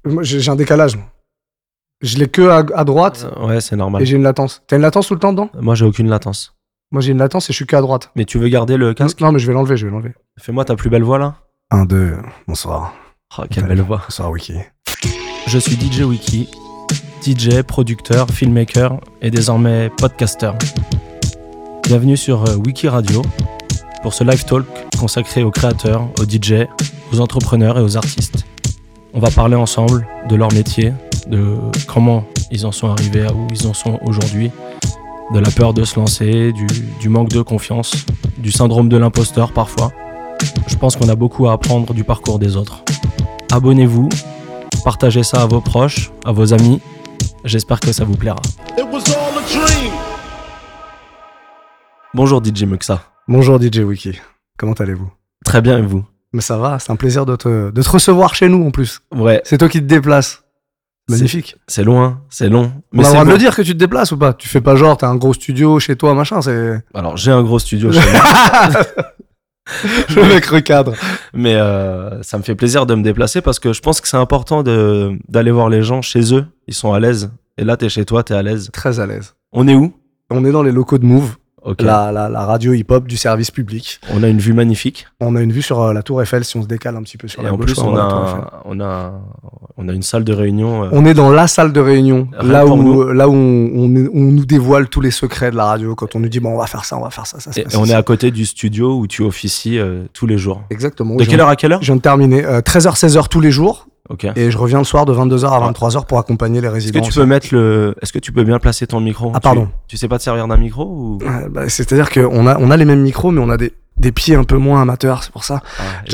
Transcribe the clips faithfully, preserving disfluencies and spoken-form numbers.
Moi, j'ai, j'ai un décalage. Moi. Je l'ai que à, à droite. Euh, ouais, c'est normal. Et j'ai une latence. T'as une latence tout le temps dedans? Moi, j'ai aucune latence. Moi, j'ai une latence et je suis que à droite. Mais tu veux garder le casque? Non, mais je vais l'enlever, je vais l'enlever. Fais-moi ta plus belle voix, là. Un, deux, bonsoir. Oh, quelle belle voix. Bonsoir, Wiki. Je suis D J Wiki, D J, producteur, filmmaker et désormais podcasteur. Bienvenue sur euh, Wiki Radio pour ce live talk consacré aux créateurs, aux D J, aux entrepreneurs et aux artistes. On va parler ensemble de leur métier, de comment ils en sont arrivés à où ils en sont aujourd'hui, de la peur de se lancer, du, du manque de confiance, du syndrome de l'imposteur parfois. Je pense qu'on a beaucoup à apprendre du parcours des autres. Abonnez-vous, partagez ça à vos proches, à vos amis. J'espère que ça vous plaira. Bonjour D J Muxa. Bonjour D J Wiki. Comment allez-vous? Très bien, et vous? Mais ça va, c'est un plaisir de te, de te recevoir chez nous en plus. Ouais. C'est toi qui te déplaces. Magnifique. C'est, c'est loin, c'est long. Mais on a le droit de le dire que tu te déplaces ou pas? Tu fais pas genre, t'as un gros studio chez toi, machin, c'est... Alors, j'ai un gros studio chez moi. Le mec recadre. Mais euh, ça me fait plaisir de me déplacer parce que je pense que c'est important de, d'aller voir les gens chez eux. Ils sont à l'aise. Et là, t'es chez toi, t'es à l'aise. Très à l'aise. On est où? On est dans les locaux de Move. Okay. La, la, la radio hip-hop du service public. On a une vue magnifique. On a une vue sur euh, la Tour Eiffel si on se décale un petit peu sur et la en gauche. plus, on a, un, on, a, on a une salle de réunion. Euh... On est dans la salle de réunion, Rien là où, nous. là où on, on, on nous dévoile tous les secrets de la radio. Quand on nous dit, bon, on va faire ça, on va faire ça. ça et, et on est à côté du studio où tu officies euh, tous les jours. Exactement. De quelle heure à quelle heure? Je viens de terminer. Euh, treize heures, seize heures tous les jours. Okay. Et je reviens le soir de vingt-deux heures à vingt-trois heures pour accompagner les résidents. Est-ce que tu peux mettre le... Est-ce que tu peux bien placer ton micro? Ah pardon. Tu, tu sais pas te servir d'un micro ou... euh, bah, c'est-à-dire qu'on a, on a les mêmes micros, mais on a des, des pieds un peu moins amateurs, c'est pour ça. Ah,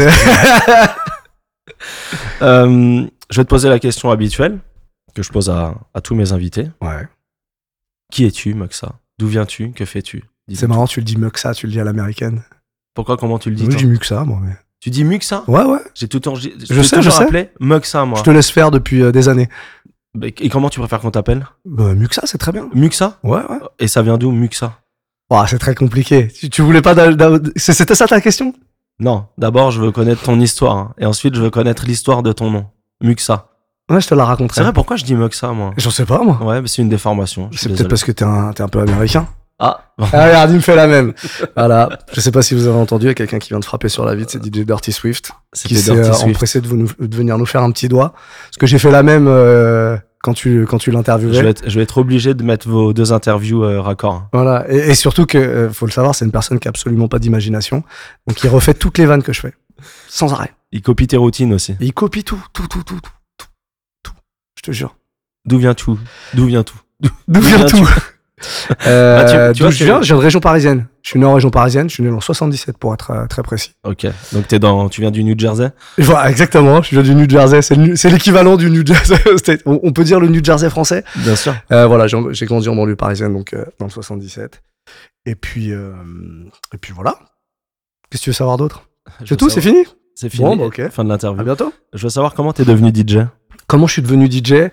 euh, je vais te poser la question habituelle que je pose à, à tous mes invités. Ouais. Qui es-tu, Muxa? D'où viens-tu? Que fais-tu? Dis-tu. C'est marrant, tu le dis Muxa, tu le dis à l'américaine. Pourquoi? Comment tu le dis? Oui, je dis Muxa, moi. Mais... Tu dis Muxa? Ouais, ouais. J'ai tout le temps, j'ai, je tout sais, le je temps sais. appelé Muxa, moi. Je te laisse faire depuis euh, des années. Et comment tu préfères qu'on t'appelle? Bah, Muxa, c'est très bien. Muxa? Ouais, ouais. Et ça vient d'où, Muxa? Oh, c'est très compliqué. Tu, tu voulais pas... d'a- d'a- C'était ça ta question? Non, d'abord je veux connaître ton histoire, hein, et ensuite je veux connaître l'histoire de ton nom. Muxa. Ouais, je te la raconterai. C'est vrai, pourquoi je dis Muxa, moi? J'en sais pas, moi. Ouais, mais c'est une déformation. Je suis C'est peut-être désolé. parce que t'es un, t'es un peu américain. Ah, Ah, regarde, il me fait la même. Voilà. Je sais pas si vous avez entendu, il y a quelqu'un qui vient de frapper sur la vitre, c'est D J Dirty Swift. c'était Qui s'est Dirty euh, Swift. empressé de, vous, nous- de venir nous faire un petit doigt. Parce que j'ai fait la même euh, quand tu, quand tu l'interviewais. Je vais, être, je vais être obligé de mettre vos deux interviews euh, raccord. Voilà. Et, et surtout que, euh, faut le savoir, c'est une personne qui a absolument pas d'imagination. Donc il refait toutes les vannes que je fais. Sans arrêt. Il copie tes routines aussi. Et il copie tout, tout, tout, tout, tout, tout, tout. Je te jure. D'où vient tout? D'où vient tout? D'où vient viens-tu? tout? Euh, Bah, tu- tu d'où vois, je c'est- viens, je viens de région parisienne. Je suis né en région parisienne, je suis né en soixante-dix-sept pour être euh, très précis. Ok, donc t'es dans, tu viens du New Jersey? Et voilà, exactement, je viens du New Jersey, c'est, le nu- c'est l'équivalent du New Jersey. C'était- on, on peut dire le New Jersey français. Bien sûr. Euh, voilà, j'ai, j'ai grandi en banlieue parisienne, donc euh, dans le soixante-dix-sept. Et puis, euh, et puis voilà. Qu'est-ce que tu veux savoir d'autre? Je C'est veux tout, c'est savoir- fini? C'est fini. Bon, bah, ok. Fin de l'interview. À bientôt. Je veux savoir comment t'es devenu D J. Comment je suis devenu D J?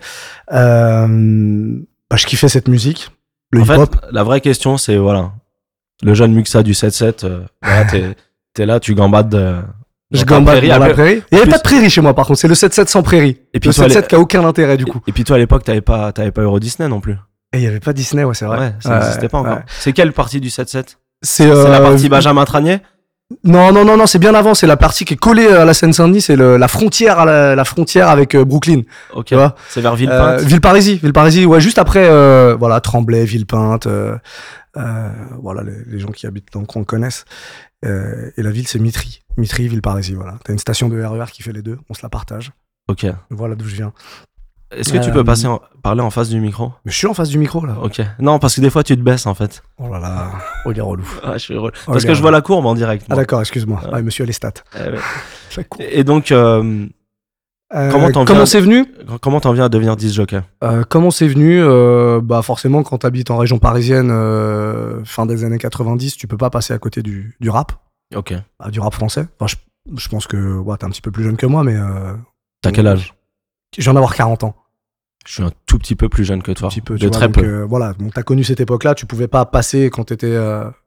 euh, bah, Je kiffais cette musique, le En fait, hip-hop. la vraie question, c'est voilà, le jeune Muxa du sept sept, euh, voilà, t'es, t'es là, tu gambades. euh, Je dans ta gambade prairie. dans la Après- prairie. Il n'y avait plus- pas de prairie chez moi, par contre, c'est le sept sept sans prairie. Et puis le toi, sept sept les- qui a aucun intérêt, du coup. Et puis toi, à l'époque, t'avais pas, t'avais pas Euro Disney non plus. Et il n'y avait pas Disney, ouais, c'est vrai. Ouais, ça Ouais, n'existait pas encore. ouais. C'est quelle partie du sept sept? C'est, C'est la euh, partie Benjamin Tranier? Non, non, non, non, c'est bien avant. C'est la partie qui est collée à la Seine-Saint-Denis. C'est le, la frontière, à la, la frontière avec euh, Brooklyn. Ok. Tu vois C'est vers Euh, Villepinte. Villeparisis, Villeparisis. Ouais, juste après, euh, voilà, Tremblay, Villepinte. Euh, euh, voilà, les, les gens qui habitent dans le coin connaissent. Euh, et la ville, c'est Mitry, Mitry, Villeparisis. Voilà. T'as une station de R E R qui fait les deux. On se la partage. Ok. Voilà d'où je viens. Est-ce que tu Euh, peux passer en- parler en face du micro? Mais je suis en face du micro là. Ok. Non, parce que des fois, tu te baisses en fait. Oh là là, oh il est relou. Ah, je suis heureux. Oh, Parce que regarde. je vois la courbe en direct. Ah moi. d'accord, excuse-moi. Ouais. Ah, monsieur les stats. Eh ouais. La cour. Et donc, euh, Euh, Comment t'en comment viens- c'est venu comment t'en viens à devenir disc jockey? Euh, comment c'est venu euh, Bah forcément, quand t'habites en région parisienne, euh, fin des années quatre-vingt-dix, tu peux pas passer à côté du, du rap, Ok. bah, du rap français. Enfin, je, je pense que ouais, t'es un petit peu plus jeune que moi, mais euh, T'as quel âge? je viens d'avoir quarante ans. Je suis un tout petit peu plus jeune que toi. Un petit peu, tu de vois, très donc, peu. euh, voilà, donc t'as connu cette époque-là, tu pouvais pas passer quand t'étais euh,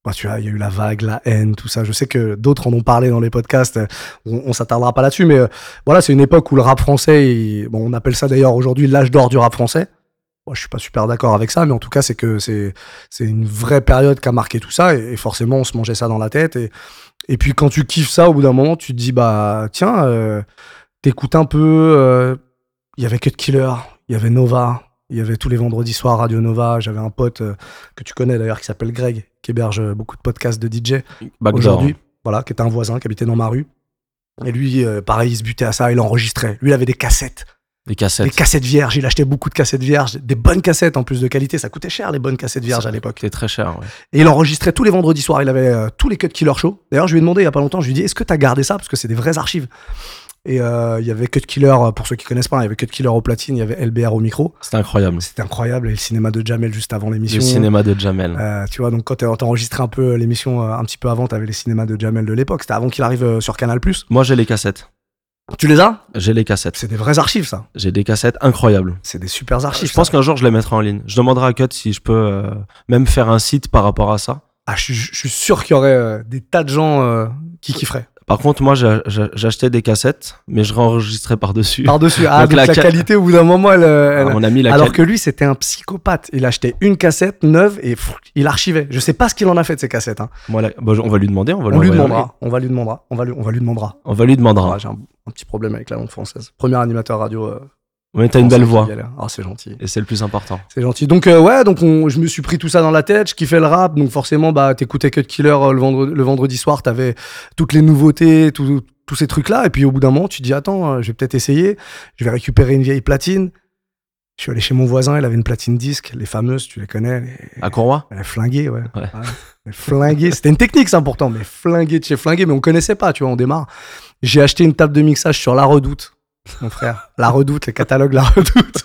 Bah, tu vois, il y a eu la vague, la haine, tout ça. Je sais que d'autres en ont parlé dans les podcasts. On, on s'attardera pas là-dessus, mais euh, voilà, c'est une époque où le rap français, il- bon, on appelle ça d'ailleurs aujourd'hui l'âge d'or du rap français. Moi, je suis pas super d'accord avec ça, mais en tout cas, c'est que c'est c'est une vraie période qui a marqué tout ça, et, et forcément, on se mangeait ça dans la tête. Et, et puis, quand tu kiffes ça, au bout d'un moment, tu te dis, bah, tiens, euh, t'écoutes un peu. euh, Il y avait Cut Killer, il y avait Nova, il y avait tous les vendredis soirs Radio Nova. J'avais un pote euh, que tu connais d'ailleurs qui s'appelle Greg, qui héberge euh, beaucoup de podcasts de D J Backdoor. aujourd'hui. Voilà, qui était un voisin qui habitait dans ma rue. Et lui, euh, pareil, il se butait à ça, il enregistrait. Lui, il avait des cassettes. Les cassettes. Des cassettes vierges, il achetait beaucoup de cassettes vierges, des bonnes cassettes en plus de qualité, ça coûtait cher les bonnes cassettes vierges Ça à l'époque. C'était très cher, ouais. Et il enregistrait tous les vendredis soirs, il avait euh, tous les Cut Killer Show. D'ailleurs, je lui ai demandé il y a pas longtemps, je lui ai dit, est-ce que t'as gardé ça? Parce que c'est des vraies archives. Et euh, il y avait Cut Killer, pour ceux qui connaissent pas, il y avait Cut Killer au platine, il y avait L B R au micro. C'était incroyable. C'était incroyable, et le cinéma de Jamel juste avant l'émission. Le cinéma de Jamel. Euh, tu vois, donc quand t'as enregistré un peu l'émission euh, un petit peu avant, t'avais les cinémas de Jamel de l'époque. C'était avant qu'il arrive euh, sur Canal plus. Moi, j'ai les cassettes. Tu les as? J'ai les cassettes. C'est des vraies archives, ça. J'ai des cassettes incroyables. C'est des super archives. Je pense ça. qu'un jour, je les mettrai en ligne. Je demanderai à Cut si je peux euh, même faire un site par rapport à ça. Ah, je, suis- je suis sûr qu'il y aurait euh, des tas de gens euh, qui kifferaient. Par contre, moi, j'ai- j'ai- j'achetais des cassettes, mais je réenregistrais par-dessus. Par-dessus. Ah, Donc donc la la, ca- qualité, au bout d'un moment, elle. euh, elle- À mon ami, la Alors cal- que lui, c'était un psychopathe. Il achetait une cassette neuve et pff, il archivait. Je sais pas ce qu'il en a fait de ces cassettes. Hein. Moi, la- bah, on va lui demander. On, va On lui envoyer un demandera. On va lui demandera. On va lui, on va lui demandera. mail. On va lui demandera. Ah, j'ai un, un petit problème avec la langue française. Premier animateur radio. Euh, Mais t'as une français belle qui voix. galère. Ah, c'est gentil. Et c'est le plus important. C'est gentil. Donc euh, ouais, donc on- je me suis pris tout ça dans la tête. Je kiffais le rap, donc forcément, bah t'écoutais Cut Killer euh, le, vendredi, le vendredi soir, t'avais toutes les nouveautés, tout- tous ces trucs-là. Et puis au bout d'un moment, tu te dis attends, euh, je vais peut-être essayer. Je vais récupérer une vieille platine. Je suis allé chez mon voisin, il avait une platine disque, les fameuses, tu les connais. Les... À Courroie Elle est flinguée, ouais. Ouais. Ouais. Elle est flinguée. C'était une technique, ça, pourtant, mais flinguée de chez flinguée, mais on connaissait pas, tu vois, on démarre. J'ai acheté une table de mixage sur La Redoute, mon frère. La Redoute, le catalogue La Redoute.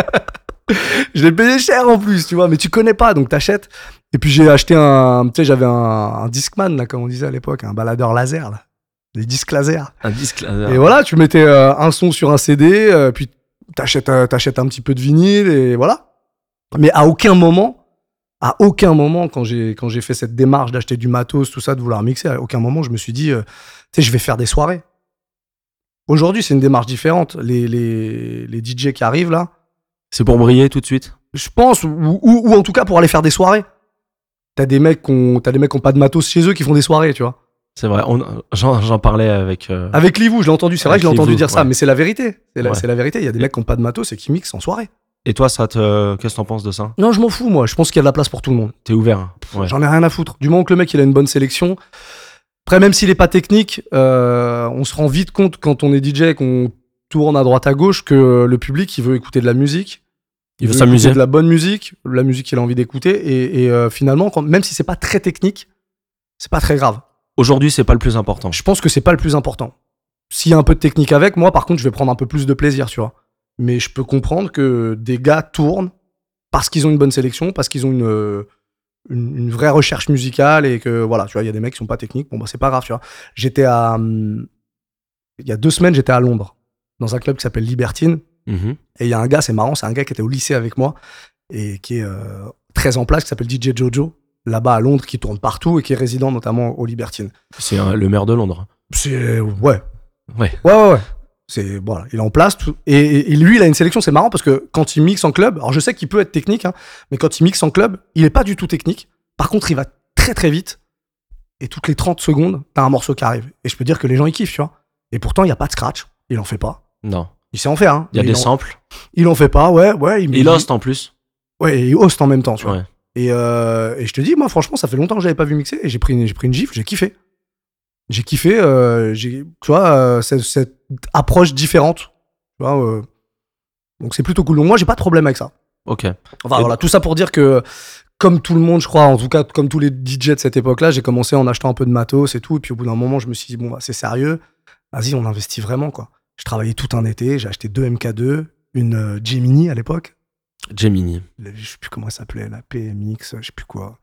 Je l'ai payé cher en plus, tu vois, mais tu connais pas, donc t'achètes. Et puis j'ai acheté un, tu sais, j'avais un, un Discman, là, comme on disait à l'époque, un baladeur laser, là. Des disques laser. Un disque laser. Et voilà, tu mettais euh, un son sur un C D, euh, puis t'achètes, euh, t'achètes un petit peu de vinyle, et voilà. Mais à aucun moment, à aucun moment, quand j'ai, quand j'ai fait cette démarche d'acheter du matos, tout ça, de vouloir mixer, à aucun moment, je me suis dit, euh, tu sais, je vais faire des soirées. Aujourd'hui, c'est une démarche différente. Les, les, les D J qui arrivent, là, C'est pour briller tout de suite. je pense, ou, ou, ou en tout cas pour aller faire des soirées. T'as des mecs qui ont, t'as des mecs qui ont pas de matos chez eux qui font des soirées, tu vois. C'est vrai. On- J'en j'en parlais avec. euh, Avec Livou, je l'ai entendu, c'est vrai Avec que je l'ai entendu Livou, dire ça, ouais. mais c'est la vérité. C'est la, Ouais. c'est la vérité. Il y a des mecs qui ont pas de matos et qui mixent en soirée. Et toi, ça te. Qu'est-ce que t'en penses de ça? Non, je m'en fous, moi. Je pense qu'il y a de la place pour tout le monde. T'es ouvert. Ouais. J'en ai rien à foutre. Du moment que le mec il a une bonne sélection. Après, même s'il est pas technique, euh, on se rend vite compte quand on est D J, qu'on tourne à droite à gauche, que le public il veut écouter de la musique. Il veut écouter s'amuser. de la bonne musique, la musique qu'il a envie d'écouter. Et, et, euh, finalement, quand, même si c'est pas très technique, c'est pas très grave. Aujourd'hui, c'est pas le plus important. Je pense que c'est pas le plus important. S'il y a un peu de technique avec, moi par contre, je vais prendre un peu plus de plaisir, tu vois. Mais je peux comprendre que des gars tournent parce qu'ils ont une bonne sélection, parce qu'ils ont une, euh, une, une vraie recherche musicale et que voilà, tu vois, il y a des mecs qui sont pas techniques. Bon, bah, c'est pas grave, tu vois. J'étais à. hum, Il y a deux semaines, j'étais à Londres, dans un club qui s'appelle Libertine. Mhm. Et il y a un gars, c'est marrant, c'est un gars qui était au lycée avec moi et qui est euh, très en place, qui s'appelle D J Jojo, là-bas à Londres, qui tourne partout et qui est résident notamment au Libertine. C'est un- le maire de Londres. C'est. Ouais. Ouais. Ouais, ouais, ouais. C'est, voilà, il est en place. Tout, et, et- et lui, il a une sélection, c'est marrant parce que quand il mixe en club, alors je sais qu'il peut être technique, hein, mais quand il mixe en club, il est pas du tout technique. Par contre, il va très très vite. Et toutes les trente secondes, t'as un morceau qui arrive. Et je peux dire que les gens, ils kiffent, tu vois. Et pourtant, il n'y a pas de scratch. Il en fait pas. Non. Il sait en faire, hein. Il y a mais des en- samples. Il en fait pas, ouais, ouais. Il, Et il host en plus. Ouais, et il host en même temps, tu vois. Ouais. Et, euh, et je te dis, moi, franchement, ça fait longtemps que j'avais pas vu mixer et j'ai pris, une- j'ai pris une gifle, j'ai kiffé. J'ai kiffé, euh, j'ai, tu vois, euh, cette, cette approche différente. Tu vois, euh, donc c'est plutôt cool. Donc moi, j'ai pas de problème avec ça. Ok. Enfin, Et- voilà, tout ça pour dire que, comme tout le monde, je crois, en tout cas, comme tous les D J de cette époque-là, j'ai commencé en achetant un peu de matos et tout. Et puis au bout d'un moment, je me suis dit, bon, bah, c'est sérieux. Vas-y, on investit vraiment, quoi. Je travaillais tout un été, j'ai acheté deux M K deux, une euh, Gemini à l'époque. Gemini. Le- je sais plus comment elle s'appelait, la P M X, je sais plus quoi.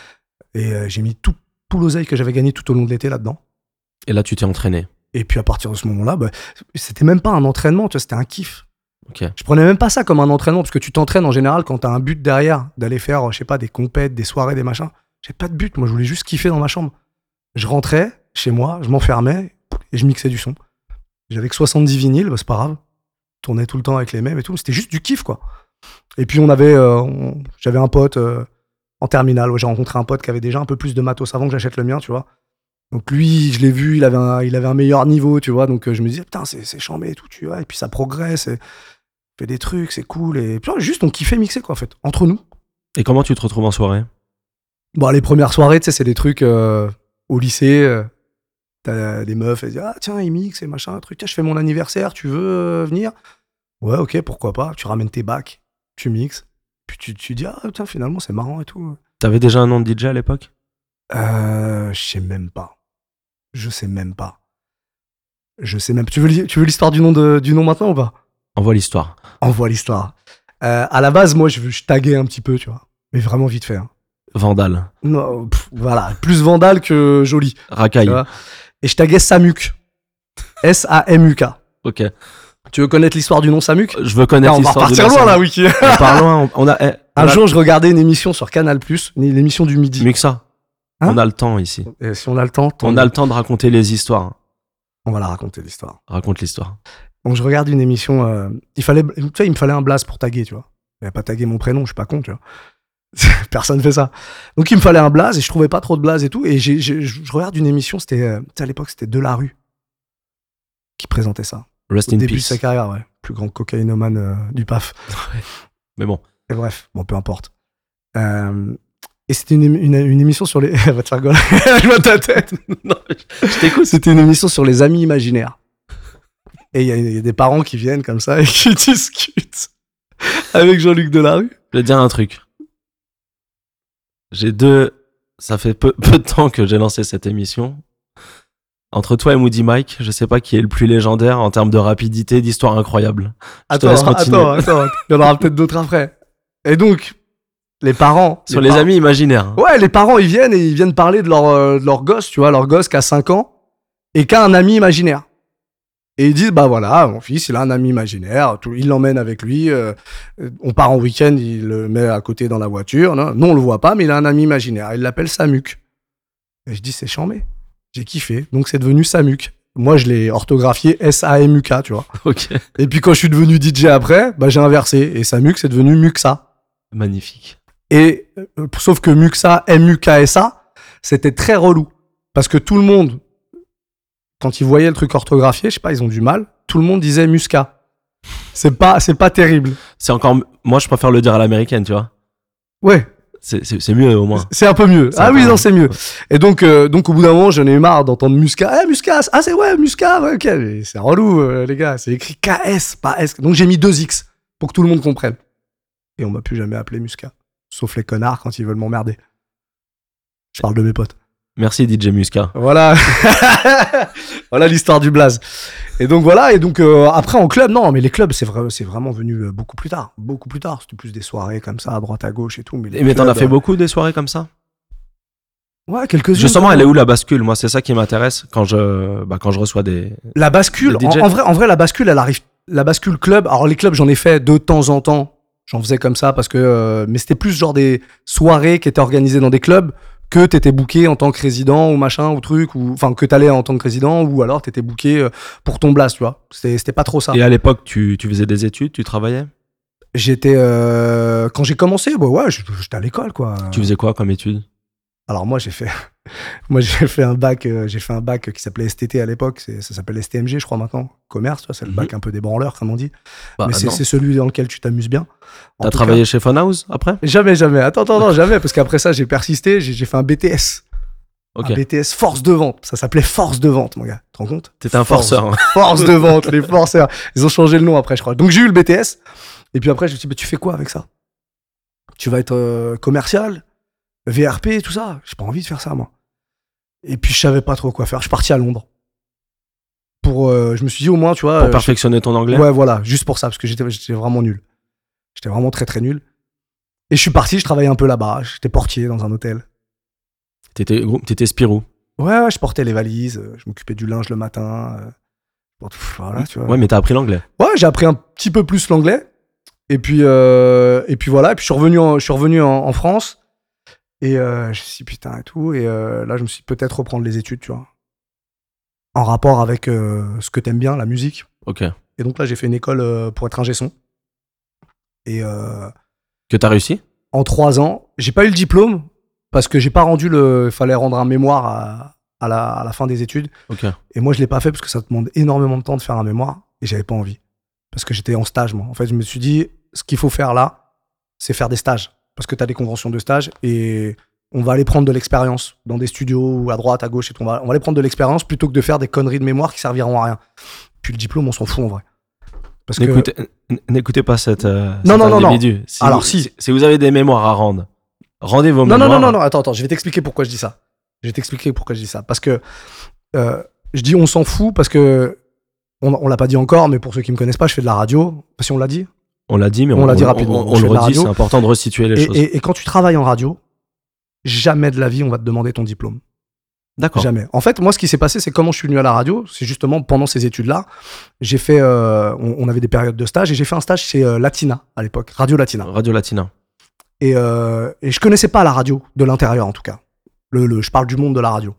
Et euh, j'ai mis tout, tout l'oseille que j'avais gagné tout au long de l'été là-dedans. Et là, tu t'es entraîné. Et puis à partir de ce moment-là, bah, c'était même pas un entraînement, tu vois, c'était un kiff. Ok. Je prenais même pas ça comme un entraînement, parce que tu t'entraînes en général quand t'as un but derrière, d'aller faire, je sais pas, des compètes, des soirées, des machins. J'avais pas de but, moi je voulais juste kiffer dans ma chambre. Je rentrais chez moi, je m'enfermais et je mixais du son. J'avais que soixante-dix vinyles, bah c'est pas grave. Je tournais tout le temps avec les mêmes et tout, c'était juste du kiff quoi. Et puis on avait, euh, on... j'avais un pote euh, en terminale, ouais, j'ai rencontré un pote qui avait déjà un peu plus de matos avant que j'achète le mien, tu vois. Donc lui, je l'ai vu, il avait un, il avait un meilleur niveau, tu vois. Donc euh, je me disais, putain, c'est, c'est chambé et tout, tu vois. Et puis ça progresse, et fait des trucs, c'est cool. Et puis juste, on kiffait mixer, quoi, en fait, entre nous. Et comment tu te retrouves en soirée? Bon, les premières soirées, tu sais, c'est des trucs euh, au lycée. Euh, t'as des meufs, elles disent, ah tiens, ils mixent et machin, un truc. Tiens, je fais mon anniversaire, tu veux euh, venir? Ouais, ok, pourquoi pas. Tu ramènes tes bacs, tu mixes. Puis tu, tu dis, ah tiens, finalement, c'est marrant et tout. T'avais déjà un nom de D J à l'époque? Euh, je sais même pas. Je sais même pas. Je sais même. Tu veux, tu veux l'histoire du nom, de, du nom maintenant ou pas? Envoie l'histoire. Envoie l'histoire. Euh, à la base, moi, je, je taguais un petit peu, tu vois. Mais vraiment vite fait. Hein. Vandale. Non, pff, voilà. Plus vandale que joli. Racaille. Et je taguais Samuk. S A M U K. Ok. Tu veux connaître l'histoire du nom Samuk? Je veux connaître non, l'histoire du nom. On va repartir loin, là, Wiki. On part loin. On a, eh, on un a... jour, je regardais une émission sur Canal+, l'émission du midi. Mieux que ça. Hein? On a le temps ici. Et si on a le temps, on a le temps de raconter les histoires. On va la raconter l'histoire. Raconte l'histoire. Donc je regarde une émission. Euh, il fallait, tu sais, il me fallait un blaze pour taguer, tu vois. Il n'avait pas tagué mon prénom, je suis pas con, tu vois. Personne fait ça. Donc il me fallait un blaze et je trouvais pas trop de blaze et tout. Et j'ai, j'ai, je regarde une émission, c'était, euh, tu sais, à l'époque, c'était Delarue qui présentait ça. Rest Au in début peace. de sa carrière, ouais. Plus grand cocaïnomane euh, du P A F. Mais bon. Et bref, bon, peu importe. Euh, Et c'était une, une, une émission sur les... Elle va te faire rigoler. Je vois ta tête. Non, je t'écoute. C'était une émission sur les amis imaginaires. Et il y, y a des parents qui viennent comme ça et qui discutent avec Jean-Luc Delarue. Je vais te dire un truc. J'ai deux... Ça fait peu, peu de temps que j'ai lancé cette émission. Entre toi et Moody Mike, je sais pas qui est le plus légendaire en termes de rapidité, d'histoire incroyable. Je attends, te laisse continuer. attends, attends. Il y en aura peut-être d'autres après. Et donc... Les parents. Sur les, les par... amis imaginaires. Ouais, les parents, ils viennent et ils viennent parler de leur, euh, de leur gosse, tu vois, leur gosse qui a cinq ans et qui a un ami imaginaire. Et ils disent, bah voilà, mon fils, il a un ami imaginaire, tout, il l'emmène avec lui, euh, on part en week-end, il le met à côté dans la voiture. Non, non, on le voit pas, mais il a un ami imaginaire. Il l'appelle Samuk. Et je dis, c'est chambé. J'ai kiffé. Donc c'est devenu Samuk. Moi, je l'ai orthographié S A M U K, tu vois. Ok. Et puis quand je suis devenu D J après, bah j'ai inversé. Et Samuk, c'est devenu Muxa. Magnifique. Et euh, sauf que Muxa, M U K S A, c'était très relou. Parce que tout le monde, quand ils voyaient le truc orthographié, je sais pas, ils ont du mal, tout le monde disait Musca. C'est pas, c'est pas terrible. C'est encore... Moi, je préfère le dire à l'américaine, tu vois. Ouais. C'est, c'est, c'est mieux, au moins. C'est un peu mieux. C'est ah oui, non, c'est mieux. Et donc, euh, donc au bout d'un moment, j'en ai eu marre d'entendre Musca. Eh, Musca, ah c'est ouais, Musca, ouais, ok. Mais c'est relou, euh, les gars. C'est écrit K S, pas S. Donc j'ai mis deux X pour que tout le monde comprenne. Et on m'a plus jamais appelé Musca. Sauf les connards quand ils veulent m'emmerder. Je parle de mes potes. Merci D J Musca. Voilà. Voilà l'histoire du blaze. Et donc voilà, et donc euh, après en club, non, mais les clubs, c'est, vrai, c'est vraiment venu euh, beaucoup plus tard. Beaucoup plus tard. C'était plus des soirées comme ça, à droite, à gauche et tout. Mais, et mais t'en as fait euh... beaucoup des soirées comme ça? Ouais, quelques-unes. Justement, elle est où la bascule? Moi, c'est ça qui m'intéresse quand je, bah, quand je reçois des. La bascule, des en, en, vrai, en vrai, la bascule, elle arrive. La bascule club, alors les clubs, j'en ai fait de temps en temps. J'en faisais comme ça parce que. Euh, mais c'était plus genre des soirées qui étaient organisées dans des clubs que t'étais booké en tant que résident ou machin ou truc. Ou, enfin, que t'allais en tant que résident ou alors t'étais booké pour ton blast, tu vois. C'était, c'était pas trop ça. Et à l'époque, tu, tu faisais des études, tu travaillais? J'étais. Euh, quand j'ai commencé, bah ouais, j'étais à l'école, quoi. Tu faisais quoi comme études? Alors moi, j'ai fait. Moi, j'ai fait un bac, euh, j'ai fait un bac qui s'appelait S T T à l'époque. C'est, ça s'appelle S T M G, je crois maintenant. Commerce, tu vois, c'est le bac mm-hmm. un peu des branleurs, comme on dit. Bah, mais c'est, c'est celui dans lequel tu t'amuses bien. En T'as travaillé cas, chez Funhouse après? Jamais, jamais. Attends, attends, non, jamais. Parce qu'après ça, j'ai persisté. J'ai, j'ai fait un B T S. Okay. Un B T S force de vente. Ça s'appelait force de vente, mon gars. Tu te rends compte? T'étais un force, forceur. Hein. Force de vente, les forceurs. Ils ont changé le nom après, je crois. Donc j'ai eu le B T S. Et puis après, je me suis dit, bah, tu fais quoi avec ça? Tu vas être euh, commercial, V R P, tout ça. J'ai pas envie de faire ça, moi. Et puis je savais pas trop quoi faire. Je suis parti à Londres. Pour, euh, je me suis dit au moins, tu vois. Pour perfectionner je... ton anglais. Ouais, voilà, juste pour ça, parce que j'étais, j'étais vraiment nul. J'étais vraiment très très nul. Et je suis parti, je travaillais un peu là-bas. J'étais portier dans un hôtel. T'étais, t'étais Spirou. Ouais, ouais, je portais les valises. Je m'occupais du linge le matin. Euh... Voilà, tu vois. Ouais, mais t'as appris l'anglais. Ouais, j'ai appris un petit peu plus l'anglais. Et puis, euh... et puis voilà. Et puis je suis revenu en, je suis revenu en, en France. Et euh, je me suis dit, putain, et tout. Et euh, là, je me suis dit, peut-être reprendre les études, tu vois. En rapport avec euh, ce que t'aimes bien, la musique. Ok. Et donc là, j'ai fait une école euh, pour être ingé son. Et euh, Que t'as réussi? en trois ans, j'ai pas eu le diplôme parce que j'ai pas rendu le. Il fallait rendre un mémoire à, à, la, à la fin des études. Ok. Et moi, je l'ai pas fait parce que ça demande énormément de temps de faire un mémoire. Et j'avais pas envie. Parce que j'étais en stage, moi. En fait, je me suis dit, ce qu'il faut faire là, c'est faire des stages. Parce que t'as des conventions de stage et on va aller prendre de l'expérience dans des studios ou à droite, à gauche. Et tout. On, va, on va aller prendre de l'expérience plutôt que de faire des conneries de mémoire qui serviront à rien. Puis le diplôme, on s'en fout en vrai. Parce que... N'écoutez, n'écoutez pas cette, euh, non, cet non, non, individu. Si Alors, vous, si. si vous avez des mémoires à rendre, rendez vos Non, mémoires. non, non, non, non, attends, attends, je vais t'expliquer pourquoi je dis ça. Je vais t'expliquer pourquoi je dis ça. Parce que euh, je dis on s'en fout parce que on, on l'a pas dit encore, mais pour ceux qui me connaissent pas, je fais de la radio. Si on l'a dit. On l'a dit, mais On on, l'a dit on- rapidement. On, on Je le fais de la redit, radio. c'est important de resituer les Et, choses. et, et quand tu travailles en radio, jamais de la vie on va te demander ton diplôme. D'accord. Jamais. En fait, moi, ce qui s'est passé, c'est comment je suis venu à la radio. C'est justement pendant ces études-là, j'ai fait. Euh, on, on avait des périodes de stage et j'ai fait un stage chez euh, Latina à l'époque, Radio Latina. Radio Latina. Et, euh, et je connaissais pas la radio de l'intérieur en tout cas. Le, le, je parle du monde de la radio.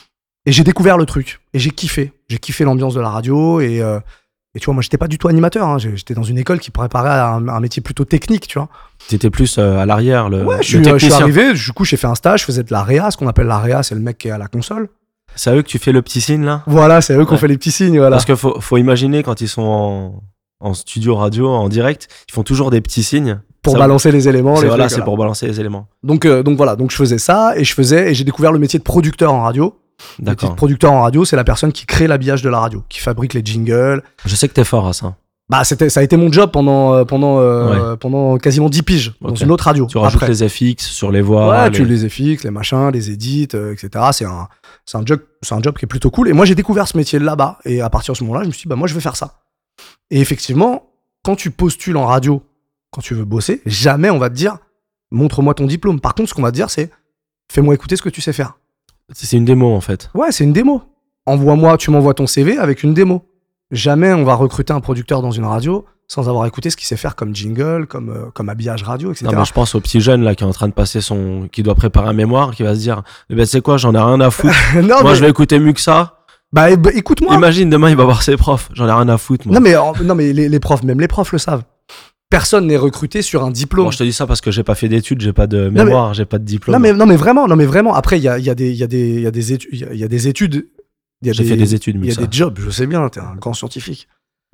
Et j'ai découvert le truc et j'ai kiffé. J'ai kiffé l'ambiance de la radio et, euh, et tu vois, moi, j'étais pas du tout animateur. Hein. J'étais dans une école qui préparait à un, un métier plutôt technique, tu vois. T'étais plus euh, à l'arrière, le, Ouais, le je suis, euh, je suis technicien. arrivé. Du coup, j'ai fait un stage. Je faisais de la réa. Ce qu'on appelle la réa, c'est le mec qui est à la console. C'est à eux que tu fais le petit signe là. Voilà, c'est eux qui ont Ouais. fait les petits signes. Voilà. Parce qu'il faut, faut imaginer quand ils sont en, en studio radio, en direct, ils font toujours des petits signes. Pour Ça- balancer les éléments. c'est, les voilà, trucs, c'est voilà. pour balancer les éléments. Donc, euh, donc voilà. Donc je faisais ça et je faisais et j'ai découvert le métier de producteur en radio. Le métier D'accord. de producteur en radio, c'est la personne qui crée l'habillage de la radio, qui fabrique les jingles. Je sais que t'es fort à ça. Bah, c'était, ça a été mon job pendant, euh, pendant, euh, pendant quasiment dix piges dans Ok. une autre radio. Tu rajoutes Après. les F X sur les voix. Ouais, les- tu les effixes, les machins, les édits, euh, et cetera. C'est un, c'est un job, c'est un job qui est plutôt cool. Et moi, j'ai découvert ce métier là-bas. Et à partir de ce moment-là, je me suis dit, bah, moi, je vais faire ça. Et effectivement, quand tu postules en radio, quand tu veux bosser, jamais on va te dire, montre-moi ton diplôme. Par contre, ce qu'on va te dire, c'est, fais-moi écouter ce que tu sais faire. C'est une démo en fait. Ouais, c'est une démo. Envoie-moi, tu m'envoies ton C V avec une démo. Jamais on va recruter un producteur dans une radio sans avoir écouté ce qu'il sait faire comme jingle, comme, euh, comme habillage radio, et cetera. Non, mais je pense au petit jeune là qui est en train de passer son, qui doit préparer un mémoire, qui va se dire, eh ben c'est quoi, j'en ai rien à foutre. non, Moi mais, je vais écouter mieux que ça. bah, eh, bah, écoute-moi. Imagine demain il va voir ses profs, j'en ai rien à foutre moi. Non, mais, en- non, mais les, les profs, même les profs le savent. Personne n'est recruté sur un diplôme. Bon, je te dis ça parce que j'ai pas fait d'études, j'ai pas de mais- mémoire, j'ai pas de diplôme. non, mais, non, mais vraiment, non, mais vraiment. Après, il y a, il y, a des- il y, a des- il y a des études. Il y a- il y a des études. il y a J'ai fait des études, Il y a Muxa. des jobs, je sais bien, t'es un grand scientifique.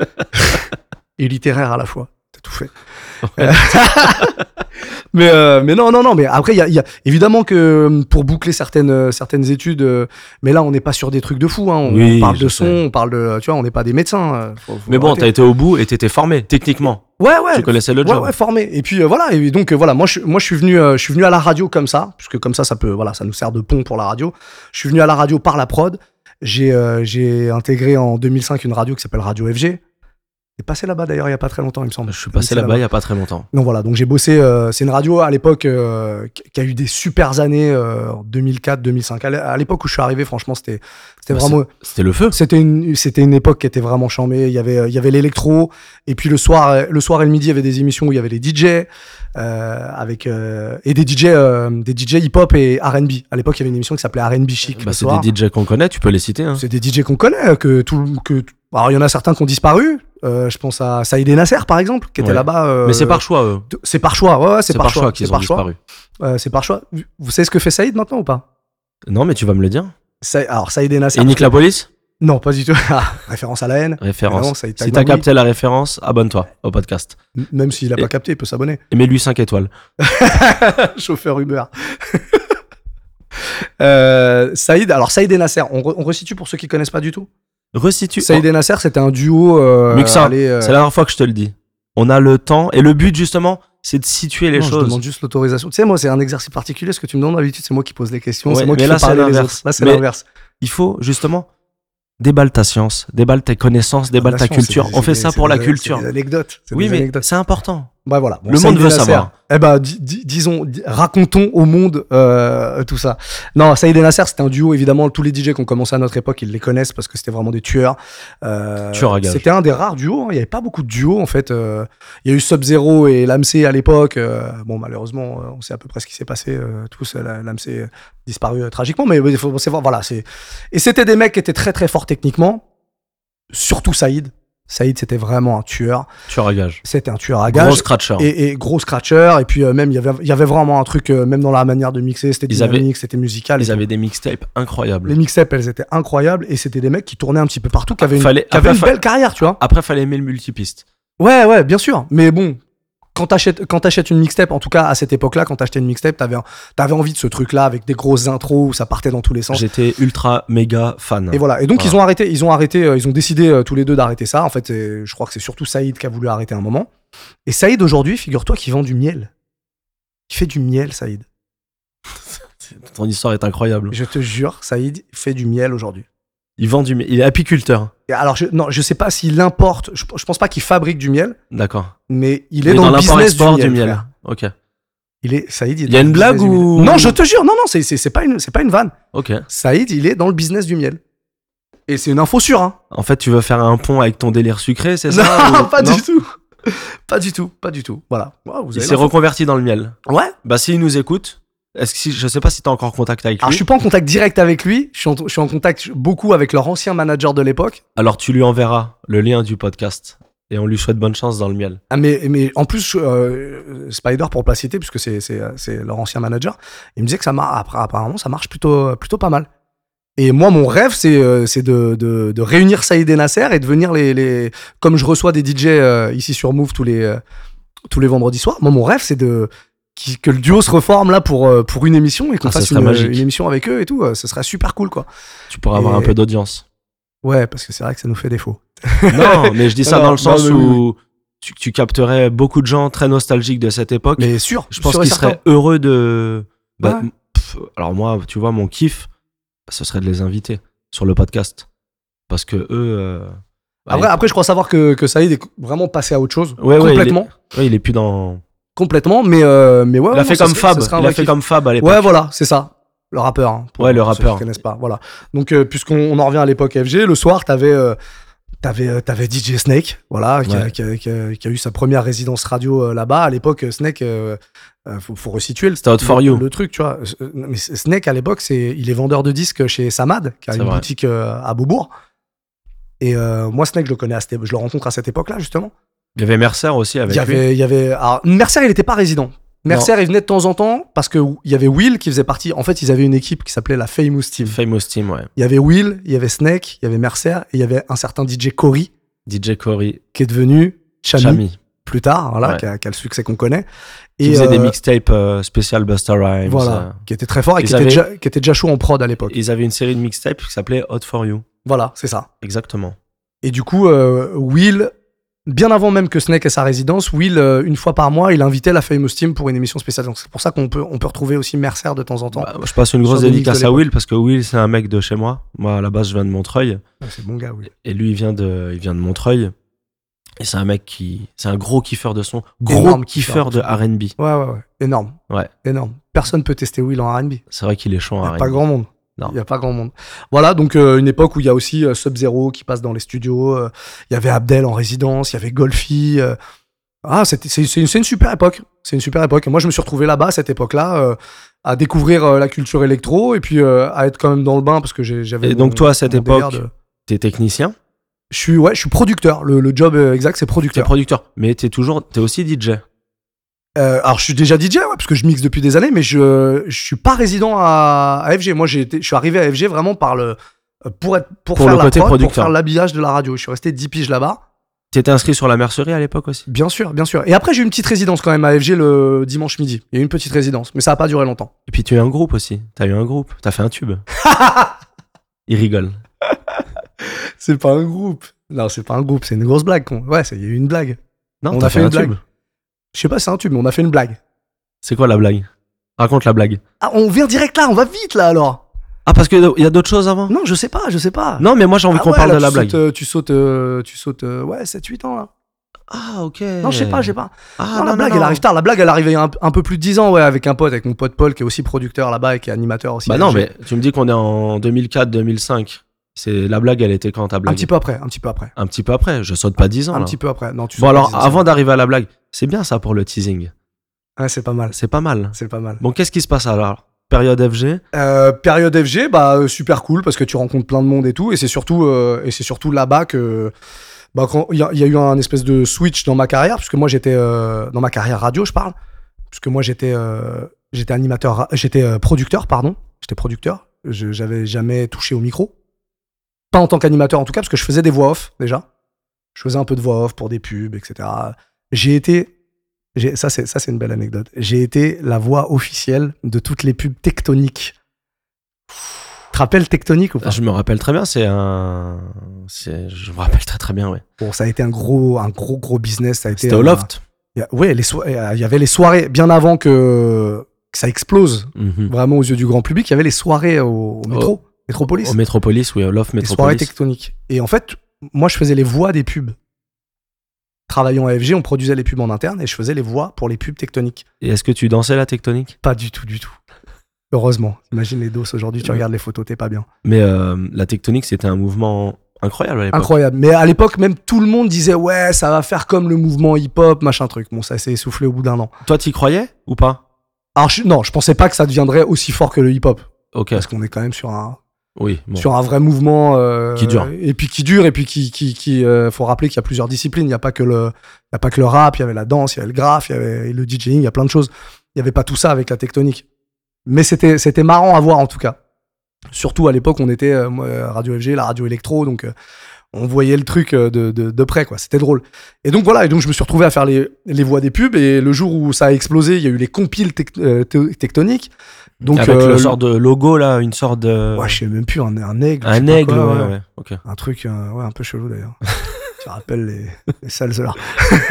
Et littéraire à la fois. T'as tout fait. Euh, mais, euh, mais non, non, non. Mais après, il y a, il y a évidemment que euh, pour boucler certaines, euh, certaines études, euh, mais là, on n'est pas sur des trucs de fou. Hein. On, Oui, on parle je de sais. son, on parle de. Tu vois, on n'est pas des médecins. euh, faut- faut Mais bon, arrêter. t'as été au bout et t'étais formé, techniquement. Ouais, ouais. Tu connaissais le Ouais, job. ouais, formé. Et puis euh, voilà. Et donc euh, voilà, moi, je, moi, je suis venu, euh, je suis venu à la radio comme ça, puisque comme ça, ça peut, voilà, ça nous sert de pont pour la radio. Je suis venu à la radio par la prod. J'ai, euh, j'ai intégré en deux mille cinq une radio qui s'appelle Radio F G. J'ai passé là-bas d'ailleurs il y a pas très longtemps, il me semble. Je suis passé là-bas il y a pas très longtemps. Donc voilà, donc j'ai bossé. euh, c'est une radio à l'époque euh, qui qui a eu des super années euh, en deux mille quatre, deux mille cinq. À l'é- à l'époque où je suis arrivé, franchement, c'était, c'était Bah, vraiment. C'était le feu. C'était une, c'était une époque qui était vraiment chambée. Il y avait, il y avait l'électro. Et puis le soir, euh, le soir et le midi, il y avait des émissions où il y avait les D J, euh, avec, euh, et des D J, euh, des D J hip-hop et R and B. À l'époque, il y avait une émission qui s'appelait R and B Chic. Bah, le c'est soir. des D J qu'on connaît, tu peux les citer. Hein. C'est des D J qu'on connaît, que tout, que, alors il y en a certains qui ont disparu. Euh, je pense à Saïd et Nasser, par exemple, qui était Ouais. là-bas. euh, Mais c'est par choix, eux. C'est par choix, ouais, ouais, c'est, C'est par, choix. qu'ils c'est ont par choix. disparu. Euh, c'est par choix. Vous savez ce que fait Saïd maintenant ou pas? Non, mais tu vas me le dire. Sa- Alors, Saïd et Nasser. Et nique la police? Non, pas du tout. Ah, référence à la haine. Référence. Évidemment, Saïd Si Tagmaoui. t'as capté la référence, abonne-toi au podcast. M- Même s'il a Et- pas capté, il peut s'abonner. Et mets-lui cinq étoiles. Chauffeur Uber. euh, Saïd, alors Saïd et Nasser, on, re- on resitue pour ceux qui connaissent pas du tout. Resitue. Saïd et Nasser, c'était un duo. Euh, Muxa, allez, euh, c'est la dernière fois que je te le dis. On a le temps et le but justement, c'est de situer les non, je choses. demande juste l'autorisation. Tu sais, moi, c'est un exercice particulier. Ce que tu me demandes d'habitude, c'est moi qui pose les questions. Ouais, c'est moi qui mais fais là, c'est parler les l'inverse. autres. Là, c'est Mais- l'inverse. Il faut justement déballe ta science, déballe tes connaissances, déballe ta Relation, culture. c'est des- On fait c'est ça des- pour c'est la des- culture. C'est des anecdotes. c'est Oui, des mais anecdotes. c'est important. Bah voilà. Bon, le Saïd monde veut El Nasser, savoir. Eh ben, di- di- disons, di- racontons au monde euh, tout ça. Non, Saïd El Nasser, c'était un duo, évidemment. Tous les D J qui ont commencé à notre époque, ils les connaissent parce que c'était vraiment des tueurs. Euh, Tueurs à gages. C'était un des rares duos. hein. Il n'y avait pas beaucoup de duos, en fait. Euh, il y a eu Sub-Zero et Lamsey à l'époque. Euh, bon, malheureusement, euh, on sait à peu près ce qui s'est passé. Euh, tous, euh, Lamsey a disparu euh, tragiquement. Mais il faut c'est, voilà, c'est... Et c'était des mecs qui étaient très, très forts techniquement. Surtout Saïd. Saïd, c'était vraiment un tueur. Tueur à gage. C'était un tueur à gages. Gros scratcher. Et, et gros scratcher. Et puis, euh, même, il y avait, il y avait vraiment un truc, euh, même dans la manière de mixer, c'était Ils dynamique, avaient- c'était musical. et Ils tout. avaient des mixtapes incroyables. Les mixtapes, elles étaient incroyables. Et c'était des mecs qui tournaient un petit peu partout, qui avaient une, Fallait- qui avaient après, une fa- belle carrière, tu vois. Après, fallait aimer le multipiste. Ouais, ouais, bien sûr. Mais bon, quand t'achètes, quand t'achètes une mixtape, en tout cas à cette époque-là, quand t'achetais une mixtape, t'avais, t'avais envie de ce truc-là avec des grosses intros où ça partait dans tous les sens. J'étais ultra méga fan. Et voilà. Et donc Voilà. ils ont arrêté, ils ont arrêté, euh, ils ont décidé euh, tous les deux d'arrêter ça. En fait, euh, je crois que c'est surtout Saïd qui a voulu arrêter un moment. Et Saïd aujourd'hui, figure-toi qu'il vend du miel. Il fait du miel, Saïd. Ton histoire est incroyable. Je te jure, Saïd fait du miel aujourd'hui. Il vend du miel. Il est apiculteur. Et alors, je, non, je sais pas s'il importe. Je, je pense pas qu'il fabrique du miel, D'accord. mais il Il est est dans, dans le business l'import-export du du miel. miel. frère. Ok. Il est Saïd. Il y a dans une le blague business du ou- miel. Non, je te jure, non, non, c'est c'est c'est pas une c'est pas une vanne. Ok. Saïd, il est dans le business du miel. Et c'est une info sûre, hein. En fait, tu veux faire un pont avec ton délire sucré, c'est ça Non, ou- pas non du tout. Pas du tout, pas du tout. Voilà. Wow, vous Il avez s'est l'info. reconverti dans le miel. Ouais. Bah, s'il nous écoute, est-ce que si, je sais pas si t'es encore en contact avec lui. Alors, je suis pas en contact direct avec lui. Je suis en, je suis en contact beaucoup avec leur ancien manager de l'époque. Alors, tu lui enverras le lien du podcast et on lui souhaite bonne chance dans le miel. Ah, mais, mais en plus, euh, Spider, pour pas le citer, puisque c'est, c'est, c'est leur ancien manager, il me disait que ça marche, après, apparemment, ça marche plutôt, plutôt pas mal. Et moi, mon rêve, c'est, euh, c'est de, de, de réunir Saïd et Nasser et de venir les, les. Comme je reçois des D J euh, ici sur Move tous les, euh, tous les vendredis soirs, moi, mon rêve, c'est de. qui- que le duo se reforme là pour, euh, pour une émission et qu'on Ah, ça fasse serait une, magique. une émission avec eux et tout. euh, Ce serait super cool, quoi. Tu pourras avoir Et- un peu d'audience. Ouais, parce que c'est vrai que ça nous fait défaut. Non, mais je dis ça Non, dans le non, sens mais oui, où tu, tu capterais beaucoup de gens très nostalgiques de cette époque. Mais sûr, je pense sûr et qu'ils certain. seraient heureux de. Bah, Ouais. pff, alors moi, tu vois, mon kiff, bah, ce serait de les inviter sur le podcast, parce que eux. euh, bah, Après, ils- après, je crois savoir que, que Saïd est vraiment passé à autre chose. Ouais, ouais, complètement. ouais, il est plus dans. Complètement, mais, euh, mais ouais. il ouais, a non, fait ça comme serait- Fab. ça serait un Il a vrai fait kiff. comme Fab à l'époque. Ouais, voilà, c'est ça. Le rappeur. Hein, pour Ouais, le ceux rappeur. qui connaissent pas. Voilà. Donc, euh, puisqu'on on en revient à l'époque F G, le soir, t'avais, euh, t'avais, euh, t'avais D J Snake, voilà, qui, a, Ouais. qui, a, qui, a, qui a eu sa première résidence radio euh, là-bas. À l'époque, euh, Snake, euh, euh, faut, faut resituer le, C'était Hot for le, You. le truc, tu vois. Euh, Mais Snake, à l'époque, c'est, il est vendeur de disques chez Samad, qui a C'est une vrai. boutique euh, à Beaubourg. Et euh, moi, Snake, je le connais à cette, je le rencontre à cette époque-là, justement. Il y avait Mercer aussi avec Il y lui. avait, il y avait. Alors, Mercer, il n'était pas résident. Mercer, il venait de temps en temps parce que il y avait Will qui faisait partie. En fait, ils avaient une équipe qui s'appelait la Famous Team. Famous Team, ouais. Il y avait Will, il y avait Snake, il y avait Mercer et il y avait un certain D J Cory D J Cory, qui est devenu Chami, Chami, plus tard, voilà, Ouais. qui, a, qui a le succès qu'on connaît. qui faisait euh, des mixtapes euh, spécial Busta Rhymes. Voilà, euh. qui était très fort et Ils qui était, avaient- déjà, qui était déjà chaud en prod à l'époque. Ils avaient une série de mixtapes qui s'appelait Hot for You. Voilà, c'est ça. Exactement. Et du coup, euh, Will, bien avant même que Snake ait sa résidence, Will, euh, une fois par mois, il invitait la Famous Team pour une émission spéciale. Donc c'est pour ça qu'on peut, on peut retrouver aussi Mercer de temps en temps. Bah, je passe une grosse Sur des mix dédicace de à l'époque. Will parce que Will, c'est un mec de chez moi. Moi, à la base, je viens de Montreuil. Ah, c'est bon gars, Will. Et lui, il vient de, il vient de Montreuil. Et c'est un mec qui. C'est un gros kiffeur de son. Gros Énorme kiffeur de kiffeur. R and B. Ouais, ouais, ouais. Énorme. Ouais. Énorme. Personne peut tester Will en R and B. C'est vrai qu'il est chaud Il en n'y a R and B. pas grand monde. Non. Il n'y a pas grand monde. Voilà, donc euh, une époque où il y a aussi euh, Sub-Zero qui passe dans les studios. euh, Il y avait Abdel en résidence, il y avait Golfi. euh. Ah, c'était- c'est c'est une, c'est une super époque. C'est une super époque. Et moi, je me suis retrouvé là-bas à cette époque-là, euh, à découvrir euh, la culture électro et puis euh, à être quand même dans le bain parce que j'ai- j'avais. Et mon- donc, toi, à cette mon délire époque, de- t'es technicien, Je suis, ouais, je suis producteur. Le, le job euh, exact, c'est t'es producteur. producteur. Mais t'es toujours. T'es aussi D J. Euh, alors, je suis déjà D J, ouais, parce que je mixe depuis des années, mais je, je suis pas résident à, à F G. Moi, j'ai été, je suis arrivé à F G vraiment par le, euh, pour être, pour, Pour faire le la côté prod, pour producteur. faire l'habillage de la radio. Je suis resté dix piges là-bas. T'étais inscrit sur la mercerie à l'époque aussi. Bien sûr, bien sûr. Et après, j'ai eu une petite résidence quand même à F G le dimanche midi. Il y a eu une petite résidence, mais ça a pas duré longtemps. Et puis tu as eu un groupe aussi. T'as eu un groupe. T'as fait un tube. Il rigole. C'est pas un groupe. Non, c'est pas un groupe, c'est une grosse blague. con. Ouais, c'est- il y a eu une blague. Non, On t'as a fait un une tube. blague. Je sais pas si c'est un tube, mais on a fait une blague. C'est quoi la blague? Raconte la blague. Ah, on vient direct là, on va vite là alors. Ah, parce qu'il y a d'autres choses avant? Non, je sais pas, je sais pas. Non, mais moi j'ai envie Ah qu'on ouais, parle là, de la tu blague. sautes, euh, tu sautes, euh, tu sautes, euh, ouais, sept huit ans là. Ah, ok. Non, je sais pas, je sais pas. Ah, non, non, la non, blague, non. elle arrive tard. La blague, elle arrive il y a un, un peu plus de dix ans, ouais, avec un pote, avec mon pote Paul, qui est aussi producteur là-bas et qui est animateur aussi. Bah non, mais tu me dis qu'on est en deux mille quatre deux mille cinq. C'est la blague, elle était quand ta blague? Un petit peu après, un petit peu après. Un petit peu après. Je saute pas dix ans. Un là. petit peu après. Non, tu Bon, sais pas, alors, dix ans, avant d'arriver à la blague, c'est bien ça pour le teasing. Ouais, c'est pas mal. C'est pas mal. C'est pas mal. Bon, qu'est-ce qui se passe alors? Période F G? Euh, période F G, bah euh, super cool parce que tu rencontres plein de monde et tout, et c'est surtout euh, et c'est surtout là-bas que bah quand il y, y a eu un espèce de switch dans ma carrière, puisque moi j'étais euh, dans ma carrière radio, je parle, puisque moi j'étais euh, j'étais animateur, j'étais euh, producteur, pardon, j'étais producteur, je, j'avais jamais touché au micro, pas en tant qu'animateur en tout cas, parce que je faisais des voix off déjà, je faisais un peu de voix off pour des pubs, et cetera. J'ai été J'ai, ça, c'est, ça, c'est une belle anecdote. J'ai été la voix officielle de toutes les pubs Tectonic. Tu te rappelles Tectonic ou pas? Je me rappelle très bien, c'est un. C'est... Je me rappelle très très bien, ouais. Bon, ça a été un gros, un gros, gros business. Ça a été C'était au un- loft. Il y a- ouais, les so- il y avait les soirées, bien avant que, que ça explose Mhm. vraiment aux yeux du grand public. Il y avait les soirées au, au métro, Métropolis. Au Métropolis, oui, au loft les soirées Métropolis. Tectonic. Et en fait, moi, je faisais les voix des pubs. Travaillant à F G, on produisait les pubs en interne et je faisais les voix pour les pubs Tectonic. Et est-ce que tu dansais la tectonique? Pas du tout, du tout. Heureusement. Imagine les doses aujourd'hui, tu Ouais. regardes les photos, t'es pas bien. Mais euh, la tectonique, c'était un mouvement incroyable à l'époque. Incroyable. Mais à l'époque, même tout le monde disait ouais, ça va faire comme le mouvement hip-hop, machin truc. Bon, ça s'est essoufflé au bout d'un an. Toi, t'y croyais ou pas? Alors je- non, je pensais pas que ça deviendrait aussi fort que le hip-hop, Ok. parce qu'on est quand même sur un Oui, bon. sur un vrai mouvement euh, Qui dure. et puis qui dure et puis qui qui qui euh, faut rappeler qu'il y a plusieurs disciplines. Il y a pas que le il y a pas que le rap, il y avait la danse, il y avait le graphe, il y avait le DJing, il y a plein de choses. Il y avait pas tout ça avec la tectonique. Mais c'était c'était marrant à voir en tout cas. Surtout à l'époque, on était euh, moi, Radio F G, la radio électro, donc euh, on voyait le truc euh, de, de, de près, quoi. C'était drôle. Et donc voilà, et donc je me suis retrouvé à faire les, les voix des pubs, et le jour où ça a explosé, il y a eu les compiles tec- euh, te- tectoniques. Donc, Avec euh, le sort de logo, là, une sorte de. ouais, je sais même plus, un, un aigle. je sais un pas aigle, quoi, ouais, ouais. Ok. Un truc euh, ouais, un peu chelou d'ailleurs. Tu rappelles les, les salles là.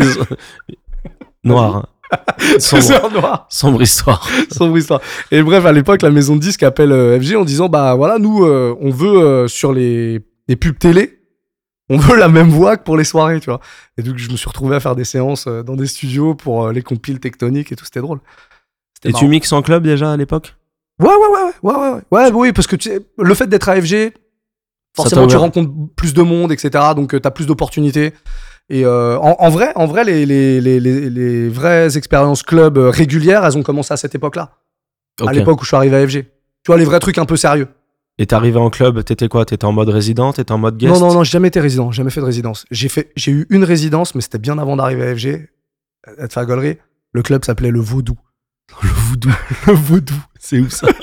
Noir. hein. C'est Sombre, noir. sombre histoire. Sombre histoire. Et bref, à l'époque, la maison de disques appelle euh, F G en disant bah voilà, nous, euh, on veut euh, sur les, les pubs télé, on veut la même voix que pour les soirées, tu vois. Et donc, je me suis retrouvé à faire des séances euh, dans des studios pour euh, les compiles tectoniques et tout, c'était drôle. C'était Et marrant. tu mixes en club déjà à l'époque? Ouais, ouais, ouais, ouais, ouais, ouais, ouais, ouais, oui, parce que tu sais, le fait d'être à F G, forcément, t'a tu ouvert. rencontres plus de monde, et cetera. Donc, tu as plus d'opportunités. Et euh, en, en vrai, en vrai les, les, les, les, les vraies expériences club euh, régulières, elles ont commencé à cette époque-là. Ok. À l'époque où je suis arrivé à F G. Tu vois, les vrais trucs un peu sérieux. Et t'es arrivé en club, t'étais quoi? T'étais en mode résident? T'étais en mode guest? Non, non, non, j'ai jamais été résident, j'ai jamais fait de résidence. J'ai fait, j'ai eu une résidence, mais c'était bien avant d'arriver à F G. À te faire gaulerie. Le club s'appelait le Vaudou. Le voodoo. Le Vaudou. C'est où ça?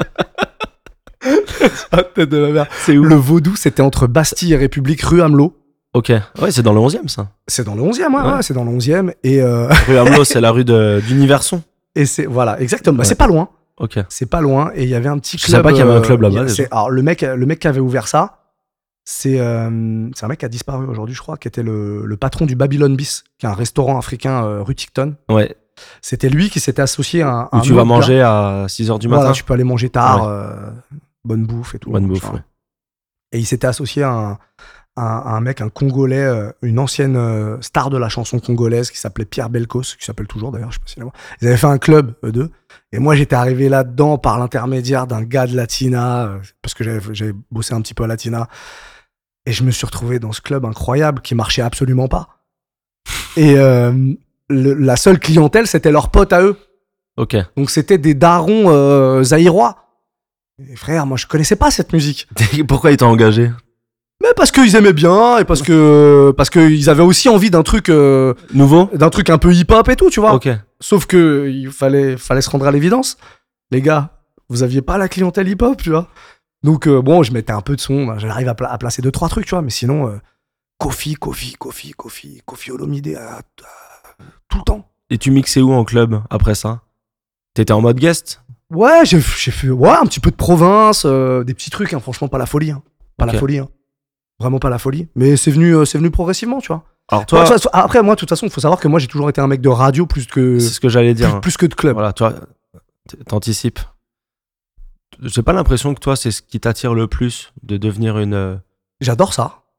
Ah, tête de ma mère. C'est où? Le Vaudou, c'était entre Bastille et République, rue Hamelot. Ok. Ouais, c'est dans le onzième, ça. C'est dans le onzième, ouais, Ouais. ouais, c'est dans le onzième. Et, euh, Rue Hamelot, c'est la rue de, d'Universon. et c'est, voilà, exactement. Bah, Ouais. c'est pas loin. Ok. C'est pas loin. Et il y avait un petit Je club. savais pas qu'il y avait un euh, club là-bas, il y a- déjà. c'est- alors, le mec, le mec qui avait ouvert ça, c'est, euh, c'est un mec qui a disparu aujourd'hui, je crois, qui était le, le patron du Babylon Bis, qui est un restaurant africain euh, rue Ticton. Ouais. C'était lui qui s'était associé à un. Où un tu vas autre gars. manger à six heures du matin. Voilà, tu peux aller manger tard, Ouais. euh, bonne bouffe et tout. Bonne bouffe, machin. ouais. Et il s'était associé à un, à un- à un mec, un Congolais, euh, une ancienne euh, star de la chanson congolaise qui s'appelait Pierre Belkos, qui s'appelle toujours d'ailleurs, je sais pas si c'est moi. Ils avaient fait un club, eux deux. Et moi, j'étais arrivé là-dedans par l'intermédiaire d'un gars de Latina, euh, parce que j'avais, j'avais bossé un petit peu à Latina. Et je me suis retrouvé dans ce club incroyable qui marchait absolument pas. Et euh, le- la seule clientèle, c'était leurs potes à eux. Ok. Donc c'était des darons euh, zaïrois. Et frère, moi je connaissais pas cette musique. Pourquoi il t'a engagé? Mais parce qu'ils aimaient bien et parce que parce qu'ils avaient aussi envie d'un truc euh, Nouveau? d'un truc un peu hip-hop et tout, tu vois. Ok. Sauf que il fallait fallait se rendre à l'évidence. Les gars, vous aviez pas la clientèle hip-hop, tu vois. Donc euh, bon, je mettais un peu de son, ben, j'arrive à, pla- à placer deux trois trucs, tu vois, mais sinon euh, Kofi, Kofi, Kofi, Kofi, Kofi Olomide à- à- tout le temps. Et tu mixais où en club après ça? T'étais en mode guest? Ouais, j'ai j'ai fait ouais, un petit peu de province, euh, des petits trucs, hein, franchement, pas la folie. Hein. Pas Ok. la folie. Hein. Vraiment pas la folie. Mais c'est venu, euh, c'est venu progressivement, tu vois. Alors toi, Ouais, de toute façon, après, moi, de toute façon, il faut savoir que moi, j'ai toujours été un mec de radio plus que, c'est ce que j'allais dire. plus, hein. plus que de club. Voilà, toi, t- t'anticipes. J'ai pas l'impression que toi, c'est ce qui t'attire le plus de devenir une. euh, J'adore ça.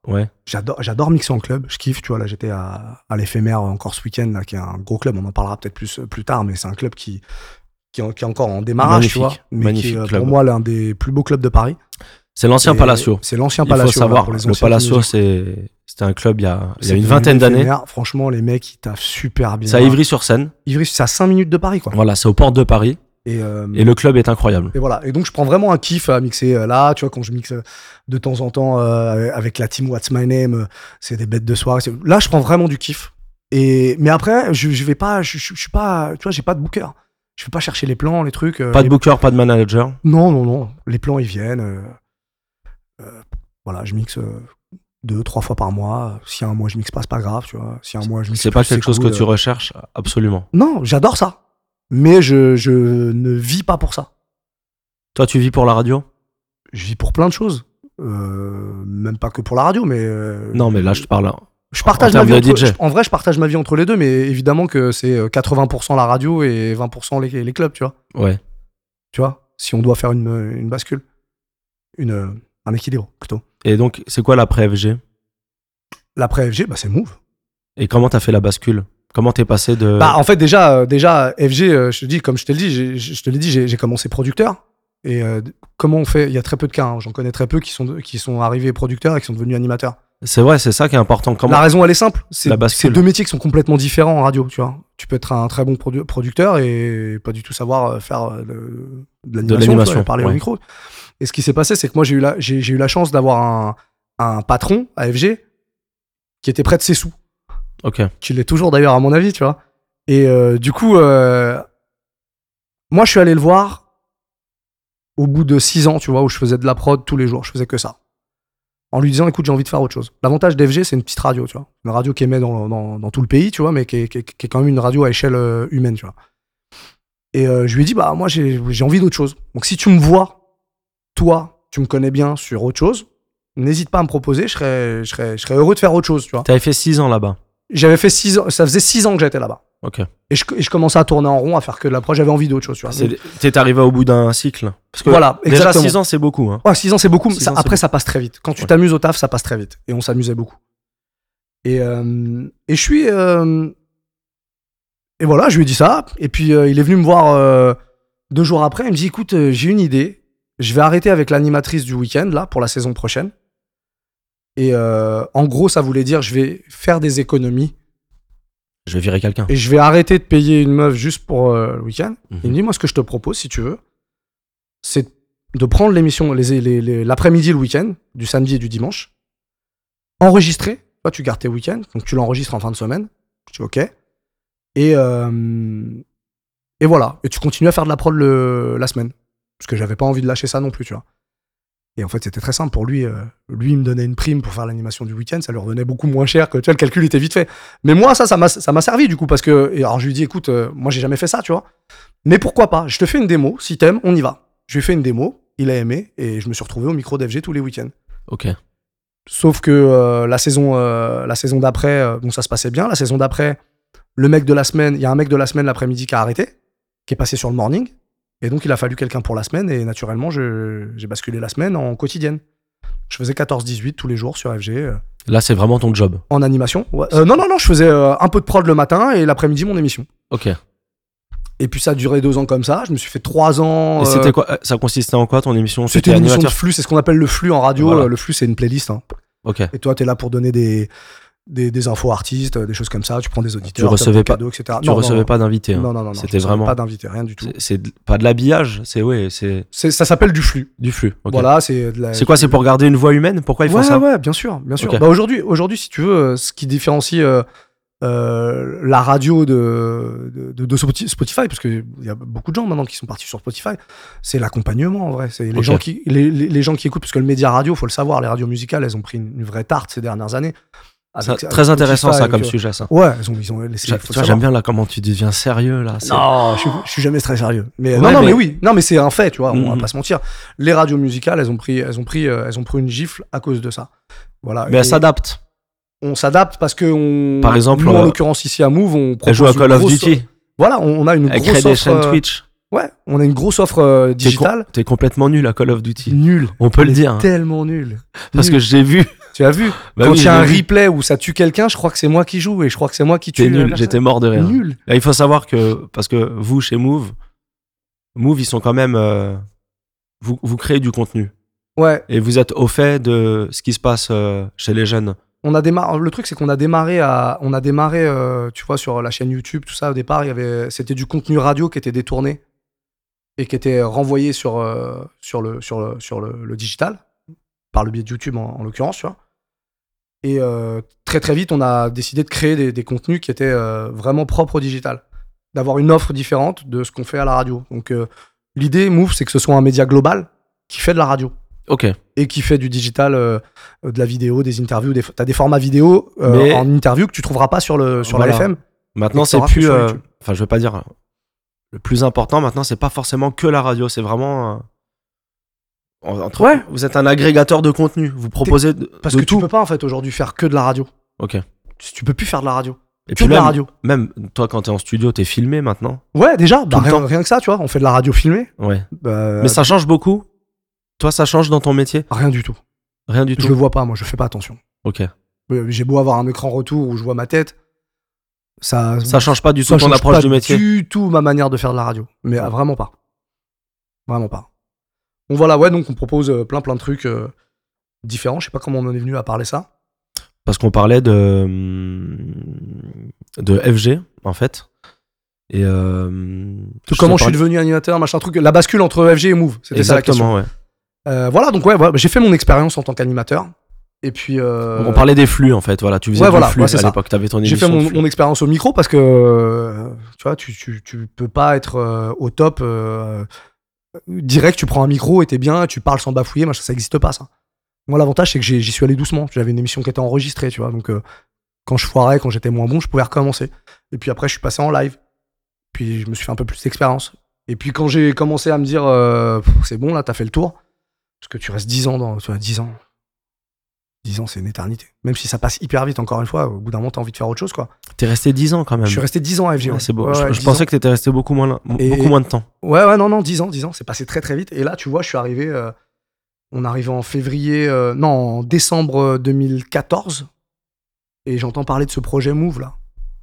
Ouais. J'adore, j'adore mixer en club. Je kiffe, tu vois. Là, j'étais à, à l'éphémère encore ce week-end, là, qui est un gros club. On en parlera peut-être plus, plus tard, mais c'est un club qui, qui, est, qui est encore en démarrage, Magnifique. tu vois. Mais Magnifique qui est, club. pour moi, l'un des plus beaux clubs de Paris. C'est l'ancien Et Palacio. C'est l'ancien Il Palacio. faut savoir, voilà, pour les le anciens Palacio, qui nous c'est, c'était un club il y a, il y a C'est une vingtaine d'années. éphémère. Franchement, les mecs, ils taffent super bien. C'est à Ivry-sur-Seine. Ivry, c'est à cinq minutes de Paris, quoi. Voilà, c'est aux portes de Paris. Et, euh, Et le club est incroyable. Et voilà. Et donc, je prends vraiment un kiff à mixer euh, là. Tu vois, quand je mixe euh, de temps en temps euh, avec la team What's My Name, euh, c'est des bêtes de soirée. C'est- Là, je prends vraiment du kiff. Et, mais après, je, je vais pas, je, je, je suis pas, tu vois, j'ai pas de booker. Je vais pas chercher les plans, les trucs. euh, Pas de les- booker, pas de manager. Non, non, non. Les plans, ils viennent. euh, euh, voilà, je mixe euh, deux, trois fois par mois. Si un mois, je mixe pas, c'est pas grave, tu vois. Si un mois, je mixe C'est plus, pas quelque chose cool. que tu recherches, absolument. Non, j'adore ça. Mais je, je ne vis pas pour ça. Toi, tu vis pour la radio? Je vis pour plein de choses. Euh, même pas que pour la radio, mais. euh, Non, mais là, je te parle. Je partage en ma vie termes de entre, D J. je- En vrai, je partage ma vie entre les deux, mais évidemment que c'est quatre-vingts pour cent la radio et vingt pour cent les, les clubs, tu vois. Ouais. Tu vois, si on doit faire une, une bascule, une, un équilibre plutôt. Et donc, c'est quoi l'après F G? L'après F G, bah, c'est Move. Et comment t'as fait la bascule? Comment t'es passé de. Bah, en fait, déjà, euh, déjà F G, euh, je te dis, comme je te le dis, j'ai- je te l'ai dit, j'ai j'ai commencé producteur. Et euh, comment on fait? Il y a très peu de cas, hein, j'en connais très peu qui sont, qui sont arrivés producteurs et qui sont devenus animateurs. C'est vrai, c'est ça qui est important. Comment... La raison, elle est simple. C'est La bascule. c'est deux métiers qui sont complètement différents en radio, tu vois. Tu peux être un très bon produ- producteur et pas du tout savoir euh, faire euh, le- de l'animation, l'animation, tu vois, et parler au ouais. micro. Et ce qui s'est passé, c'est que moi, j'ai eu la, j'ai, j'ai eu la chance d'avoir un, un patron à F G qui était près de ses sous. Ok. Qui l'est toujours d'ailleurs, à mon avis, tu vois. Et euh, du coup, euh, moi, je suis allé le voir au bout de six ans, tu vois, où je faisais de la prod tous les jours. Je faisais que ça. En lui disant, écoute, j'ai envie de faire autre chose. L'avantage d'F G, c'est une petite radio, tu vois. Une radio qui émet dans, dans, dans tout le pays, tu vois, mais qui est, qui est- qui est quand même une radio à échelle euh, humaine, tu vois. Et euh, je lui ai dit, bah, moi, j'ai j'ai envie d'autre chose. Donc, si tu me vois, toi, tu me connais bien sur autre chose, n'hésite pas à me proposer, je serais, je serais, je serais heureux de faire autre chose, tu vois. T'avais fait six ans là-bas. J'avais fait six ans, ça faisait six ans que j'étais là-bas. Ok. Et je, et je commençais à tourner en rond, à faire que de la prod, j'avais envie d'autre chose, tu vois. C'est- T'es arrivé au bout d'un cycle. Parce que Voilà, déjà exactement. six ans, c'est beaucoup. Hein. Ouais, six ans, c'est beaucoup. mais Six ça- ans, c'est après, beaucoup. ça passe très vite. Quand tu Ouais. t'amuses au taf, ça passe très vite. Et on s'amusait beaucoup. Et, euh, et je suis. euh, et voilà, je lui ai dit ça. Et puis, euh, il est venu me voir euh, deux jours après. Il me dit, écoute, euh, j'ai une idée. Je vais arrêter avec l'animatrice du week-end, là, pour la saison prochaine. Et euh, en gros, ça voulait dire, je vais faire des économies. Je vais virer quelqu'un. Et je vais arrêter de payer une meuf juste pour euh, le week-end. Mhm. Il me dit, moi, ce que je te propose, si tu veux, c'est de prendre l'émission les, les- les- l'après-midi, le week-end, du samedi et du dimanche, enregistrer. Toi, tu gardes tes week-ends, donc tu l'enregistres en fin de semaine. Je dis OK. Et, euh, et voilà. Et tu continues à faire de la prod le, la semaine. Parce que j'avais pas envie de lâcher ça non plus, tu vois. Et en fait, c'était très simple pour lui. euh, lui, il me donnait une prime pour faire l'animation du week-end. Ça lui revenait beaucoup moins cher que, tu vois, le calcul était vite fait. Mais moi, ça, ça m'a, ça m'a servi, du coup, parce que, et alors je lui dis, écoute, euh, moi, j'ai jamais fait ça, tu vois. Mais pourquoi pas? Je te fais une démo. Si t'aimes, on y va. Je lui ai fait une démo. Il a aimé. Et je me suis retrouvé au micro d'F G tous les week-ends. Ok. Sauf que euh, la saison, euh, la saison d'après, euh, bon, ça se passait bien. La saison d'après, le mec de la semaine, il y a un mec de la semaine l'après-midi qui a arrêté, qui est passé sur le morning. Et donc, il a fallu quelqu'un pour la semaine. Et naturellement, je- j'ai basculé la semaine en quotidienne. Je faisais quatorze dix-huit tous les jours sur F G, euh, Là, c'est vraiment ton job. en animation. Ouais. Euh, non, non, non, je faisais euh, un peu de prod le matin et l'après-midi, mon émission. Ok. Et Et puis, ça a duré deux ans comme ça. Je me suis fait trois ans. euh, c'était quoi? Ça consistait en quoi ton émission? C'était une émission de animateur. flux. C'est ce qu'on appelle le flux en radio. Voilà. Euh, Le flux, c'est une playlist. Hein. Ok. Et toi, t'es là pour donner des, des, des infos artistes, des choses comme ça. Tu prends des auditeurs, Tu t'offres recevais des pas- cadeaux, et cetera. Tu Non, recevais non, pas d'invités. hein. Non, non, non, non. C'était je recevais vraiment. pas d'invités, rien du tout. C'est c'est de- pas de l'habillage, c'est ouais, c'est C'est, ça s'appelle du flux. du flux. ok. Voilà, c'est de la- C'est quoi? C'est pour garder une voix humaine? Pourquoi ils font ouais, ça? ouais, bien sûr, bien sûr. Ok. Bah aujourd'hui, aujourd'hui, si tu veux, euh, ce qui différencie euh, euh, la radio de, de, de- de Spotify, parce qu'il y a beaucoup de gens maintenant qui sont partis sur Spotify, c'est l'accompagnement en vrai. C'est les, Ok. gens qui, les, les- les gens qui écoutent, parce que le média radio, faut le savoir, les radios musicales, elles ont pris une, une vraie tarte ces dernières années. Ça- Avec- Très avec intéressant Spotify, ça comme tu vois. sujet ça. Ouais, ils ont, ils ont laissé. J'a- faut tu le vois, savoir. j'aime bien là comment tu deviens sérieux là. c'est- Non, je suis, je suis jamais très sérieux. Mais Ouais, non, non, mais... mais- oui, non, mais c'est un fait, tu vois. On va Mhm. pas se mentir. Les radios musicales, elles ont pris, elles ont pris, euh, elles ont pris une gifle à cause de ça. Voilà. Mais Et elle s'adapte. on s'adapte parce que on. Par exemple, nous, en euh, l'occurrence ici à Move, on. Elle joue à propose Call une of grosse- Duty. Voilà, on, on a une Elle grosse crée des offre. chaînes euh, Twitch. Ouais, on a une grosse offre euh, T'es digitale. com- T'es complètement nul à Call of Duty. Nul. On peut le est dire. hein. Tellement nul. Parce Nul. que j'ai vu, Tu as vu Bah Quand oui, il y a un j'ai vu. replay où ça tue quelqu'un, je crois que c'est moi qui joue et je crois que c'est moi qui tue. T'es la nul, personne. j'étais mort de rire. Nul. Là, il faut savoir que, parce que vous, chez Move, Move, ils sont quand même. euh, vous, vous créez du contenu. Ouais. Et vous êtes au fait de ce qui se passe euh, chez les jeunes. On a démarré. Le truc, c'est qu'on a démarré à, on a démarré, euh, tu vois, sur la chaîne YouTube, tout ça. Au départ, il y avait, c'était du contenu radio qui était détourné et qui était renvoyé sur euh, sur le sur le sur le, le digital par le biais de YouTube en, en l'occurrence, tu vois. Et euh, très très vite, on a décidé de créer des, des contenus qui étaient euh, vraiment propres au digital, d'avoir une offre différente de ce qu'on fait à la radio. Donc euh, l'idée, Move, c'est que ce soit un média global qui fait de la radio. Ok. Et qui fait du digital, euh, de la vidéo, des interviews. Des... T'as des formats vidéo euh, Mais... en interview que tu trouveras pas sur, le, sur Voilà. la F M. Maintenant, c'est plus. euh, Enfin, je veux pas dire. Le plus important maintenant, c'est pas forcément que la radio. C'est vraiment. euh, entre... Ouais. Vous êtes un agrégateur de contenu. Vous proposez de, Parce de que tout. tu peux pas en fait aujourd'hui faire que de la radio. Ok. Tu peux plus faire de la radio. Et que puis de même, la radio. même toi, quand t'es en studio, t'es filmé maintenant. Ouais, déjà. Bah, le rien, temps. rien que ça, tu vois. On fait de la radio filmée. Ouais. Bah, Mais ça change beaucoup. Toi, ça change dans ton métier? Rien du tout. Rien du tout. Je le vois pas, moi. Je fais pas attention. Ok. Euh, J'ai beau avoir un écran retour où je vois ma tête. Ça, Ça change pas du tout ça ton change approche pas du métier. du tout ma manière de faire de la radio. Mais ah, vraiment pas. Vraiment pas. Bon voilà, ouais, donc on propose euh, plein plein de trucs euh, différents. Je sais pas comment on en est venu à parler ça. Parce qu'on parlait de de F G en fait. Et euh, De comment je suis devenu animateur, machin truc. La bascule entre F G et Move. C'était ça la question. Exactement, ouais. Euh, voilà, donc ouais, voilà, j'ai fait mon expérience en tant qu'animateur. Et puis. Euh... On parlait des flux en fait. Voilà, tu faisais Ouais, du voilà, flux ouais, c'est à ça. l'époque. T'avais ton J'ai émission. fait de mon, flux. mon expérience au micro parce que euh, tu vois, tu, tu, tu peux pas être euh, au top euh, direct. Tu prends un micro et t'es bien, tu parles sans bafouiller, machin, ça existe pas ça. Moi, l'avantage c'est que j'ai- j'y suis allé doucement. J'avais une émission qui était enregistrée, tu vois. Donc euh, quand je foirais, quand j'étais moins bon, je pouvais recommencer. Et puis après, je suis passé en live. Puis je me suis fait un peu plus d'expérience. Et puis quand j'ai commencé à me dire, euh, Pff, c'est bon là, t'as fait le tour, parce que tu restes dix ans dans, tu vois, dix ans. dix ans, c'est une éternité. Même si ça passe hyper vite, encore une fois, au bout d'un moment, t'as envie de faire autre chose, quoi. T'es resté dix ans quand même. Je suis resté dix ans à F G. Ouais, Ouais. c'est beau. Ouais, je ouais, je dix pensais ans. que t'étais resté beaucoup moins, Et- beaucoup moins de temps. Ouais, ouais, non, non, dix ans, dix ans, c'est passé très très vite. Et là, tu vois, je suis arrivé, euh, on arrive en février, euh, non, en décembre deux mille quatorze, et j'entends parler de ce projet Move, là.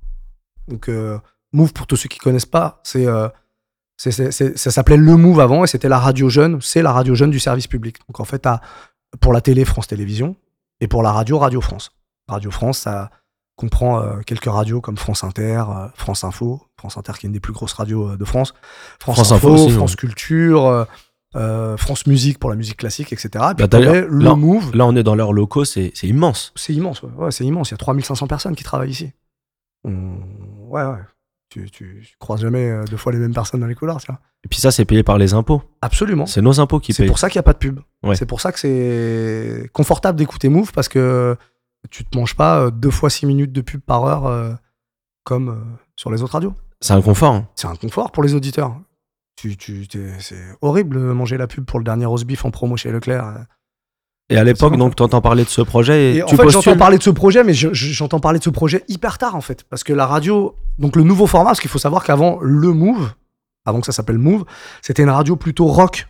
Donc, euh, Move, pour tous ceux qui connaissent pas, c'est, euh, c'est, c'est- c'est- ça s'appelait Le Move avant, et c'était la radio jeune, c'est la radio jeune du service public. Donc, en fait, t'as, pour la télé, France Télévisions, et pour la radio, Radio France. Radio France, ça comprend euh, quelques radios comme France Inter, euh, France Info, France Inter qui est une des plus grosses radios euh, de France, France, France Info, Info aussi, France ouais. Culture, euh, euh, France Musique pour la musique classique, et cetera. Et puis Bah, d'ailleurs, t'avais le là- Move, Là, on est dans leurs locaux, c'est c'est immense. c'est immense, ouais. Ouais, c'est immense. Il y a trois mille cinq cents personnes qui travaillent ici. On- Ouais, ouais. Tu, tu, tu croises jamais euh, deux fois les mêmes personnes dans les couloirs, tu vois. Et puis ça, c'est payé par les impôts. Absolument. C'est nos impôts qui C'est payent. pour ça qu'il n'y a pas de pub. Ouais. C'est pour ça que c'est confortable d'écouter Move parce que tu te manges pas euh, deux fois six minutes de pub par heure euh, comme euh, sur les autres radios. C'est un confort. hein. C'est un confort pour les auditeurs. Tu, tu, t'es- c'est horrible de manger la pub pour le dernier roast beef en promo chez Leclerc. Et à l'époque, C'est donc, t'entends parler de ce projet et, Et en tu fait, postules. j'entends parler de ce projet, mais je- je- j'entends parler de ce projet hyper tard, en fait. Parce que la radio, donc le nouveau format, parce qu'il faut savoir qu'avant, le Move, avant que ça s'appelle Move, c'était une radio plutôt rock.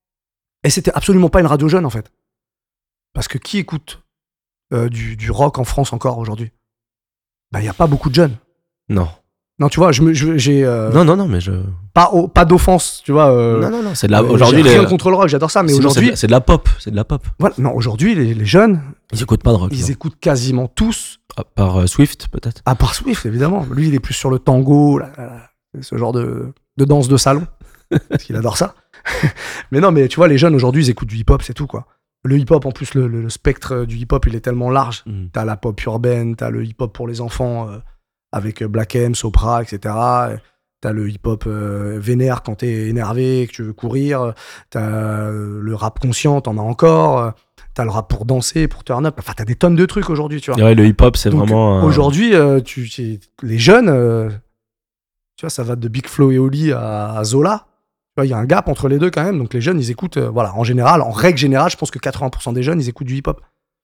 Et c'était absolument pas une radio jeune, en fait. Parce que qui écoute euh, du, du rock en France encore aujourd'hui? Bah, il n'y a pas beaucoup de jeunes. Non. Non, tu vois, je me- je- j'ai euh, Non, non, non, mais je. pas, au- pas d'offense, tu vois. euh, non, non, non. C'est de la. euh, Aujourd'hui, j'ai les. rien contre le rock, j'adore ça, mais Sinon, c'est de aujourd'hui, la- c'est de la pop. C'est de la pop. voilà, non, aujourd'hui, les, les jeunes, Ils écoutent pas de rock. ils non. écoutent quasiment tous. À part euh, Swift, peut-être. À part Swift, évidemment. Lui, il est plus sur le tango, la- la- ce genre de, de danse de salon. Parce qu'il adore ça. Mais non, mais tu vois, les jeunes aujourd'hui, ils écoutent du hip-hop, c'est tout, quoi. Le hip-hop, en plus, le, le- le spectre du hip-hop, il est tellement large. Mm. T'as la pop urbaine, t'as le hip-hop pour les enfants, euh, avec euh, Black M, Sopra, et cetera. T'as le hip-hop euh, vénère quand t'es énervé, que tu veux courir. T'as euh, le rap conscient, t'en as encore. Euh, T'as le rap pour danser, pour turn up. Enfin, t'as des tonnes de trucs aujourd'hui, tu vois. Et ouais, le hip-hop, c'est Donc, vraiment. un- Aujourd'hui, euh, tu, tu- les jeunes, euh, tu vois, ça va de Big Flo et Oli à, à Zola. Tu vois, il y a un gap entre les deux quand même. Donc les jeunes, ils écoutent, euh, voilà, en général, en règle générale, je pense que quatre-vingts pour cent des jeunes, ils écoutent du hip-hop.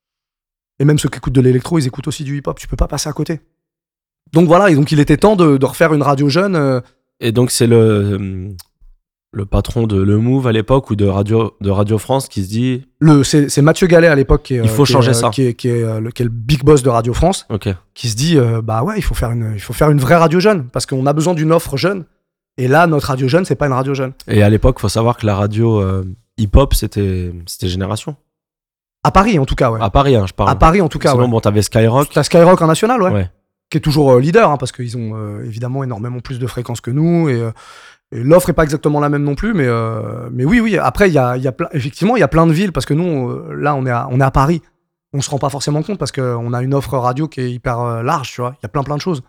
Et même ceux qui écoutent de l'électro, ils écoutent aussi du hip-hop. Tu peux pas passer à côté. Donc voilà, et donc il était temps de, de refaire une radio jeune. euh, Et donc, c'est le. le patron de Le Move à l'époque ou de Radio, de Radio France qui se dit... Le, c'est, c'est Mathieu Gallet à l'époque qui est, il faut qui changer est, ça. Qui est, qui, est, qui, est, le, qui est le big boss de Radio France, okay. qui se dit euh, bah ouais, il faut, faire une, il faut faire une vraie radio jeune parce qu'on a besoin d'une offre jeune. Et là, notre radio jeune, c'est pas une radio jeune. Et à l'époque, il faut savoir que la radio euh, hip-hop, c'était, c'était Génération. À Paris, en tout cas, ouais. À Paris, hein, je parle. À Paris, en tout cas, Sinon, ouais. bon, t'avais Skyrock. T'as Skyrock en national, ouais. ouais. Qui est toujours euh, leader, hein, parce qu'ils ont euh, évidemment énormément plus de fréquences que nous. Et, euh, et l'offre est pas exactement la même non plus, mais, euh, mais oui, oui. Après, il y a, y a plein, effectivement, il y a plein de villes, parce que nous, euh, là, on est, à, on est à Paris. On se rend pas forcément compte, parce qu'on a une offre radio qui est hyper euh, large, tu vois. Il y a plein, plein de choses.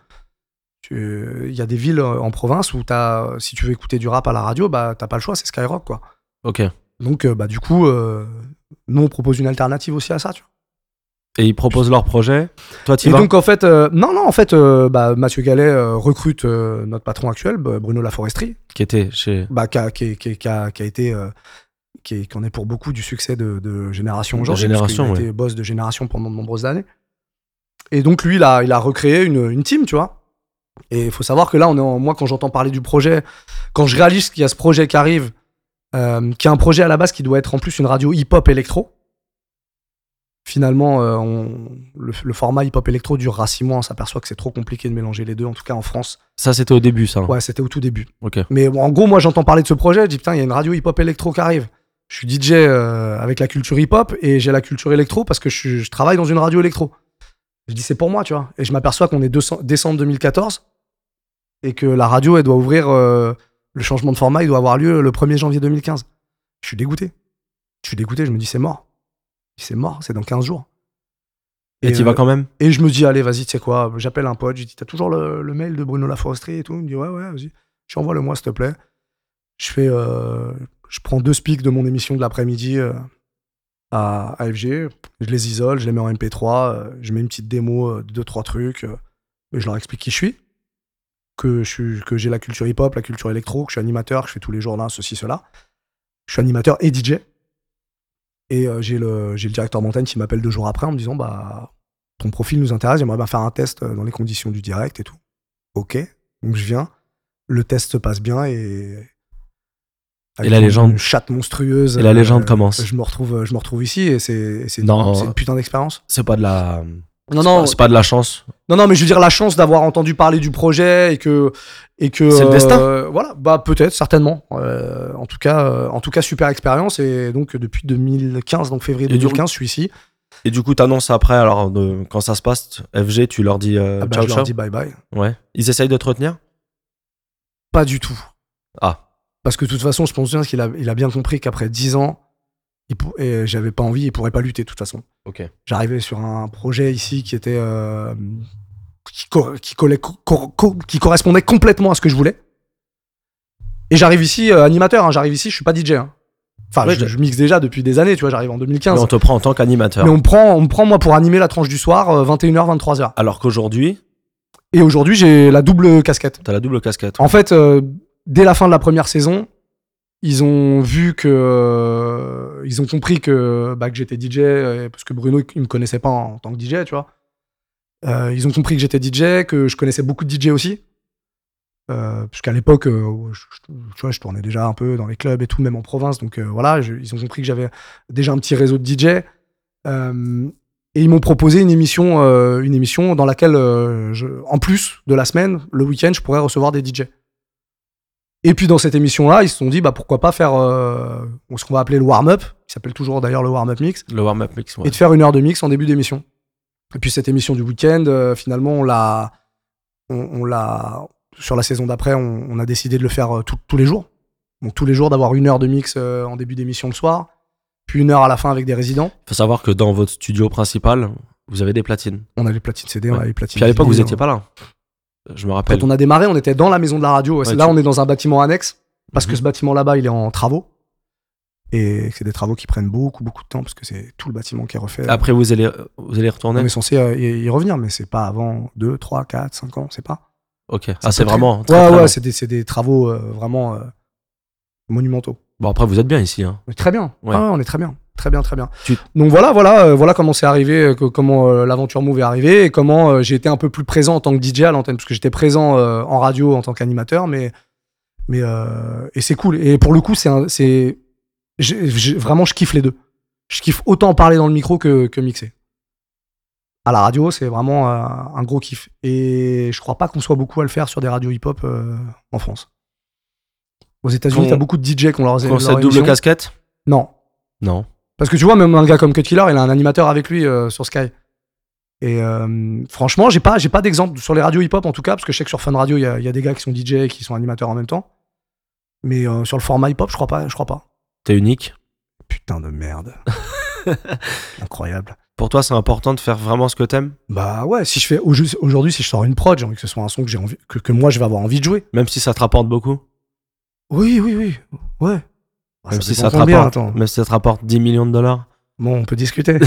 Il y a des villes en province où t'as, si tu veux écouter du rap à la radio, bah, t'as pas le choix, c'est Skyrock, quoi. Ok. Donc, euh, bah, du coup, euh, nous, on propose une alternative aussi à ça, tu vois. Et ils proposent leur projet. Toi, tu Et vas donc, en fait, euh, non, non, en fait, euh, bah, Mathieu Gallet euh, recrute euh, notre patron actuel, Bruno Laforesterie. Qui était chez. Bah, qui a, qui, qui, qui a, qui a été. Euh, qui, est, qui en est pour beaucoup du succès de, de Génération aujourd'hui. Génération, il a ouais. été boss de Génération pendant de nombreuses années. Et donc, lui, il a, il a recréé une, une team, tu vois. Et il faut savoir que là, on est en, moi, quand j'entends parler du projet, quand je réalise qu'il y a ce projet qui arrive, euh, qui est un projet à la base qui doit être en plus une radio hip-hop électro. Finalement, euh, on, le, le format hip-hop électro durera six mois. On s'aperçoit que c'est trop compliqué de mélanger les deux, en tout cas en France. Ça, c'était au début, ça. Ouais, c'était au tout début. Ok. Mais bon, en gros, moi, j'entends parler de ce projet. Je dis, putain, il y a une radio hip-hop électro qui arrive. Je suis D J euh, avec la culture hip-hop et j'ai la culture électro parce que je, je travaille dans une radio électro. Je dis, c'est pour moi, tu vois. Et je m'aperçois qu'on est deux cents, décembre deux mille quatorze et que la radio, elle doit ouvrir. Euh, le changement de format, il doit avoir lieu le premier janvier deux mille quinze. Je suis dégoûté. Je suis dégoûté. Je me dis, c'est mort. C'est mort, c'est dans quinze jours. Et, et tu euh, vas quand même. Et je me dis, allez, vas-y, tu sais quoi, j'appelle un pote, je dis, t'as toujours le, le mail de Bruno Laforesterie et tout? Il me dit, ouais, ouais, vas-y, je envoie le moi, s'il te plaît. Je fais, euh, je prends deux speaks de mon émission de l'après-midi euh, à A F G, je les isole, je les mets en M P trois, euh, je mets une petite démo euh, de deux, trois trucs, euh, et je leur explique qui je suis, que, je suis, que j'ai la culture hip-hop, la culture électro, que je suis animateur, que je fais tous les jours là, ceci, cela. Je suis animateur et D J. Et euh, j'ai, le, j'ai le directeur d'antenne qui m'appelle deux jours après en me disant bah, ton profil nous intéresse, j'aimerais bien faire un test dans les conditions du direct et tout. Ok, donc je viens, le test se passe bien et. Et la légende. Une chatte monstrueuse. Et la légende euh, commence. Je me retrouve, je me retrouve ici et c'est, c'est, non, une, c'est une putain d'expérience. C'est pas de la. Non, c'est non. Pas, c'est pas de la chance. Non, non, mais je veux dire la chance d'avoir entendu parler du projet et que. Et que c'est le euh, destin. Voilà, bah peut-être, certainement. Euh, en, tout cas, euh, en tout cas, super expérience. Et donc, depuis deux mille quinze, donc février deux mille quinze, je suis ici. Et du coup, t'annonces après, alors, de, quand ça se passe, F G, tu leur dis euh, ah bah, ciao, je ciao. leur dis bye bye. Ouais. Ils essayent de te retenir? Pas du tout. Ah. Parce que de toute façon, je pense bien qu'il a, il a bien compris qu'après dix ans, il pour, et j'avais pas envie, il pourrait pas lutter de toute façon. Ok. J'arrivais sur un projet ici qui était. Euh, qui, co- qui, collait, co- co- qui correspondait complètement à ce que je voulais. Et j'arrive ici, euh, animateur, hein, j'arrive ici, je suis pas D J. Hein. Enfin, ouais, je, je mixe déjà depuis des années, tu vois, j'arrive en deux mille quinze. Mais on te prend en tant qu'animateur. Mais on me prend, on me prend moi, pour animer la tranche du soir, euh, vingt et une heures, vingt-trois heures. Alors qu'aujourd'hui. Et aujourd'hui, j'ai la double casquette. T'as la double casquette. En fait, euh, dès la fin de la première saison, ils ont vu que. Euh, ils ont compris que, bah, que j'étais D J, euh, parce que Bruno, il me connaissait pas en, en tant que D J, tu vois. Euh, ils ont compris que j'étais D J, que je connaissais beaucoup de D J aussi. Euh, parce qu'à l'époque, euh, je, je, tu vois, je tournais déjà un peu dans les clubs et tout, même en province. Donc euh, voilà, je, ils ont compris que j'avais déjà un petit réseau de D J. Euh, et ils m'ont proposé une émission, euh, une émission dans laquelle, euh, je, en plus de la semaine, le week-end, je pourrais recevoir des D J. Et puis dans cette émission-là, ils se sont dit, bah, pourquoi pas faire euh, ce qu'on va appeler le warm-up, qui s'appelle toujours d'ailleurs le warm-up mix. Le warm-up mix, ouais. Et de faire une heure de mix en début d'émission. Et puis cette émission du week-end, euh, finalement, on l'a, on, on l'a, sur la saison d'après, on, on a décidé de le faire euh, tout, tous les jours. Donc tous les jours d'avoir une heure de mix euh, en début d'émission le soir, puis une heure à la fin avec des résidents. Il faut savoir que dans votre studio principal, vous avez des platines. On a les platines C D, ouais. On a les platines. Puis à l'époque, vinyle, vous n'étiez pas là. Je me rappelle. Quand on a démarré, on était dans la maison de la radio. Ouais, ouais, là, tu... on est dans un bâtiment annexe, parce mm-hmm. que ce bâtiment là-bas, il est en travaux. Et c'est des travaux qui prennent beaucoup, beaucoup de temps, parce que c'est tout le bâtiment qui est refait. Après, vous allez, vous allez retourner? On est censé euh, y revenir, mais c'est pas avant deux, trois, quatre, cinq ans, c'est pas. Ok. C'est ah, c'est très... vraiment. Très, ouais, très ouais, bon. c'est, des, c'est des travaux euh, vraiment euh, monumentaux. Bon, après, vous êtes bien ici. Hein. Très bien. Ouais. Ah, on est très bien. Très bien, très bien. Tu... Donc voilà, voilà, euh, voilà comment c'est arrivé, euh, que, comment euh, l'aventure Move est arrivée et comment euh, j'ai été un peu plus présent en tant que D J à l'antenne, parce que j'étais présent euh, en radio en tant qu'animateur, mais Mais euh, et c'est cool. Et pour le coup, c'est, un, c'est j'ai, j'ai, vraiment, je kiffe les deux. Je kiffe autant parler dans le micro que, que mixer. À la radio, c'est vraiment euh, un gros kiff. Et je crois pas qu'on soit beaucoup à le faire sur des radios hip-hop euh, en France. Aux États-Unis, Qu'on- t'as beaucoup de D J qui ont leurs Qu'on leur cette double émission. casquette? Non. Non. Parce que tu vois, même un gars comme Cut Killer, il a un animateur avec lui euh, sur Sky. Et euh, franchement, j'ai pas, j'ai pas d'exemple sur les radios hip-hop en tout cas, parce que je sais que sur Fun Radio, il y, a- il y a des gars qui sont D J et qui sont animateurs en même temps. Mais euh, sur le format hip-hop, je crois pas. Je crois pas. T'es unique. Putain de merde. Incroyable. Pour toi, c'est important de faire vraiment ce que t'aimes, Bah ouais, si je fais aujourd'hui, si je sors une prod, j'ai envie que ce soit un son que j'ai envie, que, que moi je vais avoir envie de jouer. même si ça te rapporte beaucoup. Oui, oui, oui. Ouais. Ah, Même si dépend ça te combien, rapporte, attends. même si ça te rapporte dix millions de dollars. Bon, on peut discuter.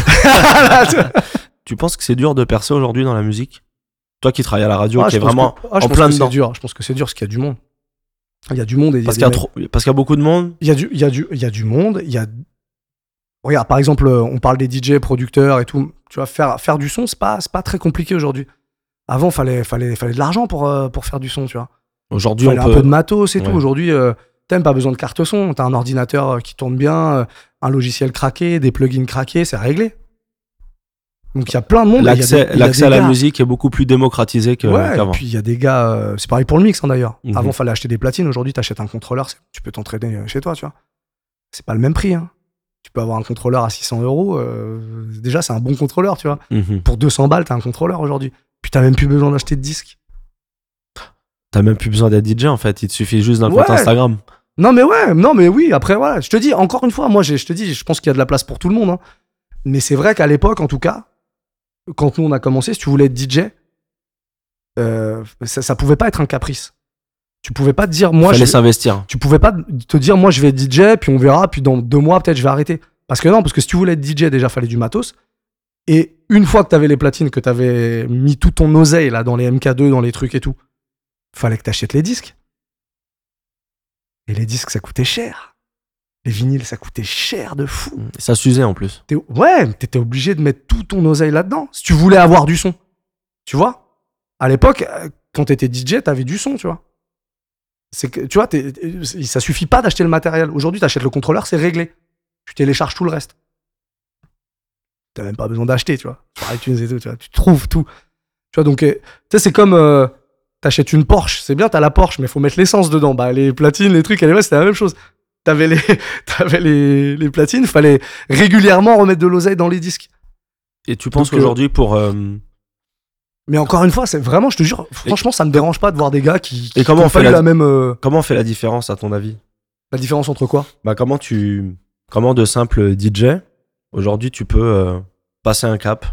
Tu penses que c'est dur de percer aujourd'hui dans la musique? Toi qui travailles à la radio, Ah, qui je est pense vraiment que- ah, je en pense plein que dedans. c'est dur. Je pense que c'est dur parce qu'il y a du monde. Il y a du monde et il y a Parce des qu'il y a mecs- trop, parce qu'il y a beaucoup de monde. il y a du, il y a du, il y a du monde. Il y a. Regarde, par exemple, euh, on parle des D J, producteurs et tout. Tu vois, faire, faire du son, c'est pas, c'est pas très compliqué aujourd'hui. Avant, fallait, fallait, fallait de l'argent pour, euh, pour faire du son, tu vois. Aujourd'hui, on Fallait peut. un peu de matos et Ouais. tout. Aujourd'hui, euh, t'as même pas besoin de carte son. T'as un ordinateur euh, qui tourne bien, euh, un logiciel craqué, des plugins craqués, c'est réglé. Donc il y a plein de monde. et il y a L'accès, des- il y a l'accès des à la gars- musique est beaucoup plus démocratisé que, Ouais, et qu'avant. puis il y a des gars, euh, c'est pareil pour le mix hein, d'ailleurs. Mhm. Avant, fallait acheter des platines. Aujourd'hui, t'achètes un contrôleur, c'est- tu peux t'entraîner euh, chez toi, tu vois. C'est pas le même prix. Hein. Tu peux avoir un contrôleur à six cents euros. euh, déjà, c'est un bon contrôleur, tu vois. Mhm. Pour deux cents balles, t'as un contrôleur aujourd'hui. Puis t'as même plus besoin d'acheter de disques. T'as même plus besoin d'être D J en fait. Il te suffit juste d'un Ouais. compte Instagram. Non, mais ouais, non, mais oui. Après, voilà. Je te dis, encore une fois, moi, j'ai- je te dis, je pense qu'il y a de la place pour tout le monde. Hein. Mais c'est vrai qu'à l'époque, en tout cas, quand nous on a commencé, si tu voulais être D J, euh, ça, ça pouvait pas être un caprice. Tu pouvais pas te dire, moi, Fallait je, s'investir. tu pouvais pas te dire, moi, je vais être D J, puis on verra, puis dans deux mois, peut-être, je vais arrêter. Parce que non, parce que si tu voulais être D J, déjà, fallait du matos. Et une fois que t'avais les platines, que t'avais mis tout ton oseille, là, dans les M K deux, dans les trucs et tout, fallait que t'achètes les disques. Et les disques, ça coûtait cher. Les vinyles, ça coûtait cher de fou. Ça s'usait en plus. T'es- ouais, t'étais obligé de mettre tout ton oseille là-dedans. Si tu voulais avoir du son. Tu vois? À l'époque, euh, quand t'étais D J, t'avais du son, tu vois. C'est que, tu vois, t'es- t'es- ça suffit pas d'acheter le matériel. Aujourd'hui, t'achètes le contrôleur, c'est réglé. Tu télécharges tout le reste. T'as même pas besoin d'acheter, tu vois. Sur iTunes et tout, tu vois. Tu trouves tout. Tu vois, donc, euh, tu sais, c'est comme, euh, t'achètes une Porsche. C'est bien, t'as la Porsche, mais faut mettre l'essence dedans. Bah, les platines, les trucs, à l'époque, c'était la même chose. T'avais les, t'avais les, les platines, fallait régulièrement remettre de l'oseille dans les disques. Et tu penses Donc, euh, qu'aujourd'hui, pour. euh, Mais encore une fois, c'est vraiment, je te jure, franchement, ça me dérange pas de voir des gars qui, qui Et comment qui on ont fait pas eu la- la même, euh, Comment on fait la différence à ton avis? la différence entre quoi? Bah, comment tu. Comment de simples D J, aujourd'hui, tu peux euh, passer un cap?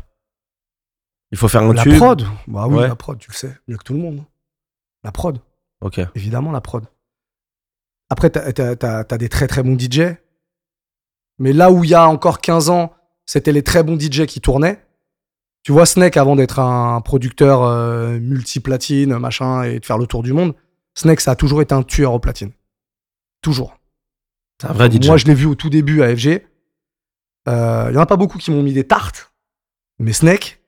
Il faut faire un La tube. prod. Bah oui, Ouais. la prod, tu le sais, mieux que tout le monde. La prod, Ok. évidemment, la prod. Après, t'as, t'as, t'as, t'as des très très bons D J. Mais là où il y a encore quinze ans, c'était les très bons D J qui tournaient. Tu vois, Snake, avant d'être un producteur euh, multi-platine, machin, et de faire le tour du monde, Snake, ça a toujours été un tueur aux platines. Toujours. C'est un vrai D J. Moi, je l'ai vu au tout début à F G. Il euh, y en a pas beaucoup qui m'ont mis des tartes. Mais Snake,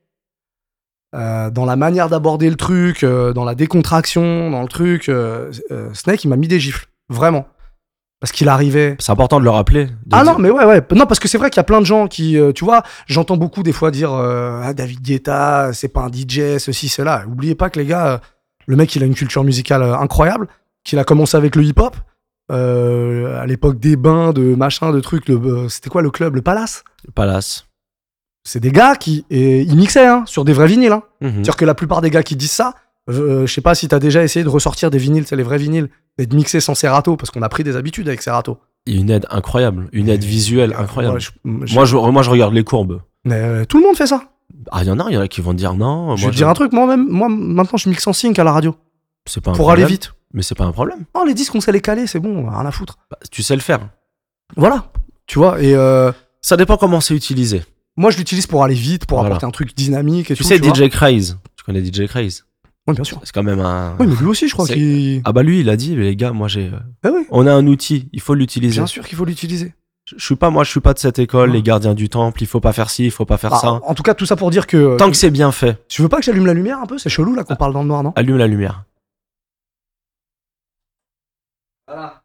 euh, dans la manière d'aborder le truc, euh, dans la décontraction, dans le truc, euh, euh, Snake, il m'a mis des gifles. Vraiment. Parce qu'il arrivait... C'est important de le rappeler. de Ah dire- non, mais ouais, ouais. Non, parce que c'est vrai qu'il y a plein de gens qui, euh, tu vois, j'entends beaucoup des fois dire euh, ah, David Guetta, c'est pas un D J, ceci, cela. Oubliez pas que les gars, euh, le mec, il a une culture musicale euh, incroyable, qu'il a commencé avec le hip-hop, euh, à l'époque des bains, de machin, de trucs. Le, euh, c'était quoi le club? Le Palace? Palace. C'est des gars qui. Et ils mixaient hein, sur des vrais vinyles. Hein. Mhm. C'est-à-dire que la plupart des gars qui disent ça, euh, je sais pas si t'as déjà essayé de ressortir des vinyles, c'est les vrais vinyles, et de mixer sans Serato, parce qu'on a pris des habitudes avec Serato. Il y a une aide incroyable. Une aide visuelle incroyable. Ouais, je- je- Moi, je, moi, je regarde les courbes. Mais, euh, tout le monde fait ça. Ah, il y en a, il y en a qui vont te dire non. Je moi, vais te dire un truc, moi-même, moi maintenant je mixe en sync à la radio. C'est pas un Pour problème. aller vite. Mais c'est pas un problème. Non, les disques, on sait les caler, c'est bon, rien à foutre. Bah, tu sais le faire. Voilà. Tu vois, et euh, Ça dépend comment c'est utilisé. moi je l'utilise pour aller vite, pour Voilà. apporter un truc dynamique et Tu tout. sais, vois. D J Craze. Tu connais D J Craze? Oui, bien sûr. C'est quand même un. Oui, mais lui aussi, je crois C'est- qu'il. Ah bah lui, il a dit, mais les gars, moi j'ai. euh, Eh oui, On a un outil, il faut l'utiliser. bien sûr qu'il faut l'utiliser. Je je suis pas, moi, je suis pas de cette école, Ouais. les gardiens du temple. Il faut pas faire ci, il faut pas faire Ah, ça. en tout cas, tout ça pour dire que. Tant que c'est bien fait, Tu veux pas que j'allume la lumière un peu? C'est chelou là qu'on parle dans le noir, non? allume la lumière. Voilà.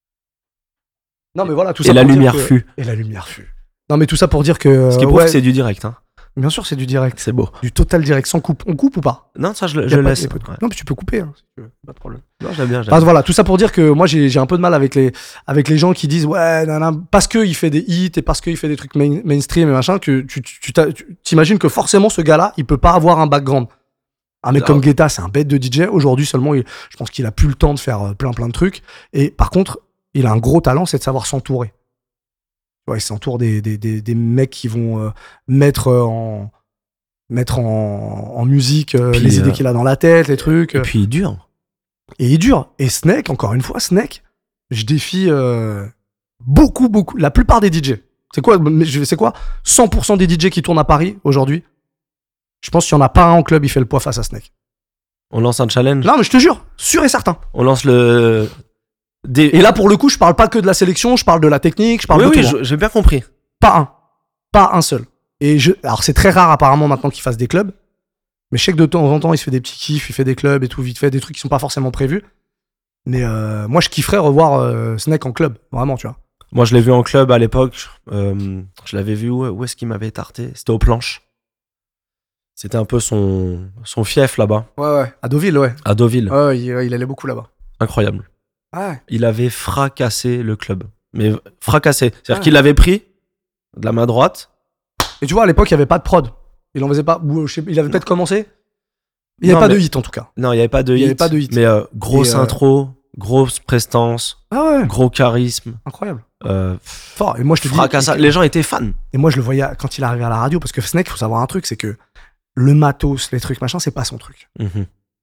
Non, mais voilà, tout Et ça la pour dire lumière que- fut. Et la lumière fut. Non, mais tout ça pour dire que. Ce qui euh, prouve ouais, que c'est du direct. Hein. bien sûr, c'est du direct. C'est beau. Du total direct, sans coupe. On coupe ou pas? Non, ça, je, le- Y a je pas- laisse. y a pas de coupe. Ouais. Non, mais tu peux couper, hein, si tu veux. Pas de problème. Non, j'aime bien. J'aime Enfin, bien. voilà, tout ça pour dire que moi, j'ai j'ai un peu de mal avec les, avec les gens qui disent, ouais, nanana, parce qu'il fait des hits et parce qu'il fait des trucs main- mainstream et machin, que tu tu- tu t'a- tu t'imagines que forcément, ce gars-là, il peut pas avoir un background. Un mec Non. comme Guetta, c'est un bête de D J. Aujourd'hui seulement, il- je pense qu'il a plus le temps de faire euh, plein plein de trucs. Et par contre, il a un gros talent, c'est de savoir s'entourer. Ouais, il s'entoure des, des, des, des mecs qui vont euh, mettre euh, en mettre en, en musique euh, Puis, les idées euh, qu'il a dans la tête, les trucs. Et puis, dur. Et il dure. Et Snake, encore une fois, Snake, je défie euh, beaucoup, beaucoup, la plupart des D J. C'est quoi, mais je- c'est quoi cent pour cent des D J qui tournent à Paris aujourd'hui, je pense qu'il n'y en a pas un en club, il fait le poids face à Snake. On lance un challenge. Non, mais je te jure, sûr et certain. On lance le. Des... Et là, pour le coup, je parle pas que de la sélection, je parle de la technique, je parle oui, de oui, tout. hein. je- j'ai bien compris. Pas un. Pas un seul. Et je... Alors, c'est très rare apparemment maintenant qu'il fasse des clubs. Mais je sais que de temps en temps, il se fait des petits kiffs, il fait des clubs et tout, vite fait, des trucs qui sont pas forcément prévus. Mais euh, moi, je kifferais revoir euh, Snake en club, vraiment, tu vois. Moi, je l'ai vu en club à l'époque. Euh, je l'avais vu où, où est-ce qu'il m'avait tarté? C'était aux Planches. C'était un peu son, son fief là-bas, Ouais, ouais. À Deauville, ouais. à Deauville. Ouais, ouais, il, ouais, il allait beaucoup là-bas. Incroyable. Ouais. Il avait fracassé le club. Mais fracassé. C'est-à-dire Ouais. qu'il l'avait pris de la main droite. Et tu vois, à l'époque, il n'y avait pas de prod. Il en faisait pas. Ou, je sais- il avait peut-être commencé. Il n'y avait Non, pas mais- de hit, en tout cas. Non, il n'y avait pas de hit. Il y avait pas de hit. Mais euh, grosse Et, euh, intro, grosse prestance, Ah ouais. gros charisme. Incroyable. Euh, Fort. Et moi, je te dis. fracassé. et- Les gens étaient fans. Et moi, je le voyais quand il arrivait à la radio. Parce que Snake, il faut savoir un truc, c'est que le matos, les trucs, machin, c'est pas son truc. Mhm.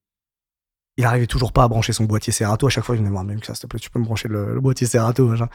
Il arrivait toujours pas à brancher son boîtier Serato. À chaque fois, je venais voir même que ça, s'il te plaît, tu peux me brancher le, le boîtier Serato, machin.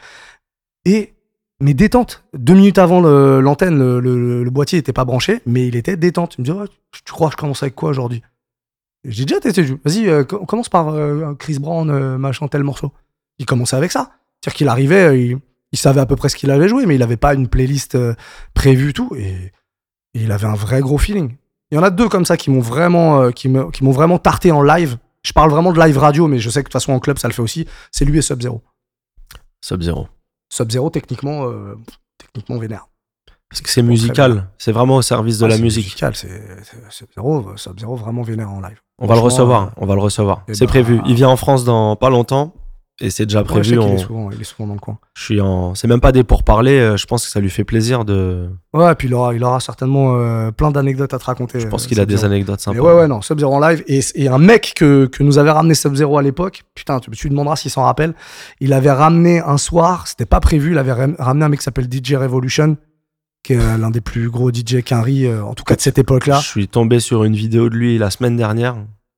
Et, mais détente. Deux minutes avant le- l'antenne, le, le- le boîtier était pas branché, mais il était détente. Il me dit, ouais, tu, tu crois que je commence avec quoi aujourd'hui? J'ai déjà testé le jeu. Vas-y, euh, co- commence par euh, Chris Brown, euh, machin, tel morceau. Il commençait avec ça. C'est-à-dire qu'il arrivait, euh, il, il savait à peu près ce qu'il allait jouer, mais il avait pas une playlist euh, prévue, tout. Et, et il avait un vrai gros feeling. Il y en a deux comme ça qui m'ont vraiment, euh, qui me- qui m'ont vraiment tarté en live. Je parle vraiment de live radio, mais je sais que de toute façon en club ça le fait aussi. C'est lui et Sub-Zero. Sub-Zero. Sub-Zero techniquement, euh, techniquement vénère. Parce que c'est Bon, très musical. C'est vraiment au service de Ah, la c'est musique. musical, c'est c'est- Sub-Zero, Sub-Zero vraiment vénère en live. On va le Franchement, recevoir. euh, On va le recevoir. eh C'est ben, prévu. Il vient en France dans pas longtemps. Et c'est déjà ouais, je prévu. sais qu'il on- est souvent, il est souvent dans le coin. Je suis en. C'est même pas des pourparlers. euh, Je pense que ça lui fait plaisir de. Ouais, et puis il aura, il aura certainement euh, plein d'anecdotes à te raconter. Je pense euh, qu'il a des Sub-Zero. anecdotes Mais sympas. ouais, ouais, non, Sub-Zero en live. Et, et un mec que, que nous avait ramené Sub-Zero à l'époque, putain, tu, tu lui demanderas s'il s'en rappelle. Il avait ramené un soir, c'était pas prévu, il avait ram- ramené un mec qui s'appelle D J Revolution, qui est euh, l'un des plus gros D J Quinry, euh, en tout cas de cette époque-là. Je suis tombé sur une vidéo de lui la semaine dernière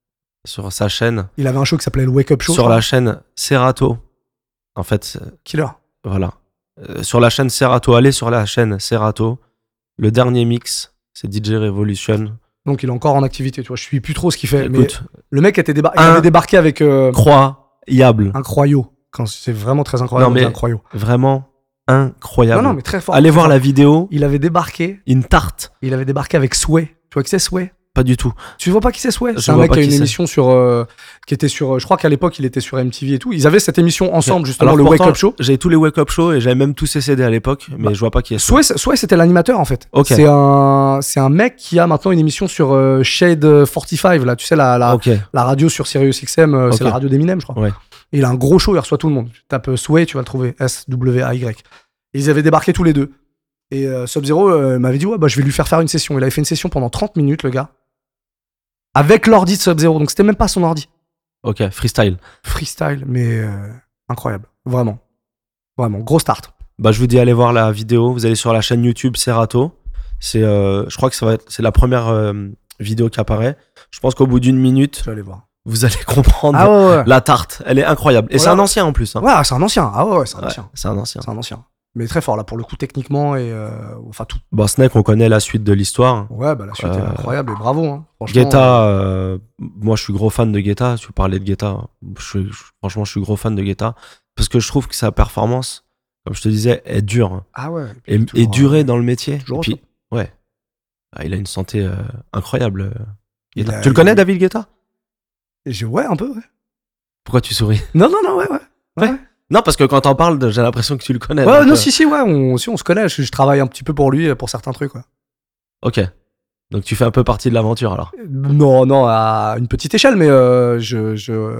sur sa chaîne, Il avait un show qui s'appelait le Wake Up Show. sur la chaîne Serato. En fait, euh, Killer. voilà. Euh, sur la chaîne Serato, allez sur la chaîne Serato. Le dernier mix, c'est D J Revolution. Donc il est encore en activité, tu vois. Je suis plus trop ce qu'il fait. Mais Écoute, le mec était débar- il Un- avait débarqué avec euh, incroyable. un croyau. Quand c'est vraiment très incroyable, Non, mais- un croyau. Vraiment incroyable. Non, non, mais très fort. Allez très voir fort. la vidéo, Il avait débarqué, une tarte. il avait débarqué avec Sway. Tu vois qui c'est Sway? Pas du tout. Tu vois pas qui c'est Sway? Je C'est un vois mec pas qui a qui une c'est. émission sur euh, qui était sur euh, je crois qu'à l'époque il était sur M T V et tout. Ils avaient cette émission ensemble justement, Alors le pourtant, Wake Up Show. J'ai tous les Wake Up Show et j'avais même tous ces C D à l'époque, mais Bah, je vois pas qui est. Sway, c'est- Sway, c'était l'animateur en fait. Ok. C'est un c'est un mec qui a maintenant une émission sur euh, Shade quarante-cinq là, tu sais la la, Ok. la radio sur Sirius X M, euh, c'est Ok. la radio d'Eminem je crois. Ouais. Et il a un gros show, il reçoit tout le monde. Tu tapes euh, Sway, tu vas le trouver S W A Y. Et ils avaient débarqué tous les deux. Et euh, Sub-Zero euh, m'avait dit ouais bah je vais lui faire faire une session. Il avait fait une session pendant trente minutes le gars. Avec l'ordi de Sub-Zero, donc c'était même pas son ordi. Ok. Freestyle. Freestyle, mais euh, incroyable. Vraiment. Vraiment. Gros start. Bah, je vous dis, allez voir la vidéo. Vous allez sur la chaîne YouTube Serato. C'est, euh, je crois que ça va être, c'est la première euh, vidéo qui apparaît. Je pense qu'au bout d'une minute, Je vais aller voir. vous allez comprendre Ah ouais, ouais. la tarte. Elle est incroyable. Et Voilà. c'est un ancien en plus. Hein. Ouais, c'est un ancien. Ah ouais, ouais, c'est un Ouais, ancien. c'est un ancien. C'est un ancien. Mais très fort là, pour le coup, techniquement et. euh, enfin, tout. Bon, Snake, on connaît la suite de l'histoire. Ouais, bah la suite est Euh, incroyable et bravo. Hein. Franchement, Guetta, euh, moi je suis gros fan de Guetta. Tu parlais de Guetta. Je suis- je- franchement, je suis gros fan de Guetta. Parce que je trouve que sa performance, comme je te disais, est dure. Ah ouais. puis Et, toujours, et durée euh, dans le métier. toujours Et au puis, top. ouais. Ah, il a une santé euh, incroyable. euh, Il Guetta. a- Tu le connais, il- David Guetta? et je- Ouais, un peu, ouais. Pourquoi tu souris? Non, non, non, ouais, ouais. Ouais. ouais. Non, parce que quand t'en parles, j'ai l'impression que tu le connais. Ouais, donc, non, euh... si, si, ouais, on, si, on se connaît. Je, je travaille un petit peu pour lui, pour certains trucs, ouais. Ok. Donc tu fais un peu partie de l'aventure alors. Non, non, à une petite échelle, mais euh, je, je,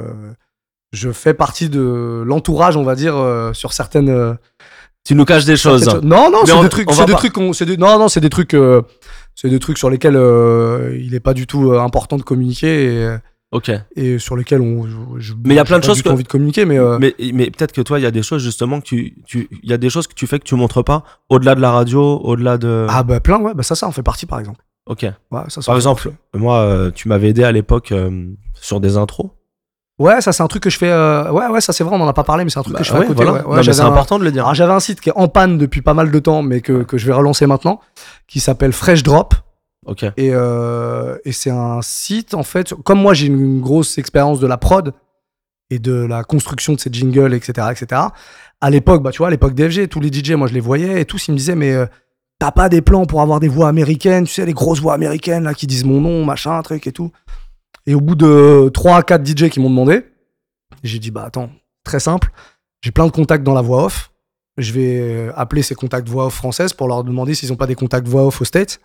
je fais partie de l'entourage, on va dire, euh, sur certaines. Euh, tu nous caches des choses. Cho- non, non, mais c'est on, des trucs, on c'est va des pas... trucs, qu'on, c'est des, non, non, c'est des trucs, euh, c'est des trucs sur lesquels euh, il est pas du tout euh, important de communiquer et, ok. et sur lesquels on. Je, je, mais il y a plein de choses que. envie de communiquer, mais. Euh... Mais, mais peut-être que toi, il y a des choses justement que tu, tu, il y a des choses que tu fais que tu montres pas au-delà de la radio, au-delà de. Ah bah plein, ouais, bah ça, ça en fait partie par exemple. Ok. Ouais, ça, ça Par exemple, partie. moi, euh, tu m'avais aidé à l'époque euh, sur des intros. Ouais, ça c'est un truc que je fais. Euh... Ouais, ouais, ça c'est vrai, on en a pas parlé, mais c'est un truc bah, que je fais ouais, à côté. Voilà. Ouais, ouais, non, mais c'est un... important de le dire. Alors j'avais un site qui est en panne depuis pas mal de temps, mais que, que je vais relancer maintenant, qui s'appelle Fresh Drop. Ok. Et, euh, et c'est un site, en fait, comme moi j'ai une grosse expérience de la prod et de la construction de ces jingles, et cetera, et cetera. À l'époque, bah tu vois, à l'époque d'F G, tous les D J, moi je les voyais et tous ils me disaient, mais euh, t'as pas des plans pour avoir des voix américaines, tu sais, les grosses voix américaines là qui disent mon nom, machin, truc et tout. Et au bout de trois à quatre D J qui m'ont demandé, j'ai dit, bah attends, très simple, j'ai plein de contacts dans la voix off. Je vais appeler ces contacts voix off françaises pour leur demander s'ils ont pas des contacts voix off aux States.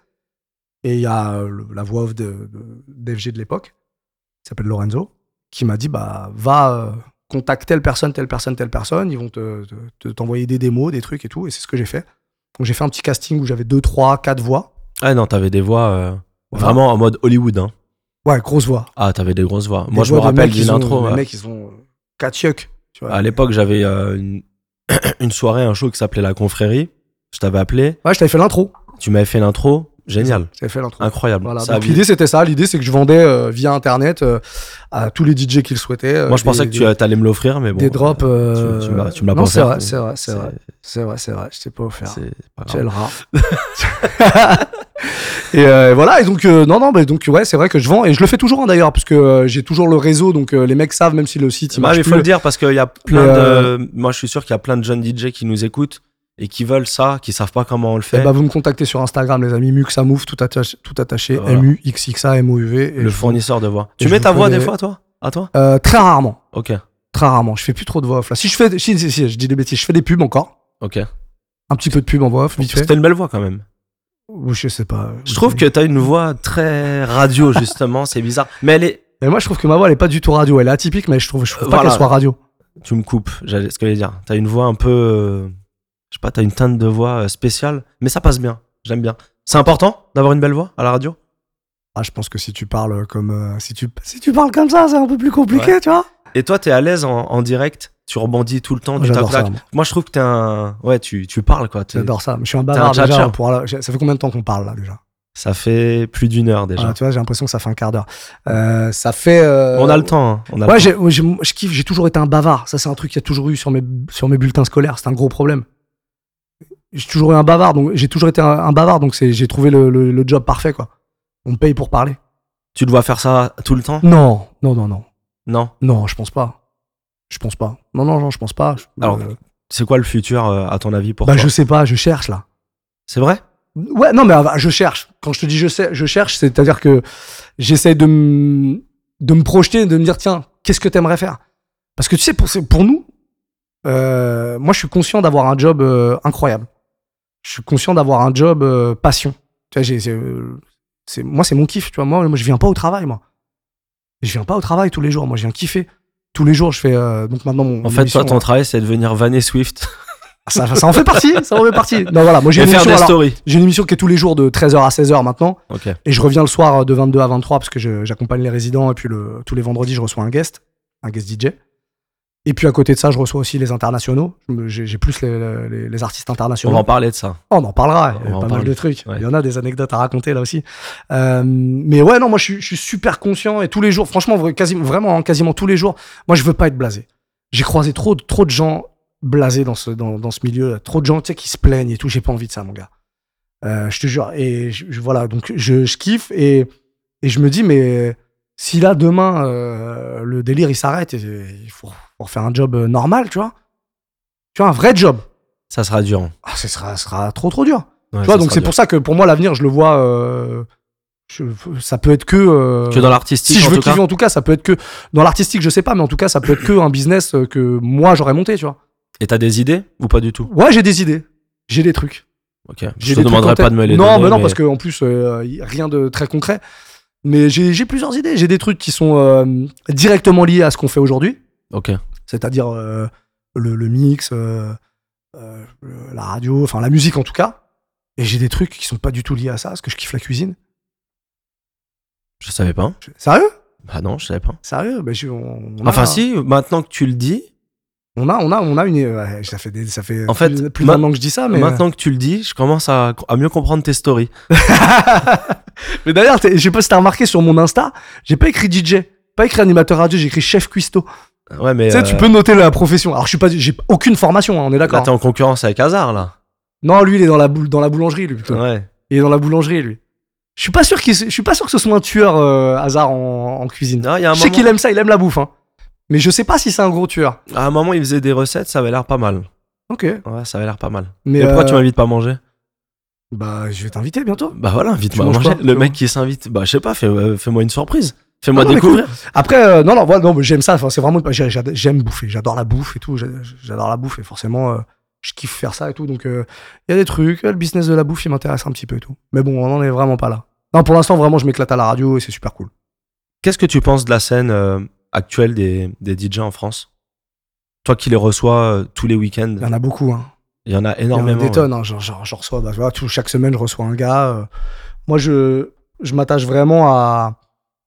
Et il y a euh, la voix off de, de, d'F G de l'époque, qui s'appelle Lorenzo, qui m'a dit, bah va euh, contacter telle personne, telle personne, telle personne, ils vont te, te, te, t'envoyer des démos, des trucs et tout. Et c'est ce que j'ai fait. Donc j'ai fait un petit casting où j'avais deux, trois, quatre voix. Ah non, t'avais des voix euh, voilà. Vraiment en mode Hollywood, hein. Ouais, grosse voix. Ah, t'avais des grosses voix. Des Moi, je voix me rappelle d'une d'une ont, intro. Les ouais. mecs, ils ont quatre yucks. Tu vois. À l'époque, j'avais euh, une... une soirée, un show qui s'appelait La Confrérie. Je t'avais appelé. Ouais, je t'avais fait l'intro. Tu m'avais fait l'intro. Génial. J'avais fait l'intro. Incroyable. Voilà. Ça Donc, avait... l'idée, c'était ça. L'idée, c'est que je vendais euh, via Internet euh, à tous les D J qui le souhaitaient. Euh, Moi, je des, pensais que des, tu allais me l'offrir, mais bon. Des drops. Euh... Tu, tu, m'as, tu me l'as non, pas c'est offert. vrai, c'est vrai, c'est, c'est vrai. C'est vrai, c'est vrai. Je t'ai pas offert. C'est pas grave. Quel rat. Et euh, voilà. Et donc, euh, non, non, bah, donc, ouais, c'est vrai que je vends. Et je le fais toujours, hein, d'ailleurs, parce que euh, j'ai toujours le réseau. Donc, euh, les mecs savent, même si le site, il bah, marche il plus. faut le dire parce qu'il y a plein mais, de. euh... Moi, je suis sûr qu'il y a plein de jeunes D J qui nous écoutent et qui veulent ça, qui savent pas comment on le fait. Et bah, vous me contactez sur Instagram, les amis. Muxamouf, tout attaché, tout attaché. Voilà. M U X X A M O U V. Le fournisseur de voix. Et Tu mets ta voix les... des fois, toi À toi euh, Très rarement. Ok. Très rarement. Je fais plus trop de voix off là. Si je fais, si, si, si, je dis des bêtises, je fais des pubs encore. Ok. Un petit peu de pub en voix off, vite fait. C'était une belle voix quand même. Ou je sais pas. Je trouve que t'as une voix très radio justement, c'est bizarre. Mais elle est. Et moi je trouve que ma voix elle est pas du tout radio, elle est atypique, mais je trouve, je trouve pas Voilà. qu'elle soit radio. Tu me coupes, j'allais ce que j'allais dire. T'as une voix un peu, euh, je sais pas, t'as une teinte de voix euh, spéciale, mais ça passe bien. J'aime bien. C'est important d'avoir une belle voix à la radio. Ah, je pense que si tu parles comme euh, si tu si tu parles comme ça, c'est un peu plus compliqué, ouais. Tu vois. Et toi, t'es à l'aise en, en direct. Tu rebondis tout le temps, du tac tac. Moi. moi, je trouve que t'es un, ouais, tu tu parles quoi. T'es... J'adore ça. Mais je suis un bavard un déjà. Pour la... Ça fait combien de temps qu'on parle là déjà? Ça fait plus d'une heure déjà. Ah, tu vois, j'ai l'impression que ça fait un quart d'heure. Euh, ça fait. Euh... On a le temps. Hein. On a ouais, le j'ai, temps. j'ai, je kiffe. J'ai toujours été un bavard. Ça, c'est un truc qu'il y a toujours eu sur mes sur mes bulletins scolaires. C'est un gros problème. J'ai toujours eu un bavard, donc j'ai toujours été un, un bavard, donc c'est, j'ai trouvé le, le, le job parfait quoi. On me paye pour parler. Tu dois faire ça tout le temps? Non, non, non, non. Non. Non, je pense pas. Je pense pas. Non, non, non, je pense pas. Alors, euh... c'est quoi le futur euh, à ton avis pour bah, toi? Je sais pas, je cherche là. C'est vrai? Ouais, non, mais euh, je cherche. Quand je te dis je sais, je cherche, c'est-à-dire que j'essaie de me de me projeter, de me dire tiens, qu'est-ce que t'aimerais faire? Parce que tu sais, pour, pour nous, euh, moi, je suis conscient d'avoir un job euh, incroyable. Je suis conscient d'avoir un job euh, passion. Tu vois, j'ai, c'est, euh, c'est, moi, c'est mon kiff. Tu vois, moi, moi, je viens pas au travail, moi. Je viens pas au travail tous les jours. Moi, je viens kiffer. Tous les jours, je fais. Euh, donc maintenant, mon. En fait, émission, toi, ton euh, travail, c'est de devenir Vanné Swift. Ça, ça en fait partie. Ça en fait partie. Non, voilà. Moi, j'ai Et une faire émission. des Alors, stories. j'ai une émission qui est tous les jours de treize heures à seize heures maintenant. Ok. Et je reviens le soir de vingt-deux à vingt-trois parce que je, j'accompagne les résidents. Et puis le, tous les vendredis, je reçois un guest, un guest D J. Et puis à côté de ça, je reçois aussi les internationaux. J'ai, j'ai plus les, les, les artistes internationaux. On va en parler de ça. Oh, on en parlera. On Il y a va pas en mal parler. de trucs. Ouais. Il y en a des anecdotes à raconter là aussi. Euh, mais ouais, non, moi je suis, je suis super conscient et tous les jours, franchement, quasi, vraiment, quasiment tous les jours, moi je veux pas être blasé. J'ai croisé trop, trop de gens blasés dans ce, dans, dans ce milieu. Trop de gens, tu sais, qui se plaignent et tout. J'ai pas envie de ça, mon gars. Euh, je te jure. Et je, je, voilà, donc je, je kiffe et, et je me dis, mais si là demain euh, le délire il s'arrête, et, il faut, faut refaire un job normal, tu vois. Tu vois, un vrai job. Ça sera dur. Ah, ce sera, ce sera trop trop dur. Ouais, tu vois, donc c'est dur. pour ça que pour moi l'avenir, je le vois, euh, je, ça peut être que. Euh, que dans l'artistique. Si je en veux tout kiffer, cas. en tout cas, ça peut être que dans l'artistique, je sais pas, mais en tout cas, ça peut être que un business que moi j'aurais monté, tu vois. Et t'as des idées ou pas du tout? Ouais, j'ai des idées, j'ai des trucs. Ok. J'ai Je te demanderai pas de me les non, donner. mais non, mais... parce qu'en plus, euh, y a rien de très concret. Mais j'ai, j'ai plusieurs idées. J'ai des trucs qui sont euh, directement liés à ce qu'on fait aujourd'hui. Ok. C'est-à-dire euh, le, le mix, euh, euh, la radio, enfin la musique en tout cas. Et j'ai des trucs qui sont pas du tout liés à ça, parce que je kiffe la cuisine. Je savais pas. Je- Sérieux? Bah non, je savais pas. Sérieux? Ben, je- on, on a- Enfin si, maintenant que tu le dis, On a, on a, on a une. Ouais, ça fait, des, ça fait En plus, fait, plus ma- d'un an que je dis ça, mais. maintenant que tu le dis, je commence à, à mieux comprendre tes stories. Mais d'ailleurs, t'es- je sais pas si t'as remarqué sur mon Insta, j'ai pas écrit D J, pas écrit animateur radio, j'ai écrit chef cuistot. Ouais, mais Tu sais, euh, tu peux noter la profession. Alors, je suis pas, j'ai aucune formation, hein, on est là, d'accord. t'es en concurrence avec Hazard, là. Non, lui, il est dans la, boule, dans la boulangerie, lui, plutôt. Ouais. Il est dans la boulangerie, lui. Je suis pas sûr qu'il, je suis pas sûr que ce soit un tueur euh, hasard en, en cuisine. Non, il y a un Je sais moment, qu'il aime ça, il aime la bouffe, hein. Mais je sais pas si c'est un gros tueur. à un moment, il faisait des recettes, ça avait l'air pas mal. Ok. Ouais, ça avait l'air pas mal. Mais Et pourquoi euh, tu m'invites pas à manger? Bah, je vais t'inviter bientôt. Bah voilà, invite-moi Tu à manges manger. quoi, Le tu mec manges qui s'invite, bah je sais pas, fais, euh, fais-moi une surprise. Fais-moi Non, mais découvrir. Après, euh, non, non, voilà, non, mais j'aime ça. Enfin, c'est vraiment, j'ai- j'ad- j'aime bouffer. J'adore la bouffe et tout. J'a- J'adore la bouffe et forcément, euh, je kiffe faire ça et tout. Donc, il euh, y a des trucs. Le business de la bouffe, il m'intéresse un petit peu et tout. Mais bon, on en est vraiment pas là. Non, pour l'instant, vraiment, je m'éclate à la radio et c'est super cool. Qu'est-ce que tu penses de la scène euh, actuelle des, des D J en France? Toi qui les reçois euh, tous les week-ends, Il y en a beaucoup, hein. il y en a Il y en a énormément. des ouais. tonnes. Hein. Genre, genre, je reçois, bah, tu vois, tout, chaque semaine, je reçois un gars. euh. Moi, je, je m'attache vraiment à,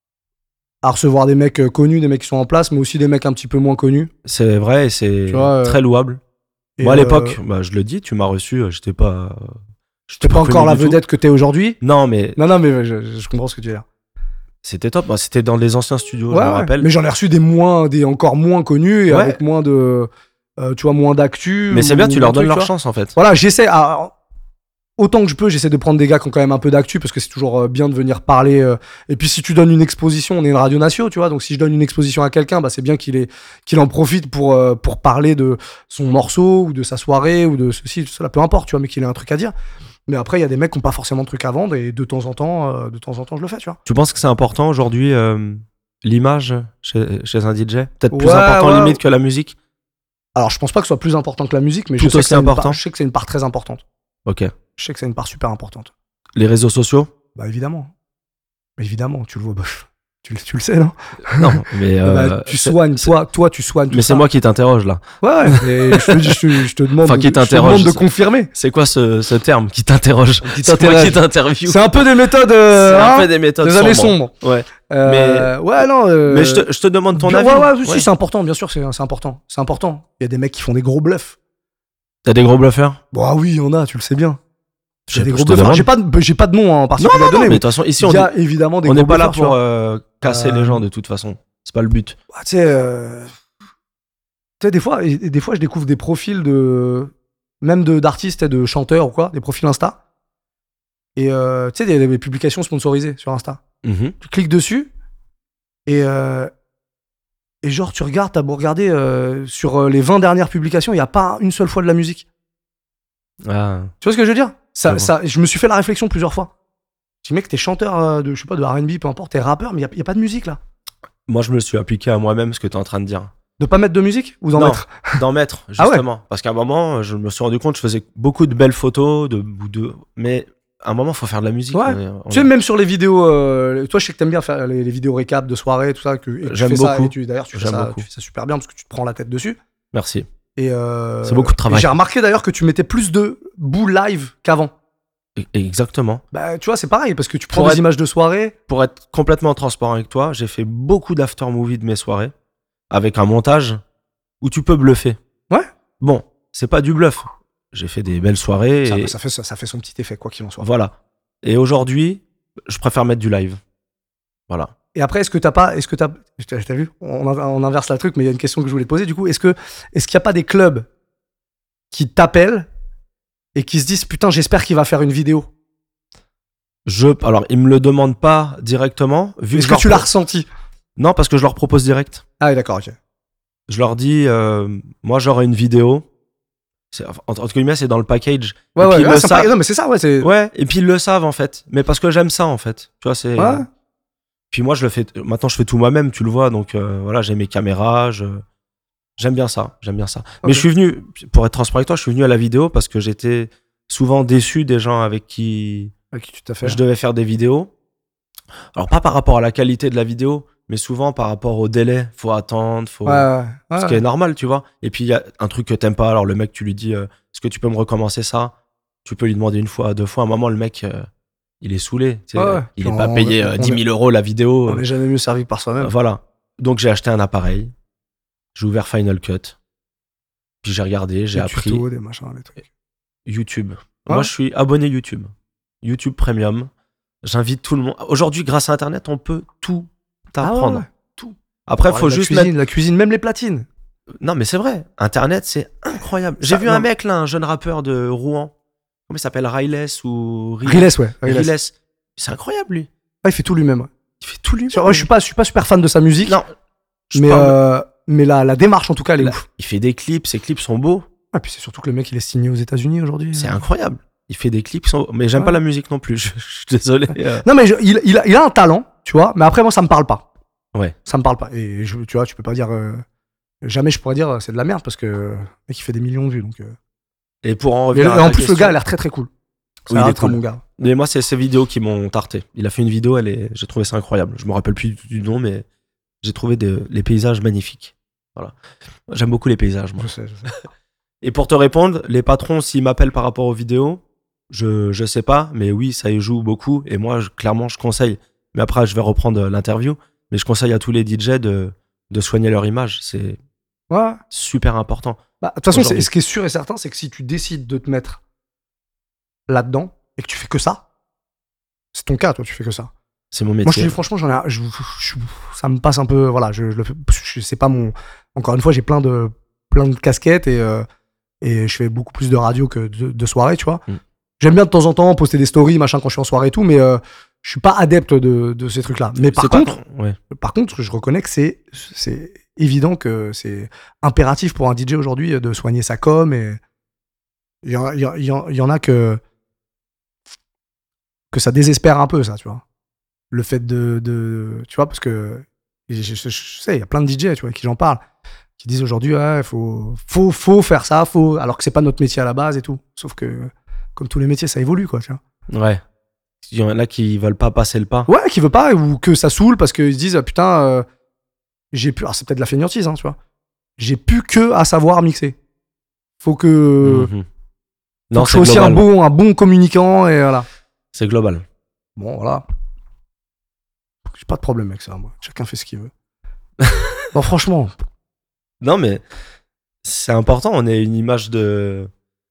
à recevoir des mecs euh, connus, des mecs qui sont en place, mais aussi des mecs un petit peu moins connus. C'est vrai et c'est Tu vois, euh, très louable. Et, Moi à euh, l'époque, bah, je le dis, tu m'as reçu, euh, j'étais pas. euh, T'es pas encore connu la du tout. vedette que t'es aujourd'hui. Non, mais Non, non, mais je, je comprends ce que tu veux dire. c'était top. Bah, c'était dans les anciens studios, je Ouais, me ouais. rappelle. Mais j'en ai reçu des moins, des encore moins connus et Ouais. avec moins de, euh, tu vois, moins d'actu. Mais c'est bien, ou tu leur d'un donnes truc, leur tu vois. chance en fait. Voilà, j'essaie, à- autant que je peux, j'essaie de prendre des gars qui ont quand même un peu d'actu parce que c'est toujours euh, bien de venir parler. euh, Et puis si tu donnes une exposition, on est une radio nation, tu vois, donc si je donne une exposition à quelqu'un, bah c'est bien qu'il ait, qu'il en profite pour euh, pour parler de son morceau ou de sa soirée ou de ceci, cela, peu importe, tu vois, mais qu'il ait un truc à dire. Mais après, il y a des mecs qui n'ont pas forcément de trucs à vendre et de temps en temps, euh, de temps en temps, je le fais, tu vois. Tu penses que c'est important aujourd'hui euh, l'image chez, chez un D J? Peut-être plus Ouais, important ouais. limite que la musique? Alors, je pense pas que ce soit plus important que la musique, mais je Tout sais, que aussi c'est une important. part- je sais que c'est une part très importante. Ok. Je sais que c'est une part super importante. Les réseaux sociaux? Bah évidemment. Évidemment, tu le vois, bah, tu, le- tu le sais, non Non, mais. euh, Bah, Tu c'est- soignes, c'est- toi, toi, tu soignes tout Mais c'est ça. moi qui t'interroge là. Ouais, ouais, mais je, te, je te- je te demande, Enfin, de, qui je te t'interroge, demande de c'est- confirmer. C'est quoi ce, ce terme qui t'interroge? Qui C'est moi t'interroge. qui t'interview. C'est un peu des méthodes, euh, C'est un hein, peu des méthodes des années sombres. sombres. Ouais. Euh, ouais, non. euh, Mais je te, je te demande ton bien- avis. Ouais, ouais, Ouais. si, c'est important, bien sûr, c'est c'est important. C'est important. Il y a des mecs qui font des gros bluffs. T'as des gros bluffeurs? Bon, ah oui, il y en a, tu le sais bien. Je- J'ai des je gros te bluffeurs. demande. J'ai pas, de- j'ai pas de nom en Non, particulier non, à non, donner, mais de mais toute façon, ici, il on y est, a évidemment des on gros n'est pas là bluffeurs, tu pour vois. euh, casser Euh, les gens de toute façon. C'est pas le but. Bah, tu sais, euh, tu sais, des fois, et- et des fois, je découvre des profils de, même de d'artistes et de chanteurs ou quoi, des profils Insta. Et euh, tu sais, il y a des publications sponsorisées sur Insta. Mhm. Tu cliques dessus et euh, et genre tu regardes, t'as beau regarder euh, sur euh, les vingt dernières publications, il y a pas une seule fois de la musique. Ah. Tu vois ce que je veux dire? Ça, Je vois. ça, je me suis fait la réflexion plusieurs fois. Je dis mec, t'es chanteur euh, de, je sais pas, de R and B, peu importe, t'es rappeur, mais il y, a- y a pas de musique là. Moi, je me suis appliqué à moi-même ce que tu es en train de dire. De pas mettre de musique ou d'en Non. mettre? D'en mettre, Ah ouais. justement. Parce qu'à un moment, je me suis rendu compte, je faisais beaucoup de belles photos, de, de... mais à un moment, il faut faire de la musique. Ouais. On est- on Tu sais, est- même sur les vidéos, euh, toi, je sais que t'aimes bien faire les, les vidéos récap de soirée, tout ça. Que, et que tu J'aime fais ça, beaucoup. et tu- D'ailleurs, tu, fais J'aime ça- beaucoup. tu fais ça super bien parce que tu te prends la tête dessus. Merci. Et euh, C'est beaucoup de travail. et j'ai remarqué d'ailleurs que tu mettais plus de bouts live qu'avant. E- Exactement. Bah, tu vois, c'est pareil parce que tu prends Pour des être- images de soirée. Pour être complètement transparent avec toi, j'ai fait beaucoup d'after-movie de mes soirées avec un montage où tu peux bluffer. Ouais. Bon, c'est pas du bluff. J'ai fait des belles soirées. Ça, et... ça fait, ça, ça fait son petit effet, quoi qu'il en soit. Voilà. Et aujourd'hui, je préfère mettre du live. Voilà. Et après, est-ce que t'as pas. Est-ce que t'as. T'as t'as vu on, on inverse la truc, mais il y a une question que je voulais te poser. Du coup, est-ce que est-ce qu'il n'y a pas des clubs qui t'appellent et qui se disent putain, j'espère qu'il va faire une vidéo? Je, alors, ils me le demandent pas directement. Vu Est-ce je que leur tu l'as pro- ressenti? Non, parce que je leur propose direct. Ah oui, d'accord, ok. Je leur dis, euh, moi, j'aurai une vidéo. C'est, entre guillemets, c'est dans le package. Ouais, et ouais, puis, ouais le c'est sa- pas... non, mais c'est ça, ouais. C'est... ouais, et puis ils le savent en fait. Mais parce que j'aime ça en fait. Tu vois, c'est. Ouais. Puis moi, je le fais. Maintenant, je fais tout moi-même, tu le vois. Donc euh, voilà, j'ai mes caméras. Je... J'aime bien ça. J'aime bien ça. Okay. Mais je suis venu, pour être transparent avec toi, je suis venu à la vidéo parce que j'étais souvent déçu des gens avec qui, avec qui tu t'as fait. je devais faire des vidéos. Alors, pas par rapport à la qualité de la vidéo, mais souvent par rapport au délai. Faut attendre, faut. Ouais, ouais, ouais, ce qui est normal, tu vois. Et puis, il y a un truc que t'aimes pas. Alors, le mec, tu lui dis euh, est-ce que tu peux me recommencer ça? Tu peux lui demander une fois, deux fois. À un moment, le mec. Euh, Il est saoulé. Ouais, ouais. Il n'est pas payé euh, dix mille euros la vidéo. On n'est jamais mieux servi que par soi-même. Euh, voilà. Donc j'ai acheté un appareil. J'ai ouvert Final Cut. Puis j'ai regardé, j'ai des appris. Tutos, des machins, des trucs. YouTube. Ouais. Moi, je suis abonné YouTube. YouTube Premium. J'invite tout le monde. Aujourd'hui, grâce à Internet, on peut tout apprendre. Ah ouais, ouais. Tout. Après, il faut la juste cuisine, mettre... La cuisine, même les platines. Non, mais c'est vrai. Internet, c'est incroyable. Ça, j'ai vu non. un mec là, un jeune rappeur de Rouen. Comment il s'appelle? Riles ou Riles, Riles, ouais. Riles. Riles. C'est incroyable, lui. Ah, il fait tout lui-même. Ouais. Il fait tout lui-même. Ouais, je suis pas, je suis pas super fan de sa musique. Non. Mais, parle... euh, mais la, la démarche, en tout cas, elle est la, ouf. Il fait des clips, ses clips sont beaux. Ah, puis c'est surtout que le mec, il est signé aux États-Unis aujourd'hui. C'est incroyable. Il fait des clips, sont... mais j'aime ouais. pas la musique non plus. Je, je suis désolé. Non, mais je, il, il, a, il a un talent, tu vois. Mais après, moi, ça me parle pas. Ouais. Ça me parle pas. Et je, tu vois, tu peux pas dire. Euh, jamais je pourrais dire c'est de la merde parce que le mec, il fait des millions de vues. Donc, euh... Et pour en revenir. Et, et en plus, question... le gars a l'air très très cool. Ça oui, il est cool. Mon gars. Mais moi, c'est ces vidéos qui m'ont tarté. Il a fait une vidéo, elle est... j'ai trouvé ça incroyable. Je me rappelle plus du nom, mais j'ai trouvé des... les paysages magnifiques. Voilà. J'aime beaucoup les paysages, moi. Je sais, je sais. Et pour te répondre, les patrons, s'ils m'appellent par rapport aux vidéos, je, je sais pas, mais oui, ça y joue beaucoup. Et moi, je, clairement, je conseille. Mais après, je vais reprendre l'interview. Mais je conseille à tous les D J de, de soigner leur image. C'est ouais. super important. Bah, de toute façon, c'est, ce qui est sûr et certain, c'est que si tu décides de te mettre là-dedans et que tu fais que ça, c'est ton cas, toi, tu fais que ça. C'est mon métier. Moi, je te dis franchement, j'en ai, je, je, ça me passe un peu, voilà, je, je le fais, je sais pas mon, encore une fois, j'ai plein de, plein de casquettes et, euh, et je fais beaucoup plus de radio que de, de soirée, tu vois. Mm. J'aime bien de temps en temps poster des stories, machin, quand je suis en soirée et tout, mais euh, je suis pas adepte de, de ces trucs-là. Mais par c'est contre, pas... ouais. par contre, je reconnais que c'est, c'est évident que c'est impératif pour un D J aujourd'hui de soigner sa com et il y, y, y, y en a que, que ça désespère un peu, ça, tu vois. Le fait de, de tu vois, parce que je, je, je sais, il y a plein de D J, tu vois, qui j'en parle, qui disent aujourd'hui, ouais, faut, faut, faut faire ça, faut, alors que c'est pas notre métier à la base et tout. Sauf que, comme tous les métiers, ça évolue, quoi, tu vois. Ouais. Il y en a qui veulent pas passer le pas. Ouais, qui veulent pas, ou que ça saoule parce qu'ils se disent, ah, putain, euh, j'ai plus, alors c'est peut-être de la fainéantise, hein, tu vois. J'ai plus que à savoir mixer. Faut que, mmh. faut non, que je sois aussi un bon, un bon communicant et voilà. C'est global. Bon, voilà. J'ai pas de problème avec ça, moi. Chacun fait ce qu'il veut. Non, franchement. Non, mais c'est important. On est une image de.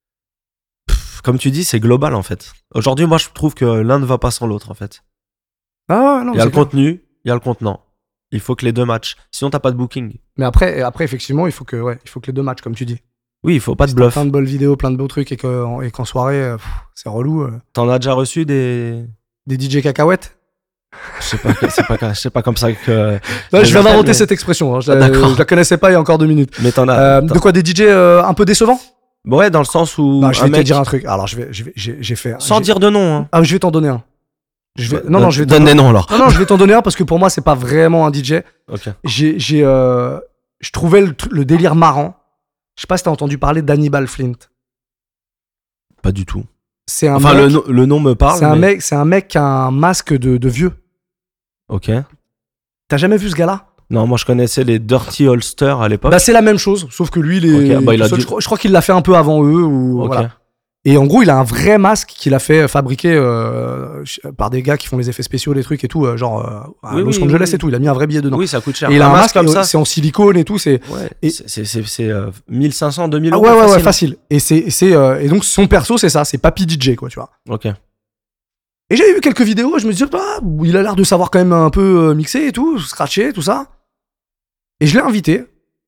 Pff, comme tu dis, c'est global en fait. Aujourd'hui, moi, je trouve que l'un ne va pas sans l'autre en fait. Ah non. Il y a le contenu, il y a le contenant. Il faut que les deux matchent. Sinon, t'as pas de booking. Mais après, après effectivement, il faut que, ouais, il faut que les deux matchent, comme tu dis. Oui, il faut pas si de bluff. Plein de bonnes vidéos, plein de beaux trucs et, que, et qu'en soirée, pff, c'est relou. Euh. T'en as déjà reçu des. Des D J cacahuètes? Je sais pas, c'est pas, c'est pas comme ça que. Non, je viens d'inventer mais... cette expression. Hein. Je, la, je la connaissais pas il y a encore deux minutes. Mais t'en as. Euh, de quoi, des D J euh, un peu décevants? Ouais, dans le sens où. Non, je vais un te mec... dire un truc. Alors, je vais, je vais, j'ai, j'ai fait. Sans j'ai... dire de nom. Hein. Ah, je vais t'en donner un. Je vais... Non, Donne, non, je vais. Donne des noms alors. Non, non, je vais t'en donner un parce que pour moi, c'est pas vraiment un D J. Ok. J'ai, j'ai, euh... je trouvais le, le délire marrant. Je sais pas si t'as entendu parler d'Hannibal Flint. Pas du tout. C'est un enfin, mec, le, le nom me parle. C'est mais... un mec, c'est un mec qui a un masque de, de vieux. Ok. T'as jamais vu ce gars-là? Non, moi je connaissais les Dirty Holster à l'époque. Bah c'est la même chose, sauf que lui, il est. Okay, bah, il a seul, dû... je, crois, je crois qu'il l'a fait un peu avant eux. Ou, okay. Voilà. Et en gros, il a un vrai masque qu'il a fait fabriquer euh, par des gars qui font les effets spéciaux, les trucs et tout, euh, genre euh, à oui, Los oui, Angeles oui. et tout. Il a mis un vrai billet dedans. Oui, ça coûte cher. Et il a un, un masque comme ça. C'est en silicone et tout. C'est. Ouais. Et... C'est, c'est, c'est, c'est euh, mille cinq cents, deux mille ah, euros. Ouais, ouais, facile. ouais, facile. Et c'est, c'est euh, et donc son perso, c'est ça, c'est Papy D J, quoi, tu vois. Ok. Et j'avais vu quelques vidéos, je me disais, ah, il a l'air de savoir quand même un peu mixer et tout, scratcher, tout ça. Et je l'ai invité.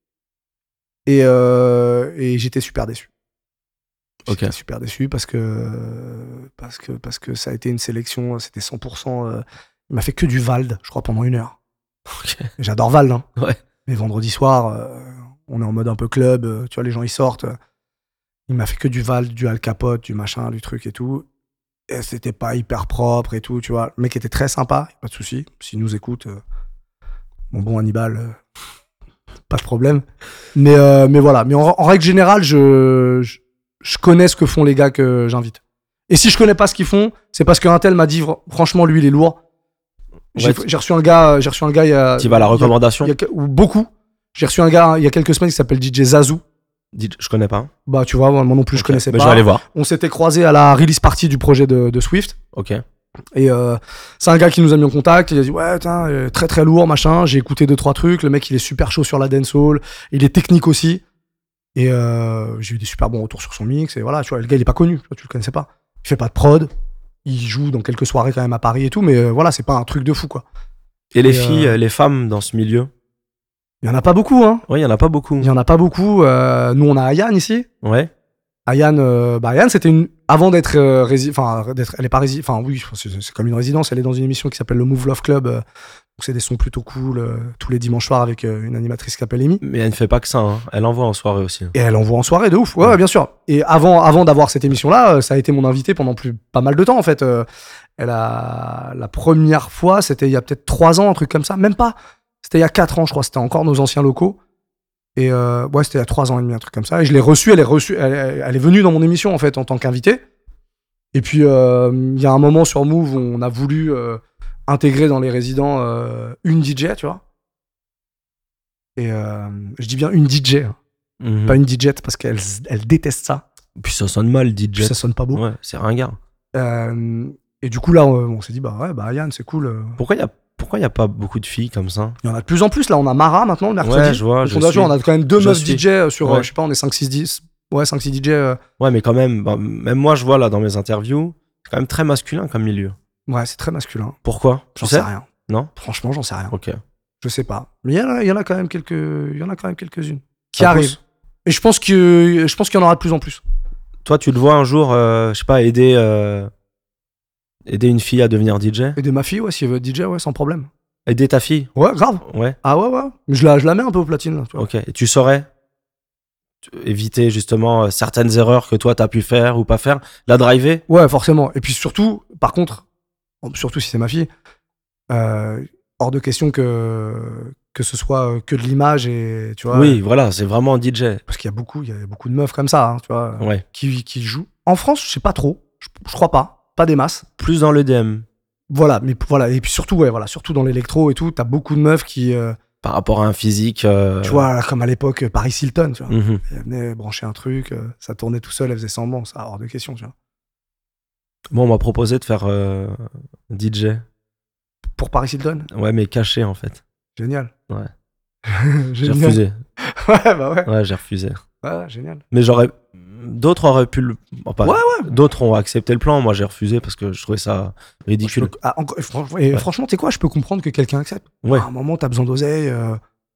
Et, euh, et j'étais super déçu. J'étais okay. super déçu parce que, parce, que, parce que ça a été une sélection, c'était cent pour cent. Euh, il m'a fait que du Vald, je crois, pendant une heure. Okay. J'adore Vald. Hein. Ouais. Mais vendredi soir, euh, on est en mode un peu club, euh, tu vois, les gens ils sortent. Euh, il m'a fait que du Val, du Al Capote, du machin, du truc et tout. Et c'était pas hyper propre et tout, tu vois. Le mec était très sympa, pas de souci. S'il nous écoute, euh, mon bon Hannibal, euh, pas de problème. Mais, euh, mais voilà. Mais en, en règle générale, je, je, je connais ce que font les gars que j'invite. Et si je connais pas ce qu'ils font, c'est parce qu'un tel m'a dit, franchement, lui, il est lourd. J'ai, Ouais, j'ai reçu un gars, j'ai reçu un gars il y a. Tu vas à la recommandation. Il y a, il y a, ou beaucoup. J'ai reçu un gars il y a quelques semaines qui s'appelle D J Zazou. Je connais pas. Bah, tu vois, moi non plus, okay. Je connaissais Mais pas. Je vais aller voir. On s'était croisés à la release party du projet de, de Swift. Ok. Et euh, c'est un gars qui nous a mis en contact. Il a dit, ouais, tain, très très lourd, machin. J'ai écouté deux, trois trucs. Le mec, il est super chaud sur la dancehall. Il est technique aussi. Et euh, j'ai eu des super bons retours sur son mix. Et voilà, tu vois, le gars, il est pas connu. Tu le connaissais pas. Il fait pas de prod. Il joue dans quelques soirées quand même à Paris et tout. Mais euh, voilà, c'est pas un truc de fou, quoi. Et les et filles, euh... les femmes dans ce milieu? Il y en a pas beaucoup, hein. Ouais, il y en a pas beaucoup. Il y en a pas beaucoup. Euh, nous, on a Ayane ici. Ouais. Ayane, euh, bah Ayane, c'était une avant d'être euh, rési... enfin d'être, elle est pas rési... enfin oui, c'est, c'est comme une résidence. Elle est dans une émission qui s'appelle le Move Love Club. Euh, donc c'est des sons plutôt cool euh, tous les dimanches soirs avec euh, une animatrice qui s'appelle Amy. Mais elle ne fait pas que ça. Hein. Elle envoie en soirée aussi. Et elle envoie en soirée de ouf. Ouais, ouais. Bien sûr. Et avant, avant d'avoir cette émission-là, euh, ça a été mon invité pendant plus pas mal de temps en fait. Euh, elle a la première fois, c'était il y a peut-être trois ans, un truc comme ça, même pas. C'était il y a quatre ans, je crois. C'était encore nos anciens locaux. Et euh, ouais, c'était il y a trois ans et demi, un truc comme ça. Et je l'ai reçue, elle est reçue, elle, elle est venue dans mon émission en fait en tant qu'invitée. Et puis il euh, y a un moment sur Move où on a voulu euh, intégrer dans les résidents euh, une D J, tu vois. Et euh, je dis bien une D J, hein. Mm-hmm. Pas une D J parce qu'elle elle déteste ça. Puis ça sonne mal, D J. Puis ça sonne pas beau. Ouais, c'est ringard. Euh, et du coup là, on, on s'est dit bah ouais, bah Yann, c'est cool. Pourquoi il y a Pourquoi il n'y a pas beaucoup de filles comme ça? Il y en a de plus en plus. Là, on a Mara maintenant, le mercredi. Ouais, je vois. Je suis. On a quand même deux meufs D J sur, ouais. euh, je sais pas, on est cinq six dix. Ouais, cinq six D J. Euh... Ouais, mais quand même, bah, même moi, je vois là dans mes interviews, c'est quand même très masculin comme milieu. Ouais, c'est très masculin. Pourquoi? J'en sais rien. Non? Franchement, j'en sais rien. Ok. Je sais pas. Mais il y en a, il y en a quand même quelques, il y en a quand même quelques-unes qui ça arrivent. Pousse. Et je pense que, je pense qu'il y en aura de plus en plus. Toi, tu te vois un jour, euh, je sais pas, aider, euh, aider une fille à devenir D J? Aider ma fille, ouais, si elle veut être D J, ouais, sans problème. Aider ta fille? Ouais, grave. Ouais. Ah ouais, ouais. Je la, je la mets un peu au platine, là, tu vois. Ok. Et tu saurais éviter justement certaines erreurs que toi t'as pu faire ou pas faire, la driver? Ouais, forcément. Et puis surtout, par contre, surtout si c'est ma fille, euh, hors de question que que ce soit que de l'image et tu vois. Oui, voilà, c'est vraiment un D J. Parce qu'il y a beaucoup, il y a beaucoup de meufs comme ça, hein, tu vois, ouais. qui qui jouent. En France, je sais pas trop. Je, je crois pas, pas des masses. Plus dans l'E D M. Voilà, mais voilà, et puis surtout, ouais, voilà, surtout dans l'électro et tout, t'as beaucoup de meufs qui. Euh, Par rapport à un physique. Euh... Tu vois, là, comme à l'époque, Paris Hilton, tu vois. Mm-hmm. Elle venait brancher un truc, euh, ça tournait tout seul, elle faisait semblant, ça, hors de question, tu vois. Moi, on m'a proposé de faire euh, D J. Pour Paris Hilton? Ouais, mais caché en fait. Génial. Ouais. Génial. J'ai refusé. Ouais, bah ouais. Ouais, j'ai refusé. Ouais, génial. Mais j'aurais. D'autres auraient pu le. Enfin, ouais, ouais. D'autres ont accepté le plan. Moi, j'ai refusé parce que je trouvais ça ridicule. Peux... Ah, encore... franchement, et ouais. franchement, tu sais quoi, je peux comprendre que quelqu'un accepte. Ouais. À un moment, t'as besoin d'oseille. Euh...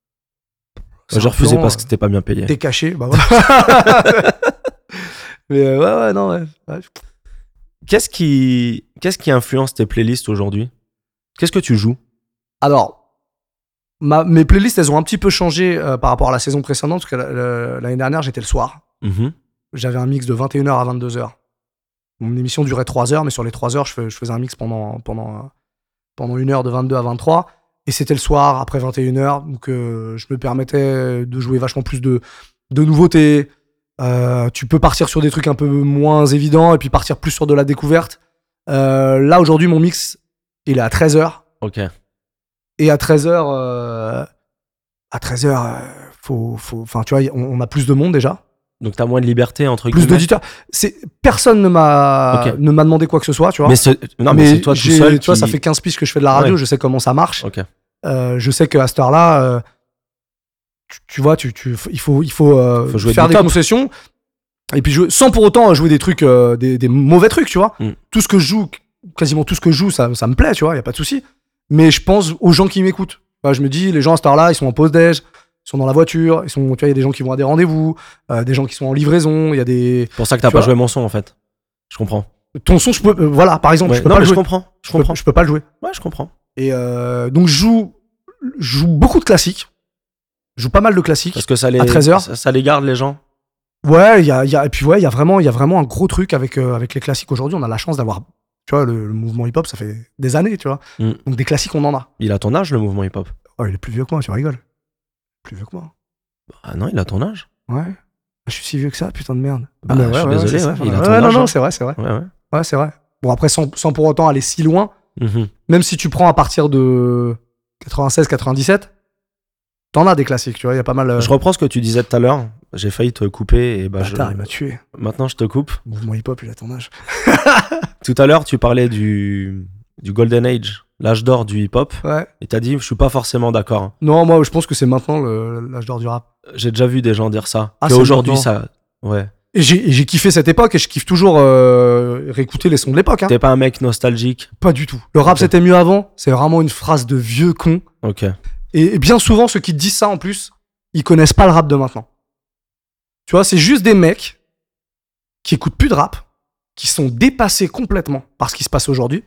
J'ai refusé plan, parce que c'était pas bien payé. T'es caché, bah voilà. Mais euh, ouais, ouais, non, ouais. ouais. Qu'est-ce qui, qu'est-ce qui influence tes playlists aujourd'hui? Qu'est-ce que tu joues? Alors. Ma, mes playlists, elles ont un petit peu changé euh, par rapport à la saison précédente, parce que euh, l'année dernière, j'étais le soir. Mm-hmm. J'avais un mix de vingt et une heures à vingt-deux heures. Mon émission durait trois heures, mais sur les trois heures, je, fais, je faisais un mix pendant, pendant, pendant une heure de vingt-deux à vingt-trois. Et c'était le soir, après vingt et une heures, donc euh, je me permettais de jouer vachement plus de, de nouveautés. Euh, tu peux partir sur des trucs un peu moins évidents, et puis partir plus sur de la découverte. Euh, là, aujourd'hui, mon mix, il est à treize heures. Ok. Et à treize heures, euh, à treize heures, euh, faut, faut, enfin, tu vois, on, on a plus de monde déjà. Donc t'as moins de liberté entre plus d'auditeurs. C'est personne ne m'a okay. ne m'a demandé quoi que ce soit, tu vois. Mais c'est, non, mais, mais c'est toi tout seul. Tu qui... vois, ça fait quinze piges que je fais de la radio. Ouais. Je sais comment ça marche. Okay. Euh, je sais qu'à cette heure-là, euh, tu, tu vois, tu, tu, il faut, il faut, euh, faut jouer faire des top. concessions et puis jouer, sans pour autant jouer des trucs, euh, des, des mauvais trucs, tu vois. Mm. Tout ce que je joue, quasiment tout ce que je joue, ça, ça me plaît, tu vois. Y a pas de souci. Mais je pense aux gens qui m'écoutent. Bah, je me dis, les gens à cette heure-là, ils sont en pause déj, ils sont dans la voiture, ils sont, tu vois, il y a des gens qui vont à des rendez-vous, euh, des gens qui sont en livraison, il y a des. C'est pour ça que t'as pas vois, joué mon son en fait. Je comprends. Ton son, je peux, euh, voilà, par exemple, ouais, je peux non, pas mais le je jouer. comprends. Je, je comprends. Peux, je peux pas le jouer. Ouais, je comprends. Et euh, donc je joue, je joue beaucoup de classiques. Je joue pas mal de classiques. Parce que ça les, à treize heures. Ça, ça les garde les gens. Ouais, il y a, y a, et puis ouais, il y a vraiment, il y a vraiment un gros truc avec, euh, avec les classiques aujourd'hui. On a la chance d'avoir, tu vois, le, le mouvement hip-hop, ça fait des années, tu vois. Mm. Donc des classiques, on en a. Il a ton âge, le mouvement hip-hop? Oh, il est plus vieux que moi, tu rigoles. Plus vieux que moi. Ah non, il a ton âge. Ouais. Je suis si vieux que ça, putain de merde. Bah, Mais je ouais, suis ouais, désolé, ouais, ouais, ça. il a Ouais, ton ouais, âge. non, non, hein. c'est vrai, c'est vrai. Ouais, ouais. Ouais, c'est vrai. Bon, après, sans, sans pour autant aller si loin, Mhm. même si tu prends à partir de quatre-vingt-seize quatre-vingt-dix-sept, t'en as des classiques, tu vois, il y a pas mal. euh, Je reprends ce que tu disais tout à l'heure. J'ai failli te couper et bah Bâtard, je... il m'a tué. maintenant je te coupe. Mouvement hip-hop, il a ton âge. Tout à l'heure, tu parlais du, du Golden Age, l'âge d'or du hip-hop. Ouais. Et t'as dit, je suis pas forcément d'accord. Non, moi, je pense que c'est maintenant le- l'âge d'or du rap. J'ai déjà vu des gens dire ça. Ah, que c'est aujourd'hui, maintenant. ça. Ouais. Et j'ai et j'ai kiffé cette époque et je kiffe toujours euh, réécouter les sons de l'époque. Hein. T'es pas un mec nostalgique. Pas du tout. Le rap, Ok. c'était mieux avant. C'est vraiment une phrase de vieux con. Ok. Et, et bien souvent, ceux qui te disent ça en plus, ils connaissent pas le rap de maintenant. Tu vois, c'est juste des mecs qui écoutent plus de rap, qui sont dépassés complètement par ce qui se passe aujourd'hui.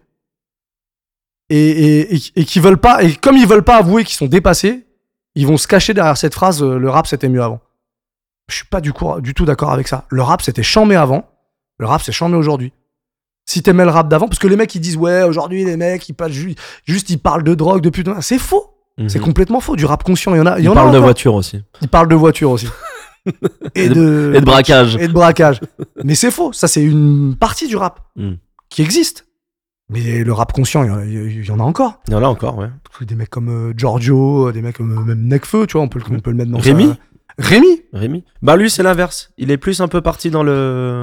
Et, et, et, et qui veulent pas, et comme ils veulent pas avouer qu'ils sont dépassés, ils vont se cacher derrière cette phrase euh, le rap c'était mieux avant. Je suis pas du, coup, du tout d'accord avec ça. Le rap c'était chambé avant, le rap c'est chambé aujourd'hui. Si t'aimais le rap d'avant, parce que les mecs ils disent ouais, aujourd'hui les mecs ils parlent ju- juste ils parlent de drogue, de putain, c'est faux. Mhm. C'est complètement faux. Du rap conscient, il y en a. Il y Il en parle a de encore. voiture aussi. Ils parlent de voiture aussi. et, Et de, Et de braquage. et de braquage. Mais c'est faux. Ça, c'est une partie du rap Mm. qui existe. Mais le rap conscient, il y en a, il y en a encore. Il y en a encore, ouais. Des mecs comme euh, Giorgio, des mecs comme euh, même Nekfeu, tu vois, on peut, le- on peut le mettre dans Rémi ça. Rémi Rémi. Bah lui, c'est l'inverse. Il est plus un peu parti dans le.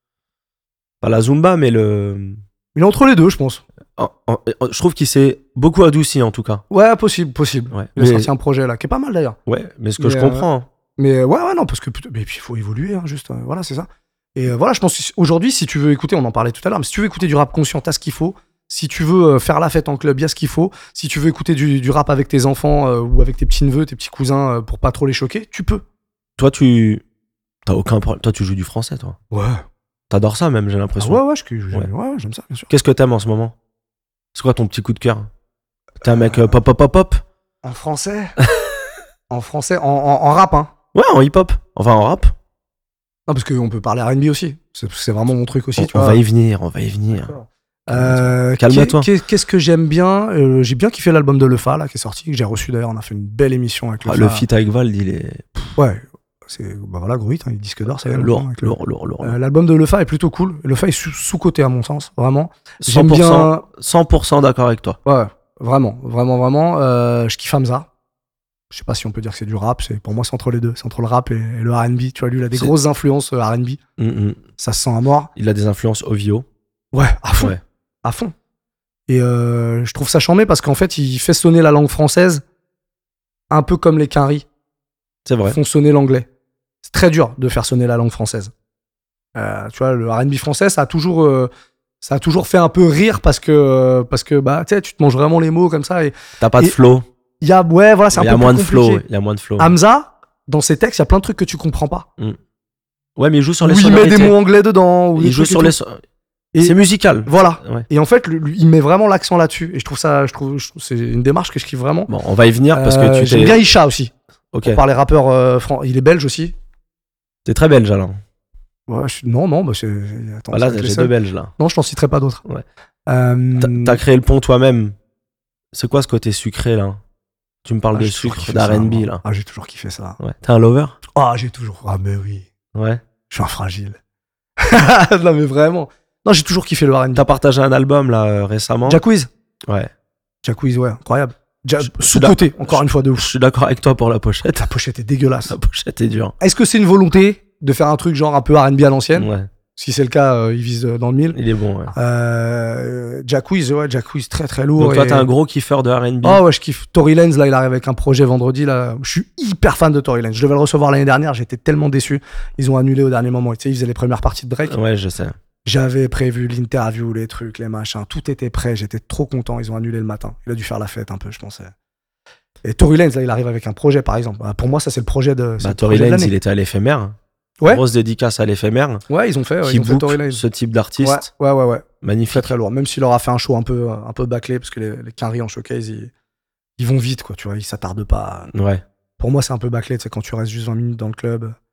Pas la Zumba, mais le. Il est entre les deux, je pense. en- en- je trouve qu'il s'est beaucoup adouci en tout cas. Ouais, possible, possible. Ouais. Il a Mais, sorti un projet là, qui est pas mal d'ailleurs. ouais, mais ce que Mais, je euh, comprends. hein. Mais ouais, ouais, non, parce que putain, mais puis il faut évoluer, hein, juste. euh, voilà, c'est ça. Et euh, voilà, je pense qu'aujourd'hui, si tu veux écouter, on en parlait tout à l'heure, mais si tu veux écouter du rap conscient, t'as ce qu'il faut. Si tu veux euh, faire la fête en club, il y a ce qu'il faut. Si tu veux écouter du, du rap avec tes enfants euh, ou avec tes petits neveux, tes petits cousins, euh, pour pas trop les choquer, tu peux. Toi, tu. T'as aucun problème. Toi, tu joues du français, toi. Ouais. T'adores ça même, j'ai Ah l'impression. ouais, ouais, je- je- Ouais. ouais, j'aime ça, bien sûr. Qu'est-ce que t'aimes en ce moment? C'est quoi ton petit coup de cœur? T'es un mec euh, pop pop pop pop? En français En français, en, en- en rap, hein. Ouais, en hip hop. Enfin, en rap. Non, parce qu'on peut parler R and B aussi. C'est c'est vraiment mon truc aussi, on tu on vois. va y venir, on va y venir. Euh, Calme-toi. qu'est- Qu'est-ce que j'aime bien Euh, J'ai bien kiffé l'album de Lefa, là, qui est sorti, que j'ai reçu d'ailleurs. On a fait une belle émission avec Ah, Lefa. le feat avec Vald, il est Ouais, c'est bah voilà, gros hit, hein, il disque d'or, ça y est, lourd, maintenant, avec le- lourd, lourd, lourd. Euh, L'album de Lefa est plutôt cool. Lefa est sous- sous-coté à mon sens, vraiment. cent J'aime pour cent, bien. cent pour cent d'accord avec toi. Ouais, vraiment, vraiment, vraiment. Euh, je kiffe Hamza. Je sais pas si on peut dire que c'est du rap. C'est pour moi, c'est entre les deux. C'est entre le rap et, et le R and B. Tu vois, lui, il a des C'est- grosses influences euh, R and B. Mm, mm. Ça se sent à mort. Il a des influences O V O. Ouais, à fond, Ouais. à fond. Et euh, je trouve ça charmé parce qu'en fait, il fait sonner la langue française un peu comme les Quinry C'est vrai. font sonner l'anglais. C'est très dur de faire sonner la langue française. Euh, tu vois, le R and B français, ça a toujours, euh, ça a toujours fait un peu rire parce que, euh, parce que bah, tu sais, tu te manges vraiment les mots comme ça. Et T'as pas de Et- flow. il y a, ouais, voilà, c'est un Il y peu a moins de plus flow. compliqué. Il y a moins de flow. Hamza, dans ses textes, il y a plein de trucs que tu comprends pas. Ouais, mais il joue sur les Où il met sonorités. des mots anglais dedans. Ou des Il joue trucs et sur tout. les. so- Et- C'est musical. Voilà. Ouais. Et en fait, lui, il met vraiment l'accent là-dessus. Et je trouve ça, je trouve, je trouve- c'est une démarche que je kiffe vraiment. Bon, on va y venir parce Euh, que tu J'aime t'es. bien Isha aussi. Ok. Par les rappeurs, euh, fran- il est belge aussi. T'es très belge alors. Ouais, je- non, non, bah c'est. Attends, Voilà, c'est avec les j'ai seuls. deux belges là. Non, je t'en citerai pas d'autres. Ouais. Euh, T'as- T'as créé le pont toi-même. C'est quoi ce côté sucré là? Tu me parles ah, de j'ai toujours sucre, kiffé ça, d'R and B moi. là. Ah, j'ai toujours kiffé ça. Ouais. T'es un lover? Ah, j'ai toujours. Ah, mais oui. Ouais. Je suis un fragile. Non, mais vraiment. Non, j'ai toujours kiffé le R and B. T'as partagé un album là euh, récemment? Jacquiz. Ouais. Jacquiz, ouais, incroyable. Ja- Je- je suis Sous-côté, encore une fois de Je ouf. suis d'accord avec toi pour la pochette. La pochette est dégueulasse. La pochette est dure. Est-ce que c'est une volonté de faire un truc genre un peu R and B à l'ancienne? Ouais. Si c'est le cas, euh, il vise euh, dans le mille. Il est bon. Ouais. Euh, Jacquiz, ouais, Jacquiz très très lourd. Donc toi, et- t'es un gros kiffeur de R and B. Ah ouais, je kiffe. Tory Lanez, là, il arrive avec un projet vendredi. Là. Je suis hyper fan de Tory Lanez. Je devais le recevoir l'année dernière, j'étais tellement déçu. Ils ont annulé au dernier moment. Tu sais, ils faisaient les premières parties de Drake. Ouais, je sais. J'avais prévu l'interview, les trucs, les machins. Tout était prêt. J'étais trop content. Ils ont annulé le matin. Il a dû faire la fête un peu, je pensais. Et Tory Lanez, là, il arrive avec un projet, par exemple. Bah, pour moi, ça, c'est le projet de. c'est Bah, le Tory projet de Lanez, l'année. il était à l'éphémère. Ouais. Grosse dédicace à l'éphémère. Ouais, ils ont fait. Ouais, Qui ils ont fait book Tory Lanez. ce type Ouais, d'artiste. ouais, ouais, ouais. Magnifique. Très très lourd. Même s'il leur a fait un show un peu, un peu bâclé, parce que les, les Quinry en showcase, ils, ils vont vite, quoi. Tu vois, ils s'attardent pas. Ouais. Pour moi, c'est un peu bâclé. Tu sais, quand tu restes juste vingt minutes dans le club,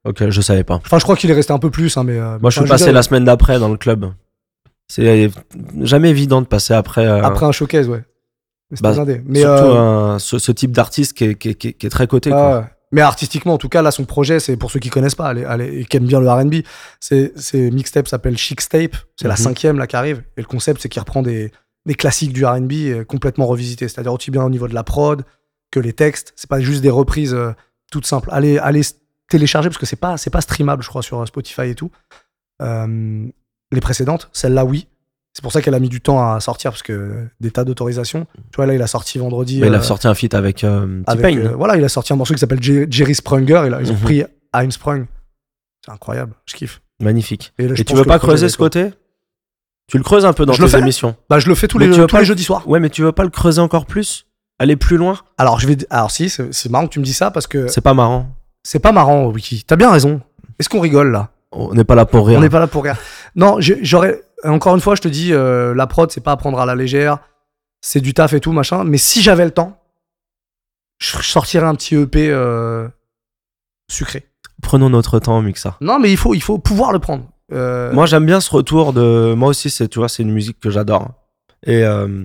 Ok, je savais pas. Enfin, je crois qu'il est resté un peu plus, hein, mais. Euh, Moi, je suis enfin, passé veux dire, la semaine d'après dans le club. C'est jamais évident de passer après. Euh, Après un showcase, ouais. C'était bah, blindé. Mais, surtout euh, un- ce, ce type d'artiste qui est, qui est- qui est- qui est très coté. ouais, Quoi. ouais. Mais artistiquement, en tout cas, là, son projet, c'est pour ceux qui connaissent pas allez, allez, et qui aiment bien le R and B. C'est, c'est mixtape s'appelle Chicstape. C'est la Mhm. cinquième là qui arrive. Et le concept, c'est qu'il reprend des, des classiques du R and B euh, complètement revisités. C'est-à-dire aussi bien au niveau de la prod que les textes. C'est pas juste des reprises euh, toutes simples. Allez, allez s- télécharger parce que c'est pas, c'est pas streamable, je crois, sur euh, Spotify et tout. Euh, les précédentes, celle-là, oui. C'est pour ça qu'elle a mis du temps à sortir parce que des tas d'autorisations. Tu vois, là, il a sorti vendredi. Mais il a euh, sorti un feat avec euh, avec, T-Pain. euh, voilà, il a sorti un morceau qui s'appelle Jer- Jerry Sprunger. Il a- ils ont Mhm. pris I'm Sprung. C'est incroyable, je kiffe. Magnifique. Et, là, je Et tu pense veux que pas le projet creuser va ce être cool. côté? Tu le creuses un peu dans Je le tes fais. émissions. Bah, je le fais tous Mais les, tu veux tous pas les le- jeudis soirs. Ouais, mais tu veux pas le creuser encore plus? Aller plus loin? Alors, je vais, alors si, c'est, c'est marrant que tu me dis ça parce que C'est pas marrant. c'est pas marrant, Wiki. T'as bien raison. Est-ce qu'on rigole là? On n'est pas là pour rire. On n'est pas là pour rire. Non, j'ai- j'aurais. Encore une fois, je te dis, euh, la prod, c'est pas à prendre à la légère. C'est du taf et tout, machin. Mais si j'avais le temps, je sortirais un petit E P euh, sucré. Prenons notre temps, Mixa. Non, mais il faut, il faut pouvoir le prendre. Euh, Moi, j'aime bien ce retour de. Moi aussi, c'est, tu vois, c'est une musique que j'adore. Et euh,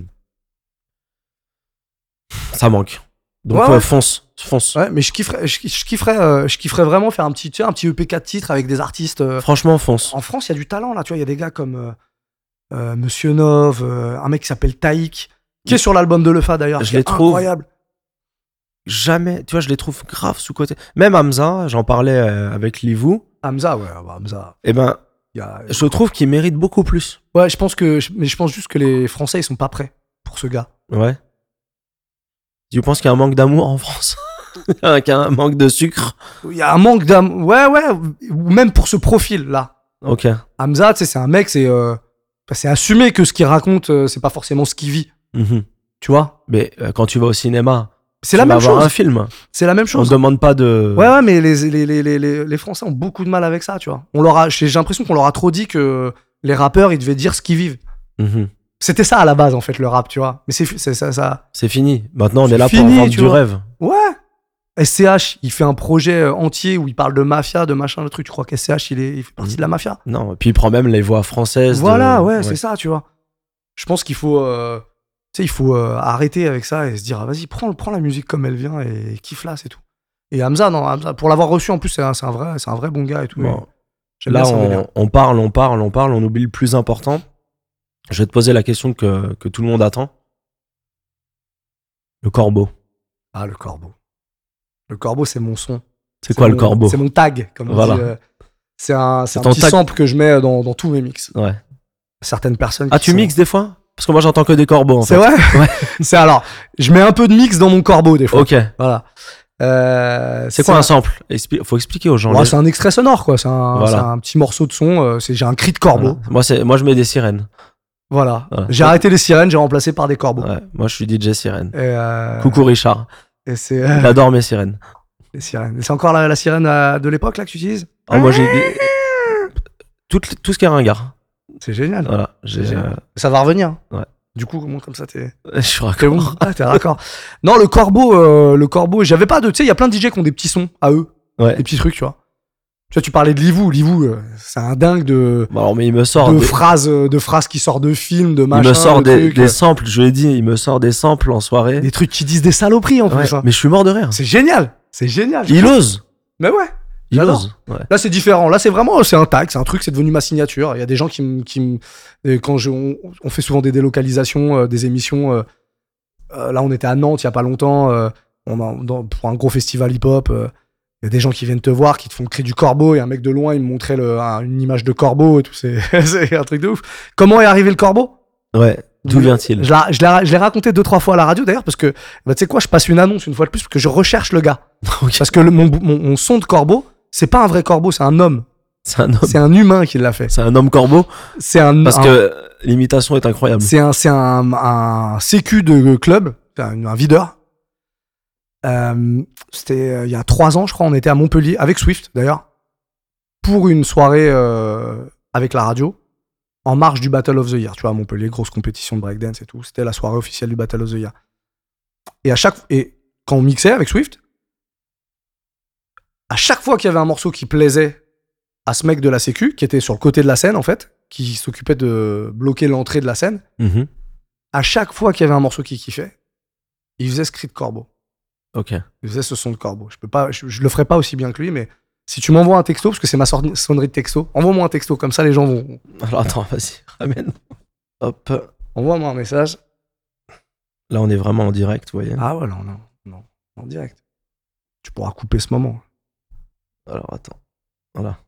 ça manque. Donc Ouais, ouais. euh, fonce, fonce. Ouais, mais je kifferais, je, je kifferais, euh, je kifferais vraiment faire un petit, tu sais, un petit E P quatre titres avec des artistes. euh, Franchement, fonce. En France, il y a du talent là, tu vois. Il y a des gars comme euh, euh, Monsieur Nov, euh, un mec qui s'appelle Taïk, qui est sur l'album de Lefa d'ailleurs. Je qui est les trouve- incroyable. Jamais, tu vois, je les trouve grave sous-côté. Même Hamza, j'en parlais euh, avec Livou. Hamza, ouais, bah, Hamza. Eh ben, il Y a... je trouve qu'il mérite beaucoup plus. Ouais, je pense que, mais je pense juste que les Français, ils sont pas prêts pour ce gars. Ouais. Tu penses qu'il y a un manque d'amour en France? Qu'il y a un manque de sucre? Il y a un manque d'âme. Ouais, ouais. Ou même pour ce profil là. Ok. Hamza, tu sais, c'est un mec, c'est, euh, bah, c'est assumé que ce qu'il raconte, euh, c'est pas forcément ce qu'il vit. Mhm. Tu vois. Mais euh, quand tu vas au cinéma, C'est tu la vas même voir chose. un film. C'est la même On chose. ne demande pas de. Ouais, ouais, mais les, les, les, les, les, les Français ont beaucoup de mal avec ça, tu vois. On leur a, j'ai j'ai l'impression qu'on leur a trop dit que les rappeurs, ils devaient dire ce qu'ils vivent. Mhm. C'était ça à la base, en fait, le rap, tu vois. Mais c'est c'est ça, ça. C'est fini. Maintenant, on C'est est là fini, pour vendre tu du vois. rêve. Ouais. S C H, il fait un projet euh, entier où il parle de mafia, de machin, le truc. Tu crois qu'S C H, il, est, il fait partie Mhm. de la mafia? Non, et puis il prend même les voix françaises. de- Voilà, ouais, c'est ça, tu vois. Je pense qu'il faut, euh, tu sais, il faut euh, arrêter avec ça et se dire, ah, vas-y, prends, prends la musique comme elle vient et kiffe là, c'est tout. Et Hamza, non, Hamza, pour l'avoir reçu, en plus, c'est un, c'est un vrai, c'est un vrai bon gars et tout. Bon. J'aime Là, bien son délire. on, on parle, on parle, on parle, on oublie le plus important. Je vais te poser la question que, que tout le monde attend. Le corbeau. Ah, le corbeau. Le corbeau, c'est mon son. C'est quoi le mon- corbeau? C'est mon tag, comme on Voilà. dit. euh, c'est un, c'est C'est un ton petit tag. sample que je mets dans, dans tous mes mix. Ouais. Certaines personnes. Ah, qui tu sont- mixes des fois? Parce que moi, j'entends que des corbeaux, en C'est fait. vrai. Ouais. C'est alors, je mets un peu de mix dans mon corbeau des fois. Ok. Voilà. Euh, C'est quoi un sample? Expli- Faut expliquer aux gens. Ouais, les- c'est un extrait sonore, quoi. C'est un, Voilà. c'est un petit morceau de son. euh, c'est, j'ai un cri de corbeau. Voilà. Moi, c'est, moi, je mets des sirènes. Voilà. Voilà. J'ai arrêté les sirènes, j'ai remplacé par des corbeaux. Ouais. Moi, je suis D J sirène. Et, euh, Coucou Richard. Et c'est euh, J'adore mes sirènes. les sirènes. Et c'est encore la, la sirène euh, de l'époque là que tu utilises? Ah, moi, j'ai tout, tout ce qui est ringard. C'est génial. Voilà. J'ai, C'est génial. Ça va revenir. Ouais. Du coup, comment comme ça t'es. euh, Je suis T'es bon. raccord. Ah, t'es raccord. Non, le corbeau, euh, le corbeau, j'avais pas de. Tu sais, il y a plein de D J qui ont des petits sons à eux, Ouais. des petits trucs, tu vois. Tu vois, tu parlais de Livou. Livou, euh, c'est un dingue de, Bon, alors, mais il me sort. de des- phrases, euh, de phrases qui sortent de films, de Il machin. me sort de des, trucs, des euh, samples, je l'ai dit, il me sort des samples en soirée. des trucs qui disent des saloperies en Ouais, plus. hein. mais je suis mort de rire. C'est génial. C'est génial. Il ose. Mais ouais. Il J'adore. ose. Ouais. Là, c'est différent. Là, c'est vraiment, c'est un tag, c'est un truc, c'est devenu ma signature. Il y a des gens qui me, qui me, et quand je, on, on fait souvent des délocalisations, euh, des émissions. euh, euh, là, on était à Nantes il y a pas longtemps, euh, on a, dans- pour un gros festival hip-hop. euh, Il y a des gens qui viennent te voir, qui te font le cri du corbeau, et un mec de loin, il me montrait le, un- une image de corbeau et tout. C'est, c'est un truc de ouf. Comment est arrivé le corbeau? Ouais. D'où vient-il? Je, la- je l'ai, je l'ai raconté deux, trois fois à la radio d'ailleurs, parce que, bah, tu sais quoi, je passe une annonce une fois de plus, parce que je recherche le gars. Ok. Parce que le- mon, mon, mon son de corbeau, c'est pas un vrai corbeau, c'est un homme. C'est un homme. C'est un humain qui l'a fait. C'est un homme corbeau. C'est un, Parce un- que l'imitation est incroyable. c'est un, c'est un, un sécu de club, c'est un, un videur. Euh, c'était euh, il y a trois ans, je crois, on était à Montpellier, avec Swift d'ailleurs, pour une soirée euh, avec la radio, en marge du Battle of the Year. Tu vois, à Montpellier, grosse compétition de breakdance et tout. C'était la soirée officielle du Battle of the Year. Et à chaque et quand on mixait avec Swift, À chaque fois qu'il y avait un morceau qui plaisait à ce mec de la sécu, qui était sur le côté de la scène, en fait, qui s'occupait de bloquer l'entrée de la scène, mmh. à chaque fois qu'il y avait un morceau qui kiffait, il faisait ce cri de corbeau. Ok. Il faisait ce son de corbeau. Je peux pas, je, je le ferai pas aussi bien que lui, mais si tu m'envoies un texto, parce que c'est ma son- sonnerie de texto, envoie-moi un texto, comme ça les gens vont... Alors attends, vas-y, ramène. Hop. Envoie-moi un message. Là, on est vraiment en direct, vous voyez. Ah ouais, non, non, non, en direct. Tu pourras couper ce moment. Alors attends. Voilà.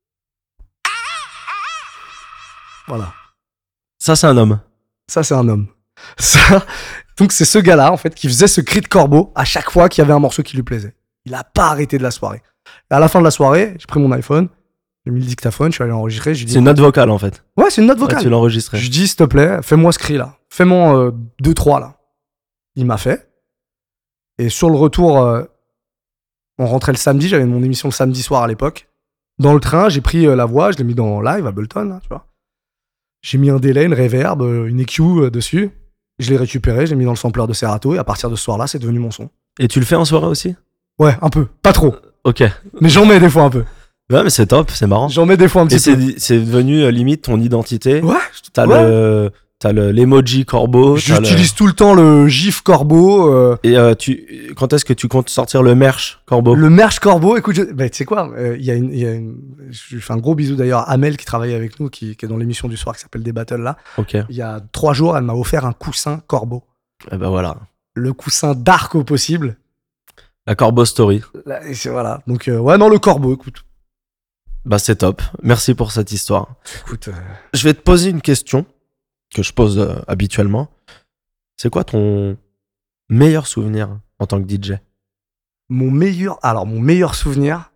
Voilà. Ça, c'est un homme. Ça, c'est un homme. Ça, donc c'est ce gars-là, en fait, qui faisait ce cri de corbeau à chaque fois qu'il y avait un morceau qui lui plaisait. Il a pas arrêté de la soirée. Et à la fin de la soirée, j'ai pris mon iPhone, j'ai mis le dictaphone, je suis allé enregistrer. J'ai dit, C'est une note vocale, en fait. ouais, c'est une note vocale. Ouais, tu l'as enregistré. Je dis, s'il te plaît, fais-moi ce cri-là. Fais-moi euh, deux, trois, là. Il m'a fait. Et sur le retour, euh, on rentrait le samedi, j'avais mon émission le samedi soir à l'époque. Dans le train, j'ai pris euh, la voix, je l'ai mis dans live à Ableton, là, tu vois. J'ai mis un délai, une reverb, euh, une E Q euh, dessus. Je l'ai récupéré, je l'ai mis dans le sampler de Serato, et à partir de ce soir-là, c'est devenu mon son. Et tu le fais en soirée aussi? Ouais, un peu. Pas trop. Ok. Mais j'en mets des fois un peu. Ouais, mais c'est top, c'est marrant. J'en mets des fois un Et petit c'est, peu. c'est devenu euh, limite ton identité. Ouais. T'as ouais. le, t'as le, l'emoji corbeau. t'as J'utilise le... tout le temps le gif corbeau. Euh... Et euh, tu, quand est-ce que tu comptes sortir le merch corbeau? Le merch corbeau, écoute, je... bah, tu sais quoi, il euh, y a une, y a une... je lui fais un gros bisou d'ailleurs à Amel qui travaille avec nous, qui, qui est dans l'émission du soir qui s'appelle Des Battles là. Ok. Il y a trois jours, elle m'a offert un coussin corbeau. Et ben voilà. Le coussin dark au possible. La corbeau story. Là, et c'est, voilà. Donc, euh, ouais, non, le corbeau, écoute. Bah c'est top. Merci pour cette histoire. Écoute. Euh... Je vais te poser une question que je pose euh, habituellement. C'est quoi ton meilleur souvenir en tant que D J? Mon meilleur, alors mon meilleur souvenir.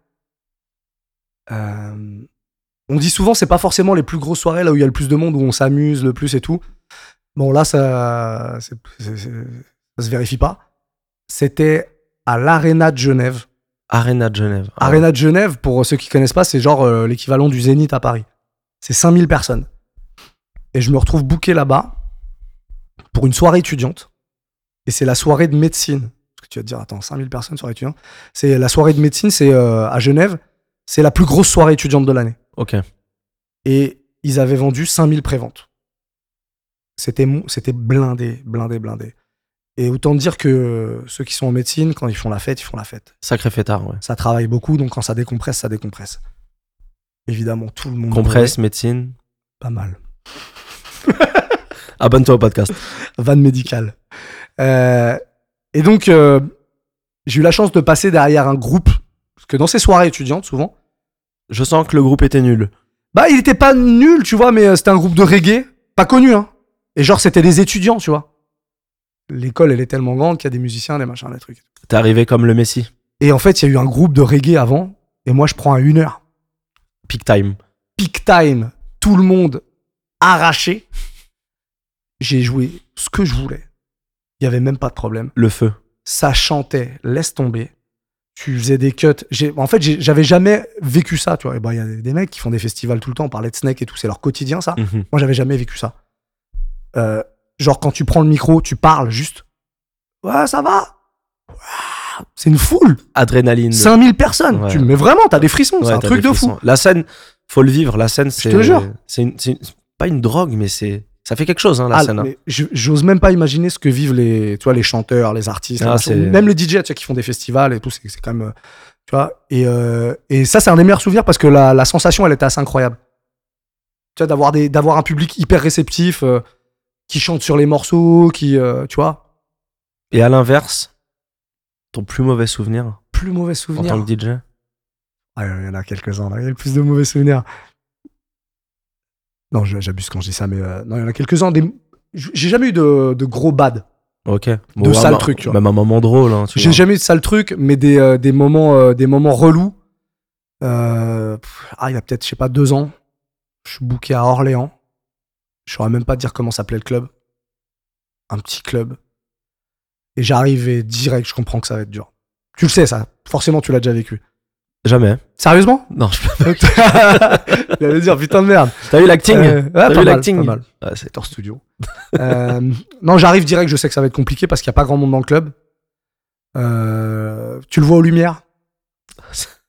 Euh... On dit souvent c'est pas forcément les plus grosses soirées là où il y a le plus de monde, où on s'amuse le plus et tout. Bon là ça, c'est, c'est, c'est, ça se vérifie pas. C'était à l'Arena de Genève. Arena de Genève. Ah Arena ouais. de Genève, pour ceux qui connaissent pas, c'est genre euh, l'équivalent du Zénith à Paris. C'est cinq mille personnes. Et je me retrouve booké là-bas pour une soirée étudiante. Et c'est la soirée de médecine. Parce que tu vas te dire, attends, cinq mille personnes, soirée étudiante. C'est la soirée de médecine, c'est euh, à Genève. C'est la plus grosse soirée étudiante de l'année. Ok. Et ils avaient vendu cinq mille préventes. C'était, c'était blindé, blindé, blindé. Et autant dire que ceux qui sont en médecine, quand ils font la fête, ils font la fête. Sacré fêtard, ouais. Ça travaille beaucoup, donc quand ça décompresse, ça décompresse. Évidemment, tout le monde... Compresse, médecine. Pas mal. Abonne-toi au podcast. Vanne médicale. Euh, et donc, euh, j'ai eu la chance de passer derrière un groupe, parce que dans ces soirées étudiantes, souvent... Je sens que le groupe était nul. Bah, il était pas nul, tu vois, mais c'était un groupe de reggae, pas connu, hein. Et genre, c'était des étudiants, tu vois. L'école, elle est tellement grande qu'il y a des musiciens, des machins, des trucs. T'es arrivé comme le Messi. Et en fait, il y a eu un groupe de reggae avant, et moi, je prends à une heure. Peak time. Peak time, tout le monde arraché. J'ai joué ce que je voulais. Il y avait même pas de problème. Le feu. Ça chantait, laisse tomber. Tu faisais des cuts. J'ai, en fait, j'ai, j'avais jamais vécu ça, tu vois. Et ben, il y a des mecs qui font des festivals tout le temps, on parlait de Snake et tout, c'est leur quotidien, ça. Mm-hmm. Moi, j'avais jamais vécu ça. Euh, genre, quand tu prends le micro, tu parles juste. Ouais, ça va. Ouais, c'est une foule. Adrénaline. cinq mille personnes. Ouais. Tu, mais vraiment, t'as des frissons. Ouais, c'est un truc de frissons. fou. La scène, faut le vivre. La scène, c'est. Je te jure. C'est, une, c'est une, pas une drogue, mais c'est. Ça fait quelque chose, hein, la Ah, scène. Hein. mais je, j'ose même pas imaginer ce que vivent les, tu vois, les chanteurs, les artistes, Ah, les c'est... même les D J, tu vois, qui font des festivals et tout. C'est, c'est quand même, tu vois. Et, euh, et ça, c'est un des meilleurs souvenirs parce que la, la sensation, elle était assez incroyable. Tu vois, d'avoir des, d'avoir un public hyper réceptif, euh, qui chante sur les morceaux, qui, euh, tu vois. Et à l'inverse, ton plus mauvais souvenir Plus mauvais souvenir. en tant que D J? Ah, il y en a quelques-uns. Là. Il y a plus de mauvais souvenirs. Non, j'abuse quand je dis ça, mais euh, non, il y en a quelques-uns. Des... J'ai jamais eu de, de gros bad. Ok. Bon, de sales trucs, tu vois. Même un moment drôle. Hein, tu J'ai vois. jamais eu de sales trucs, mais des, euh, des, moments, euh, des moments relous. Euh, ah, il y a peut-être, je sais pas, deux ans. Je suis booké à Orléans. Je saurais même pas dire comment s'appelait le club. Un petit club. Et j'arrive et direct, je comprends que ça va être dur. Tu le sais, ça. Forcément, tu l'as déjà vécu. Jamais. Sérieusement? Non, je peux pas. J'allais dire, putain de merde. T'as eu l'acting? euh, ouais, T'as pas, vu mal, l'acting pas mal. Ouais, c'est hors studio. euh, non, j'arrive direct, je sais que ça va être compliqué parce qu'il n'y a pas grand monde dans le club. Euh, tu le vois aux lumières?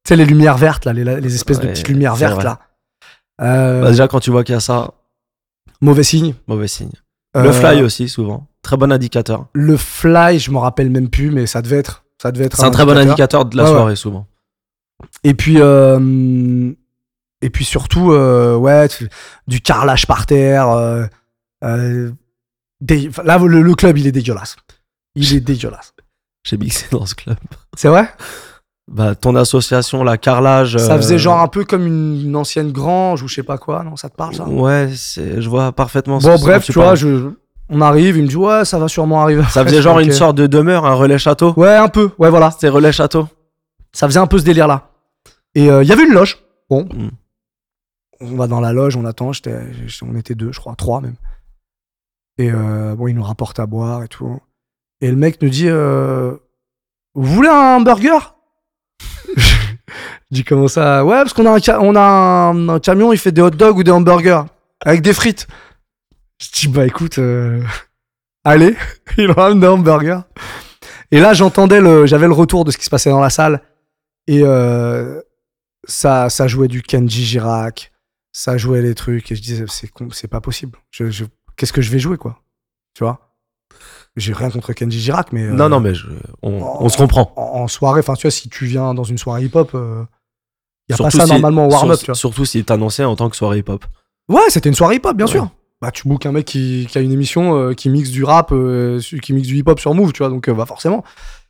sais, les lumières vertes, là, les, les espèces Ouais, de petites lumières c'est vertes, vrai. là. Euh, Bah, déjà, quand tu vois qu'il y a ça, mauvais signe. mauvais signe. Euh, Le fly aussi, souvent. Très bon indicateur. Le fly, je me rappelle même plus, mais ça devait être. Ça devait être C'est un très bon indicateur de la Ouais, ouais. soirée, souvent. Et puis, euh, et puis surtout, euh, ouais, tu- du carrelage par terre. Euh, euh, dé- là, le, le club, il est dégueulasse. Il est dégueulasse. J'ai mixé dans ce club. C'est vrai? Bah, ton association, la carrelage. Ça euh, faisait genre un peu comme une, une ancienne grange ou je sais pas quoi, non? Ça te parle, ça? Ouais, c'est... je vois parfaitement ce Bon, ce bref, dont tu vois, parles. je, on arrive, il me dit, ouais, ça va sûrement arriver. Ça faisait genre Ok. une sorte de demeure, un relais château. Ouais, un peu, ouais, voilà. C'était relais château. Ça faisait un peu ce délire-là. Et il euh, y avait une loge. Bon. Mm. On va dans la loge, on attend. J'étais, on était deux, je crois, trois même. Et euh, bon, il nous rapporte à boire et tout. Et le mec nous dit euh, vous voulez un burger? Je dis comment ça? Ouais, parce qu'on a, un, ca- on a un, un camion, il fait des hot dogs ou des hamburgers avec des frites. Je dis bah écoute, euh, allez, il ramène des hamburgers. Et là, j'entendais le, j'avais le retour de ce qui se passait dans la salle. Et euh, ça, ça jouait du Kenji Girac, ça jouait les trucs. Et je disais, c'est, con- c'est pas possible. Je, je- qu'est-ce que je vais jouer, quoi? Tu vois? J'ai rien contre Kenji Girac, mais. euh, Non, non, mais je- on, en- on se comprend. En, en soirée, enfin, tu vois, si tu viens dans une soirée hip-hop, il y a pas Surtout ça si- normalement au warm-up, sur- tu vois. Surtout si t'annonçais en tant que soirée hip-hop. Ouais, c'était une soirée hip-hop, bien Ouais. sûr. Bah, tu bookes un mec qui, qui a une émission euh, qui mixe du rap, euh, su- qui mixe du hip-hop sur Move, tu vois, donc euh, bah, forcément.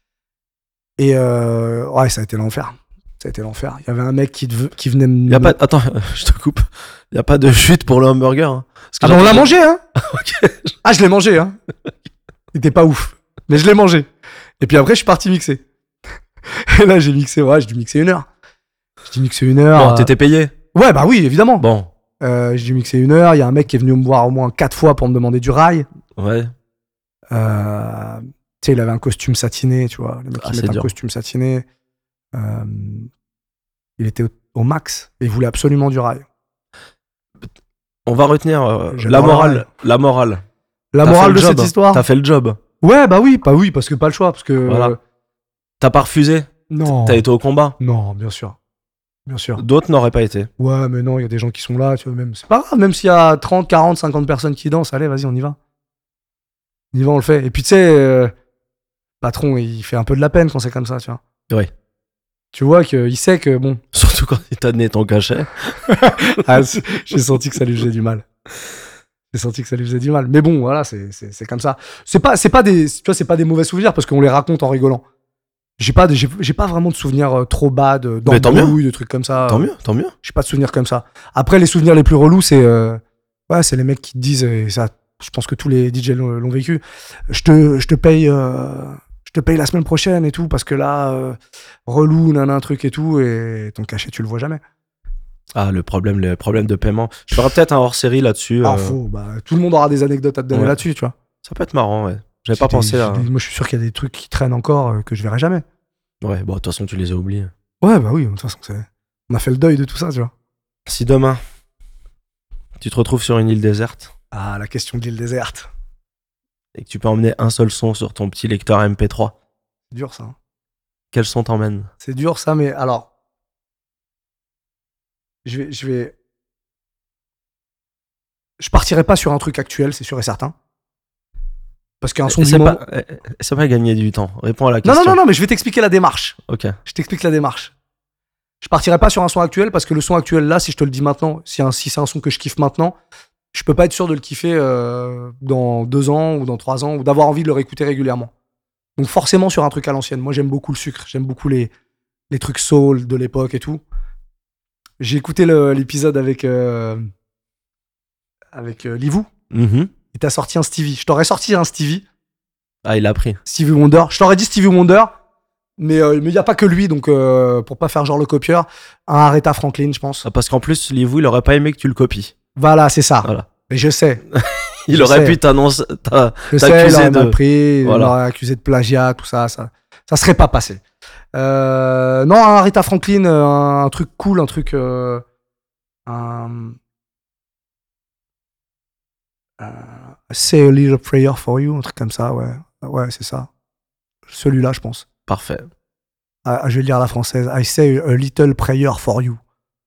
Et euh, ouais, ça a été l'enfer. Ça a été l'enfer. Il y avait un mec qui, dev- qui venait me. Y a pas... Attends, je te coupe. Y a pas de chute pour le hamburger. Hein. Parce que Ah bah on l'a j'entends- mangé, hein. Ok. Ah, je l'ai mangé, hein. Il était pas ouf. Mais je l'ai mangé. Et puis après, je suis parti mixer. Et là, j'ai mixé, ouais, j'ai dû mixer une heure. J'ai dû mixer une heure. Bon, euh, t'étais payé. Ouais, bah oui, évidemment. Bon, Euh, j'ai dû mixer une heure. Il y a un mec qui est venu me voir au moins quatre fois pour me demander du rail. ouais. Euh, tu sais, il avait un costume satiné, tu vois. Le mec Ah, qui c'est met un dur. costume satiné. Euh, il était au, au max et il voulait absolument du rail. On va retenir euh, J'adore la le morale. rail. La morale. La T'as morale fait de le job. cette histoire. T'as fait le job. Ouais, bah oui, bah oui, parce que pas le choix, parce que. Voilà. euh, T'as pas refusé. non. T'as été au combat. Non, bien sûr. Bien sûr. D'autres n'auraient pas été. Ouais, mais non, il y a des gens qui sont là, tu vois, même. C'est pas grave, même s'il y a trente, quarante, cinquante personnes qui dansent, allez, vas-y, on y va. On y va, on le fait. Et puis, tu sais, euh, patron, il fait un peu de la peine quand c'est comme ça, tu vois. Ouais. Tu vois qu'il sait que, bon, Surtout quand il t'a donné ton cachet. ah, c'est- j'ai senti que ça lui faisait du mal. J'ai senti que ça lui faisait du mal. Mais bon, voilà, c'est, c'est, c'est comme ça. C'est pas, c'est pas des, tu vois, c'est pas des mauvais souvenirs parce qu'on les raconte en rigolant. J'ai pas, de- j'ai, j'ai pas vraiment de souvenirs euh, trop bad, euh, Mais tant mieux. d'embrouilles, de trucs comme ça. Tant mieux, tant mieux. J'ai pas de souvenirs comme ça. Après, les souvenirs les plus relous, c'est, euh, ouais, c'est les mecs qui te disent, et ça, je pense que tous les D J l'ont, l'ont vécu. Je te, je te paye, euh, je te paye la semaine prochaine et tout, parce que là, euh, relou, nan, un truc et tout, et ton cachet, tu le vois jamais. Ah, le problème, le problème de paiement. Je ferai peut-être un hors-série là-dessus. Ah, euh, faux, bah, tout le monde aura des anecdotes à te donner Ouais. là-dessus, tu vois. Ça peut être marrant, ouais. J'avais C'est pas des- pensé à. c'est des- Moi, je suis sûr qu'il y a des trucs qui traînent encore euh, que je verrai jamais. Ouais, bon, de toute façon, tu les as oubliés. Ouais, bah oui, de toute façon, c'est... on a fait le deuil de tout ça, tu vois. Si demain, tu te retrouves sur une île déserte Ah, la question de l'île déserte. et que tu peux emmener un seul son sur ton petit lecteur M P trois, C'est dur, ça. hein. quel son t'emmènes? C'est dur, ça, mais alors. Je vais. Je vais. Je partirai pas sur un truc actuel, c'est sûr et certain. Parce qu'un son du C'est moment. pas, euh, c'est pas gagner du temps. Réponds à la Non, question. non, non, non, mais je vais t'expliquer la démarche. Ok. Je t'explique la démarche. Je partirai pas sur un son actuel parce que le son actuel là, si je te le dis maintenant, si, un- si c'est un son que je kiffe maintenant, je peux pas être sûr de le kiffer euh, dans deux ans ou dans trois ans ou d'avoir envie de le réécouter régulièrement. Donc forcément sur un truc à l'ancienne. Moi j'aime beaucoup le sucre, j'aime beaucoup les, les trucs soul de l'époque et tout. J'ai écouté le- l'épisode avec euh, avec euh, Livou Mhm. et t'as sorti un Stevie. Je t'aurais sorti un Stevie, Ah, il a pris. Stevie Wonder. Je t'aurais dit Stevie Wonder. Mais il euh, n'y a pas que lui, donc euh, pour pas faire genre le copieur, un Aretha Franklin, je pense. Ah, parce qu'en plus, Livou, il aurait pas aimé que tu le copies. Voilà, c'est ça. Voilà. Mais je sais. Il Je aurait sais. pu t'annoncer. t'a- Je sais, T'accuser il aurait de- mal pris, Voilà. il aurait accusé de plagiat, tout ça, ça, ça serait pas passé. Euh, non, un Aretha Franklin, euh, un, un truc cool, un truc, euh, un, euh, Say a little prayer for you, un truc comme ça, ouais, ouais, c'est ça. Celui-là, je pense. Parfait. Ah, je vais le dire à la française. I say a little prayer for you.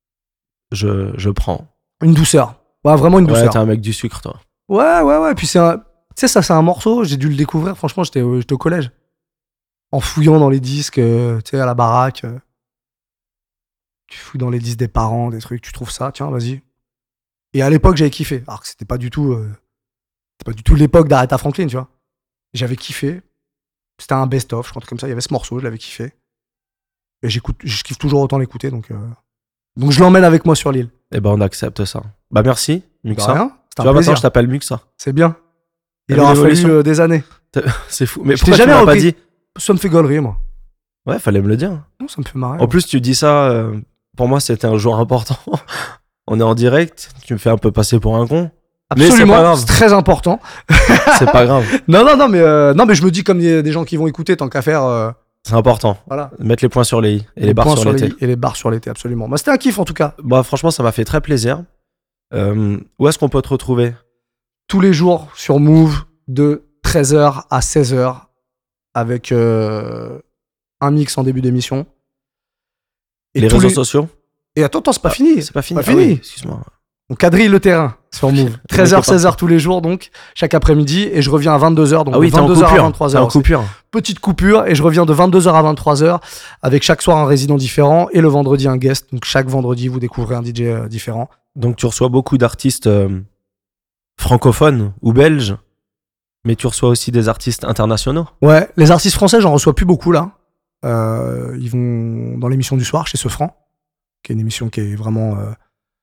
Je, je prends. Une douceur. Ouais, vraiment une douceur. Ouais, t'es un mec du sucre, toi. Ouais, ouais, ouais. Puis c'est un... Tu sais, ça, c'est un morceau. J'ai dû le découvrir. Franchement, j'étais, au- j'étais au collège. En fouillant dans les disques, euh, tu sais, à la baraque. euh, Tu fouilles dans les disques des parents, des trucs. Tu trouves ça, tiens, vas-y. Et à l'époque, j'avais kiffé. Alors que c'était pas du tout... euh, C'était pas du tout l'époque d'Aretha Franklin, tu vois. J'avais kiffé. C'était un best-of, je crois, un truc comme ça. Il y avait ce morceau, je l'avais kiffé. Et j'écoute, je kiffe toujours autant l'écouter, donc... euh, Donc je l'emmène avec moi sur l'île. Eh ben, on accepte ça. Bah, merci, De Muxa. rien, Tu c'était un vois, plaisir. maintenant, je t'appelle Muxa. C'est bien. Il T'as vu aura fallu l'évolution euh, des années. C'est fou. Mais Je pourquoi t'ai tu jamais m'as pas repris. dit? Ça me fait gaulerie, moi. Ouais, fallait me le dire. Non, ça me fait marrer. En plus, tu dis ça, euh, pour moi, c'était un jour important. On est en direct, tu me fais un peu passer pour un con. Mais c'est pas Absolument, grave. c'est très important. C'est pas grave, Non, non, non, mais, euh, non, mais je me dis comme il y a des gens qui vont écouter, tant qu'à faire... euh, c'est important. voilà. Mettre les points sur les i et les barres points sur les les t. i et les barres sur les t, absolument. Bah, c'était un kiff, en tout cas. Bah, franchement, ça m'a fait très plaisir. Euh, où est-ce qu'on peut te retrouver? Tous les jours sur Move, de treize heures à seize heures, avec euh, un mix en début d'émission. Et Les tous réseaux les- sociaux? Et attends, attends, c'est pas Ah, fini. C'est pas fini. Pas Ah fini. oui, excuse-moi. On quadrille le terrain sur Move. treize heures, seize heures tous les jours, donc, chaque après-midi. Et je reviens à vingt-deux heures, donc Ah oui, de t'es en vingt-deux heures à coupure. vingt-trois T'es en heures. coupure. Petite coupure, et je reviens de vingt-deux heures à vingt-trois heures, avec chaque soir un résident différent, et le vendredi un guest. Donc chaque vendredi, vous découvrez un D J euh, différent. Donc, tu reçois beaucoup d'artistes euh, francophones ou belges, mais tu reçois aussi des artistes internationaux. Ouais, les artistes français, j'en reçois plus beaucoup, là. Euh, ils vont dans l'émission du soir, chez Ce Franc, qui est une émission qui est vraiment euh,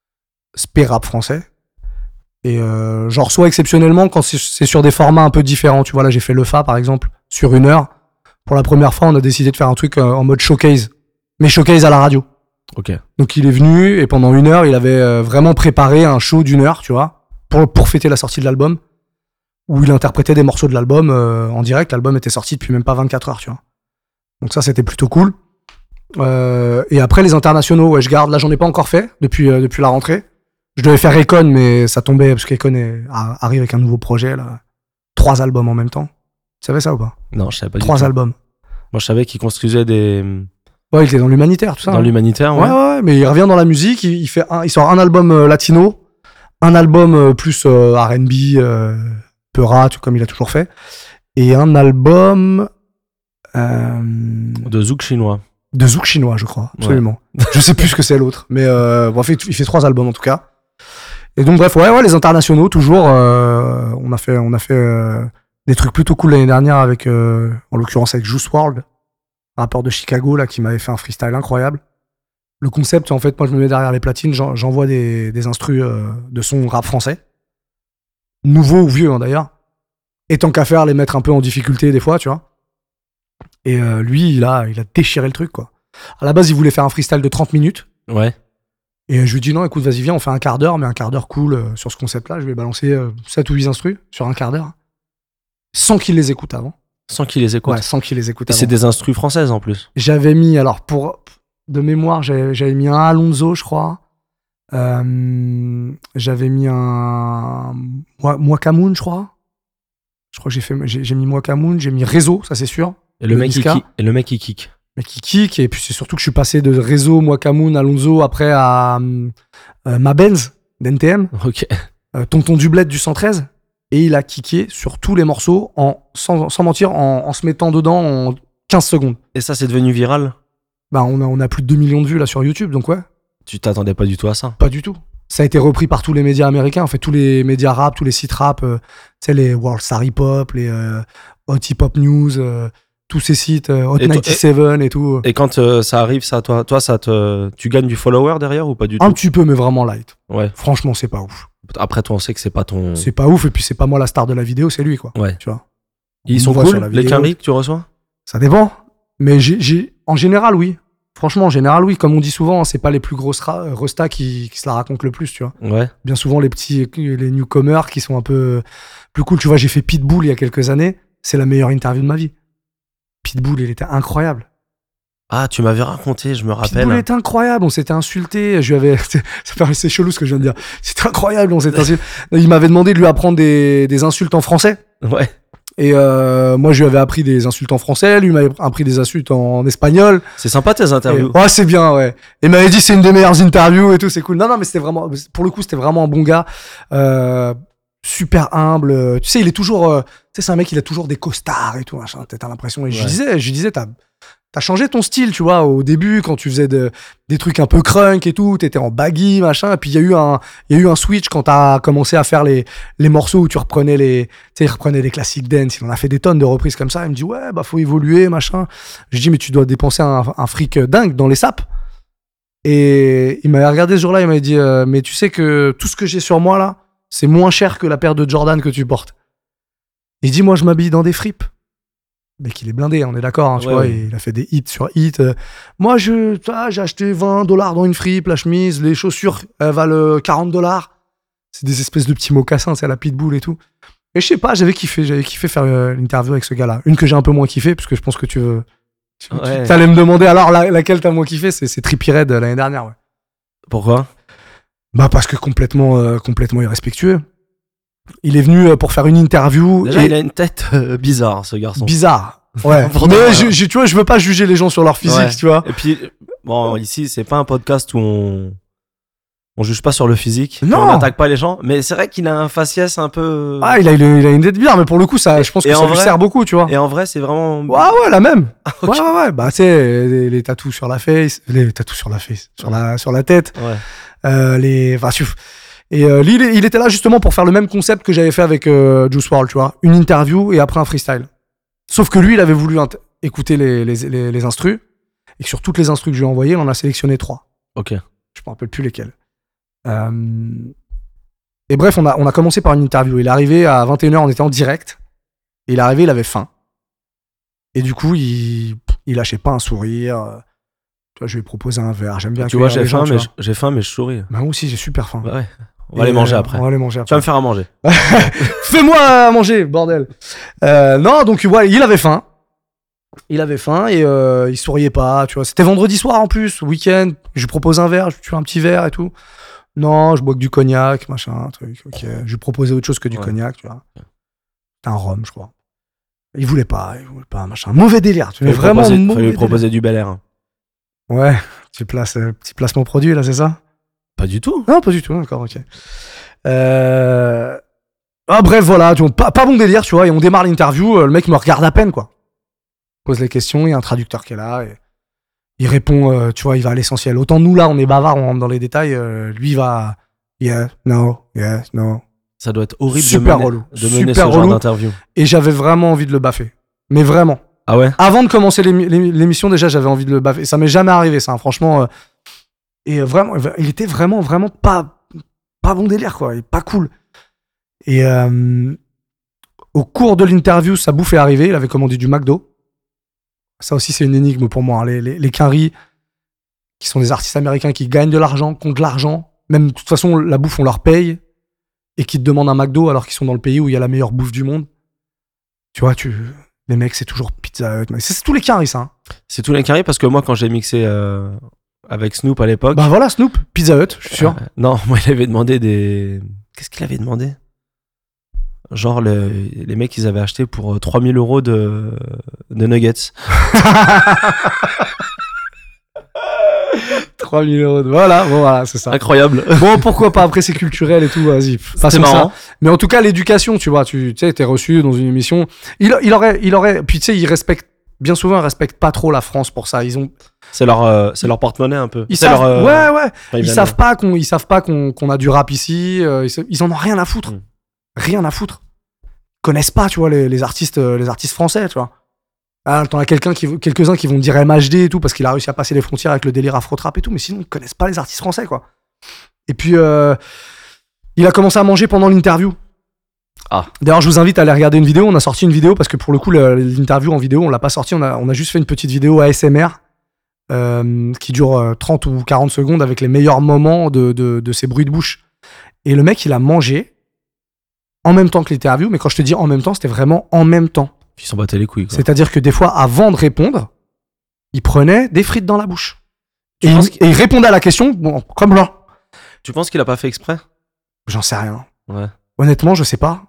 spé rap français. Et euh, j'en reçois exceptionnellement quand c'est, c'est sur des formats un peu différents. Tu vois, là, j'ai fait le F A, par exemple, sur une heure. Pour la première fois, on a décidé de faire un truc euh, en mode showcase. Mais showcase à la radio. Ok. Donc, il est venu, et pendant une heure, il avait euh, vraiment préparé un show d'une heure, tu vois, pour, pour fêter la sortie de l'album, où il interprétait des morceaux de l'album euh, en direct. L'album était sorti depuis même pas vingt-quatre heures, tu vois. Donc ça, c'était plutôt cool. Euh, et après, les internationaux, ouais, je garde. Là, j'en ai pas encore fait depuis, euh, depuis la rentrée. Je devais faire Econ, mais ça tombait parce qu'Econ est- a- arrive avec un nouveau projet, là. Trois albums en même temps. Tu savais ça ou pas? Non, je savais pas du Trois tout. albums. Moi, je savais qu'ils construisaient des... Ouais, il était dans l'humanitaire, tout ça. dans hein. l'humanitaire, Ouais, ouais. ouais, ouais, mais il revient dans la musique. Il, il fait un- il sort un album euh, latino, un album euh, plus euh, R and B, euh, peu rap, comme il a toujours fait, et un album euh, De zouk chinois. de zouk chinois, je crois, absolument. Je sais plus ce que c'est l'autre, mais euh, bon, il, fait, il fait trois albums en tout cas. Et donc bref, ouais, ouais, les internationaux toujours. euh, on a fait, on a fait euh, des trucs plutôt cool l'année dernière avec, euh, en l'occurrence avec Juice world, rappeur de Chicago là, qui m'avait fait un freestyle incroyable. Le concept, en fait, moi je me mets derrière les platines, j'en- j'envoie des, des instrus euh, de son rap français, nouveau ou vieux hein, d'ailleurs. Et tant qu'à faire, les mettre un peu en difficulté des fois, tu vois. Et euh, lui, il a, il a déchiré le truc, quoi. À la base, il voulait faire un freestyle de trente minutes. Ouais. Et je lui dis non, écoute, vas-y, viens, on fait un quart d'heure, mais un quart d'heure cool euh, sur ce concept-là. Je vais balancer euh, sept ou huit instrus sur un quart d'heure. Sans qu'il les écoute avant. Sans qu'ils les écoutent. Ouais, sans qu'il les écoute Et avant. c'est des instrus françaises en plus. J'avais mis, alors pour de mémoire, j'avais, j'avais mis un Alonso, je crois. Euh, j'avais mis un Moi- Mwakamoun, je crois. Je crois que j'ai fait, j'ai, j'ai mis Mwakamoun, j'ai mis Réseau, ça c'est sûr. Et le, Le mec, il Niska. kick. Et le mec, il kick. Mais qui kick. Et puis c'est surtout que je suis passé de Réseau, Mwakamoun, Alonso, après à euh, Mabenz, d'N T M, Ok. euh, Tonton Dublet du cent treize. Et il a kické sur tous les morceaux, en, sans, sans mentir, en, en se mettant dedans en quinze secondes. Et ça, c'est devenu viral? Bah, on a, on a plus de deux millions de vues là sur YouTube, donc ouais. Tu t'attendais pas du tout à ça? Pas du tout. Ça a été repris par tous les médias américains, en fait, tous les médias rap, tous les sites rap, euh, tu sais, les World Star Hip Hop, les euh, Hot Hip Hop News, euh, tous ces sites, euh, Hot Et toi- quatre-vingt-dix-sept et tout. Et quand euh, ça arrive, ça, toi, toi, ça te, tu gagnes du follower derrière ou pas du Un tout? petit peu, mais vraiment light. Ouais. Franchement, c'est pas ouf. Après, toi, on sait que c'est pas ton. C'est pas ouf, et puis c'est pas moi la star de la vidéo, c'est lui, quoi. Ouais. Tu vois. Ils On sont voit cool, sur la les vidéo. quinries que tu reçois? Ça dépend. Mais j'ai, j'ai, en général, oui. Franchement, en général, oui. Comme on dit souvent, hein, c'est pas les plus grosses ra- restas qui, qui se la racontent le plus, tu vois. Ouais. Bien souvent, les petits, les newcomers qui sont un peu plus cool. Tu vois, j'ai fait Pitbull il y a quelques années. C'est la meilleure interview de ma vie. Pitbull, il était incroyable. Ah, tu m'avais raconté, je me rappelle. Pitbull était incroyable. On s'était insulté. Je lui avais, ça paraissait chelou ce que je viens de dire. C'était incroyable. On s'était insulté. Il m'avait demandé de lui apprendre des, des insultes en français. Ouais. Et euh, moi, je lui avais appris des insultes en français, lui m'avait appris des insultes en, en espagnol. C'est sympa tes interviews. Et, ouais, c'est bien, ouais. Et il m'avait dit c'est une des meilleures interviews et tout, c'est cool. Non, non, mais c'était vraiment, pour le coup, c'était vraiment un bon gars, euh, super humble. Tu sais, il est toujours, euh, tu sais, c'est un mec, il a toujours des costards et tout, machin. T'as l'impression. Et ouais. je lui disais, je lui disais, t'as, t'as changé ton style, tu vois, au début quand tu faisais de, des trucs un peu crunk et tout, t'étais en baggy, machin. Et puis il y a eu un, il y a eu un switch quand t'as commencé à faire les, les morceaux où tu reprenais les, tu sais, il reprenait les classiques dance. Il en a fait des tonnes de reprises comme ça. Il me dit ouais, bah faut évoluer, machin. Je dis mais tu dois dépenser un, un fric dingue dans les sapes. Et il m'avait regardé ce jour-là, il m'avait dit euh, mais tu sais que tout ce que j'ai sur moi là, c'est moins cher que la paire de Jordan que tu portes. Il dit moi je m'habille dans des fripes. Mais qu'il est blindé, on est d'accord, hein, tu ouais, vois, ouais. Il a fait des hits sur hits. Euh, moi, je, ah, j'ai acheté vingt dollars dans une fripe, la chemise, les chaussures, elles valent quarante dollars. C'est des espèces de petits mocassins, c'est à la Pitbull et tout. Et je sais pas, j'avais kiffé, j'avais kiffé faire euh, l'interview avec ce gars-là. Une que j'ai un peu moins kiffé, parce que je pense que tu veux. Tu, ouais. tu allais me demander alors la, laquelle t'as moins kiffé, c'est, c'est Trippie Redd l'année dernière, ouais. Pourquoi ? Bah, parce que complètement, euh, complètement irrespectueux. Il est venu pour faire une interview. Déjà, et... il a une tête euh, bizarre, ce garçon. Bizarre. Ouais. Mais je, je, tu vois, je veux pas juger les gens sur leur physique, ouais. tu vois. Et puis, bon, ici, c'est pas un podcast où on, on juge pas sur le physique. Non. On n'attaque pas les gens. Mais c'est vrai qu'il a un faciès un peu. Ah, il a, il a, il a une tête bizarre, mais pour le coup, ça, je pense et que ça vrai, lui sert beaucoup, tu vois. Et en vrai, c'est vraiment. Ouais, ouais, la même. okay. Ouais, ouais, ouais. Bah, tu sais, les, les tatous sur la face, les tatous sur la face, sur la, sur la tête. Ouais. Euh, les, enfin, tu Et euh, lui, il était là justement pour faire le même concept que j'avais fait avec euh, Juice world, tu vois. Une interview et après un freestyle. Sauf que lui, il avait voulu int- écouter les, les, les, les instrus. Et que sur toutes les instrus que je lui ai envoyées, il en a sélectionné trois. Ok. Je me rappelle plus lesquels. Euh... Et bref, on a, on a commencé par une interview. Il est arrivé à vingt et une heures, on était en direct. Et il est arrivé, il avait faim. Et du coup, il, il lâchait pas un sourire. Tu vois, je lui ai proposé un verre. J'aime bien. Tu vois, j'ai faim, mais je, j'ai faim, mais je souris. Bah, moi aussi, j'ai super faim. Bah ouais. On va aller manger après. On va aller manger après. Tu vas me faire à manger. Fais-moi à manger, bordel. Euh, non, donc ouais, il avait faim. Il avait faim et euh, il souriait pas, tu vois. C'était vendredi soir en plus, week-end. Je lui propose un verre, je lui tue un petit verre et tout. Non, je bois que du cognac, machin, un truc. Ok. Je lui proposais autre chose que du ouais. cognac, tu vois. C'était un rhum, je crois. Il voulait pas, il voulait pas, machin. Mauvais délire, tu vois. Vraiment proposer, mauvais. Fallait lui proposer du Bel Air. Ouais, tu places euh, petit placement produit là, c'est ça? Pas du tout. Non, pas du tout, d'accord, ok. Euh... Ah, bref, voilà, tu vois, pas, pas bon délire, tu vois, et on démarre l'interview, euh, le mec me regarde à peine, quoi. Pose les questions, il y a un traducteur qui est là, et il répond, euh, tu vois, il va à l'essentiel. Autant nous, là, on est bavard, on rentre dans les détails, euh, lui, il va, yeah, no, yeah, no. Ça doit être horrible super de mener, relou. de mener super ce genre relou. d'interview. Et j'avais vraiment envie de le baffer. Mais vraiment. Ah ouais? Avant de commencer l'émi- l'émission, déjà, j'avais envie de le baffer. Ça m'est jamais arrivé, ça, hein, franchement. Euh, et vraiment, il était vraiment, vraiment pas, pas bon délire, quoi. Il est pas cool. Et euh, au cours de l'interview, sa bouffe est arrivée. Il avait commandé du McDo. Ça aussi, c'est une énigme pour moi. Hein. Les, les, les Quinry, qui sont des artistes américains qui gagnent de l'argent, qui ont de l'argent. Même, de toute façon, la bouffe, on leur paye. Et qui te demandent un McDo alors qu'ils sont dans le pays où il y a la meilleure bouffe du monde. Tu vois, tu... les mecs, c'est toujours Pizza Hut. C'est, c'est tous les Quinry, ça. Hein. C'est tous les Quinry parce que moi, quand j'ai mixé euh, avec Snoop à l'époque... Bah voilà, Snoop, Pizza Hut, je suis sûr. Euh, non, moi, il avait demandé des... Qu'est-ce qu'il avait demandé? Genre, le... les mecs, ils avaient acheté pour trois mille euros de, de nuggets. trois mille euros de... Voilà, bon, voilà, c'est ça. Incroyable. Bon, pourquoi pas, après c'est culturel et tout, vas-y. C'est marrant. Ça. Mais en tout cas, l'éducation, tu vois, tu sais, t'es reçu dans une émission. Il, il aurait, il aurait, puis tu sais, ils respectent, bien souvent, ils respectent pas trop la France pour ça. Ils ont... C'est leur, euh, c'est leur porte-monnaie un peu. Ils c'est savent, leur, euh... ouais, ouais. Enfin, ils, ils savent pas qu'on, ils savent pas qu'on, qu'on a du rap ici. Euh, ils, ils en ont rien à foutre. Mm. Rien à foutre. Ils connaissent pas, tu vois, les, les artistes, les artistes français, tu vois. Ah, t'en as quelqu'un qui, quelques-uns qui vont dire M H D et tout parce qu'il a réussi à passer les frontières avec le délire afro-trap et tout, mais sinon ils connaissent pas les artistes français, quoi. Et puis euh, il a commencé à manger pendant l'interview. Ah. D'ailleurs, je vous invite à aller regarder une vidéo. On a sorti une vidéo parce que pour le coup, le, l'interview en vidéo, on l'a pas sorti. On a, on a juste fait une petite vidéo A S M R euh, qui dure euh, trente ou quarante secondes avec les meilleurs moments de, de, de ses bruits de bouche. Et le mec, il a mangé en même temps que l'interview, mais quand je te dis en même temps, c'était vraiment en même temps. Ils s'en battaient les couilles, quoi. C'est-à-dire que des fois, avant de répondre, il prenait des frites dans la bouche. Et il, et il répondait à la question, bon, comme là. Tu penses qu'il a pas fait exprès? J'en sais rien. Ouais. Honnêtement, je sais pas.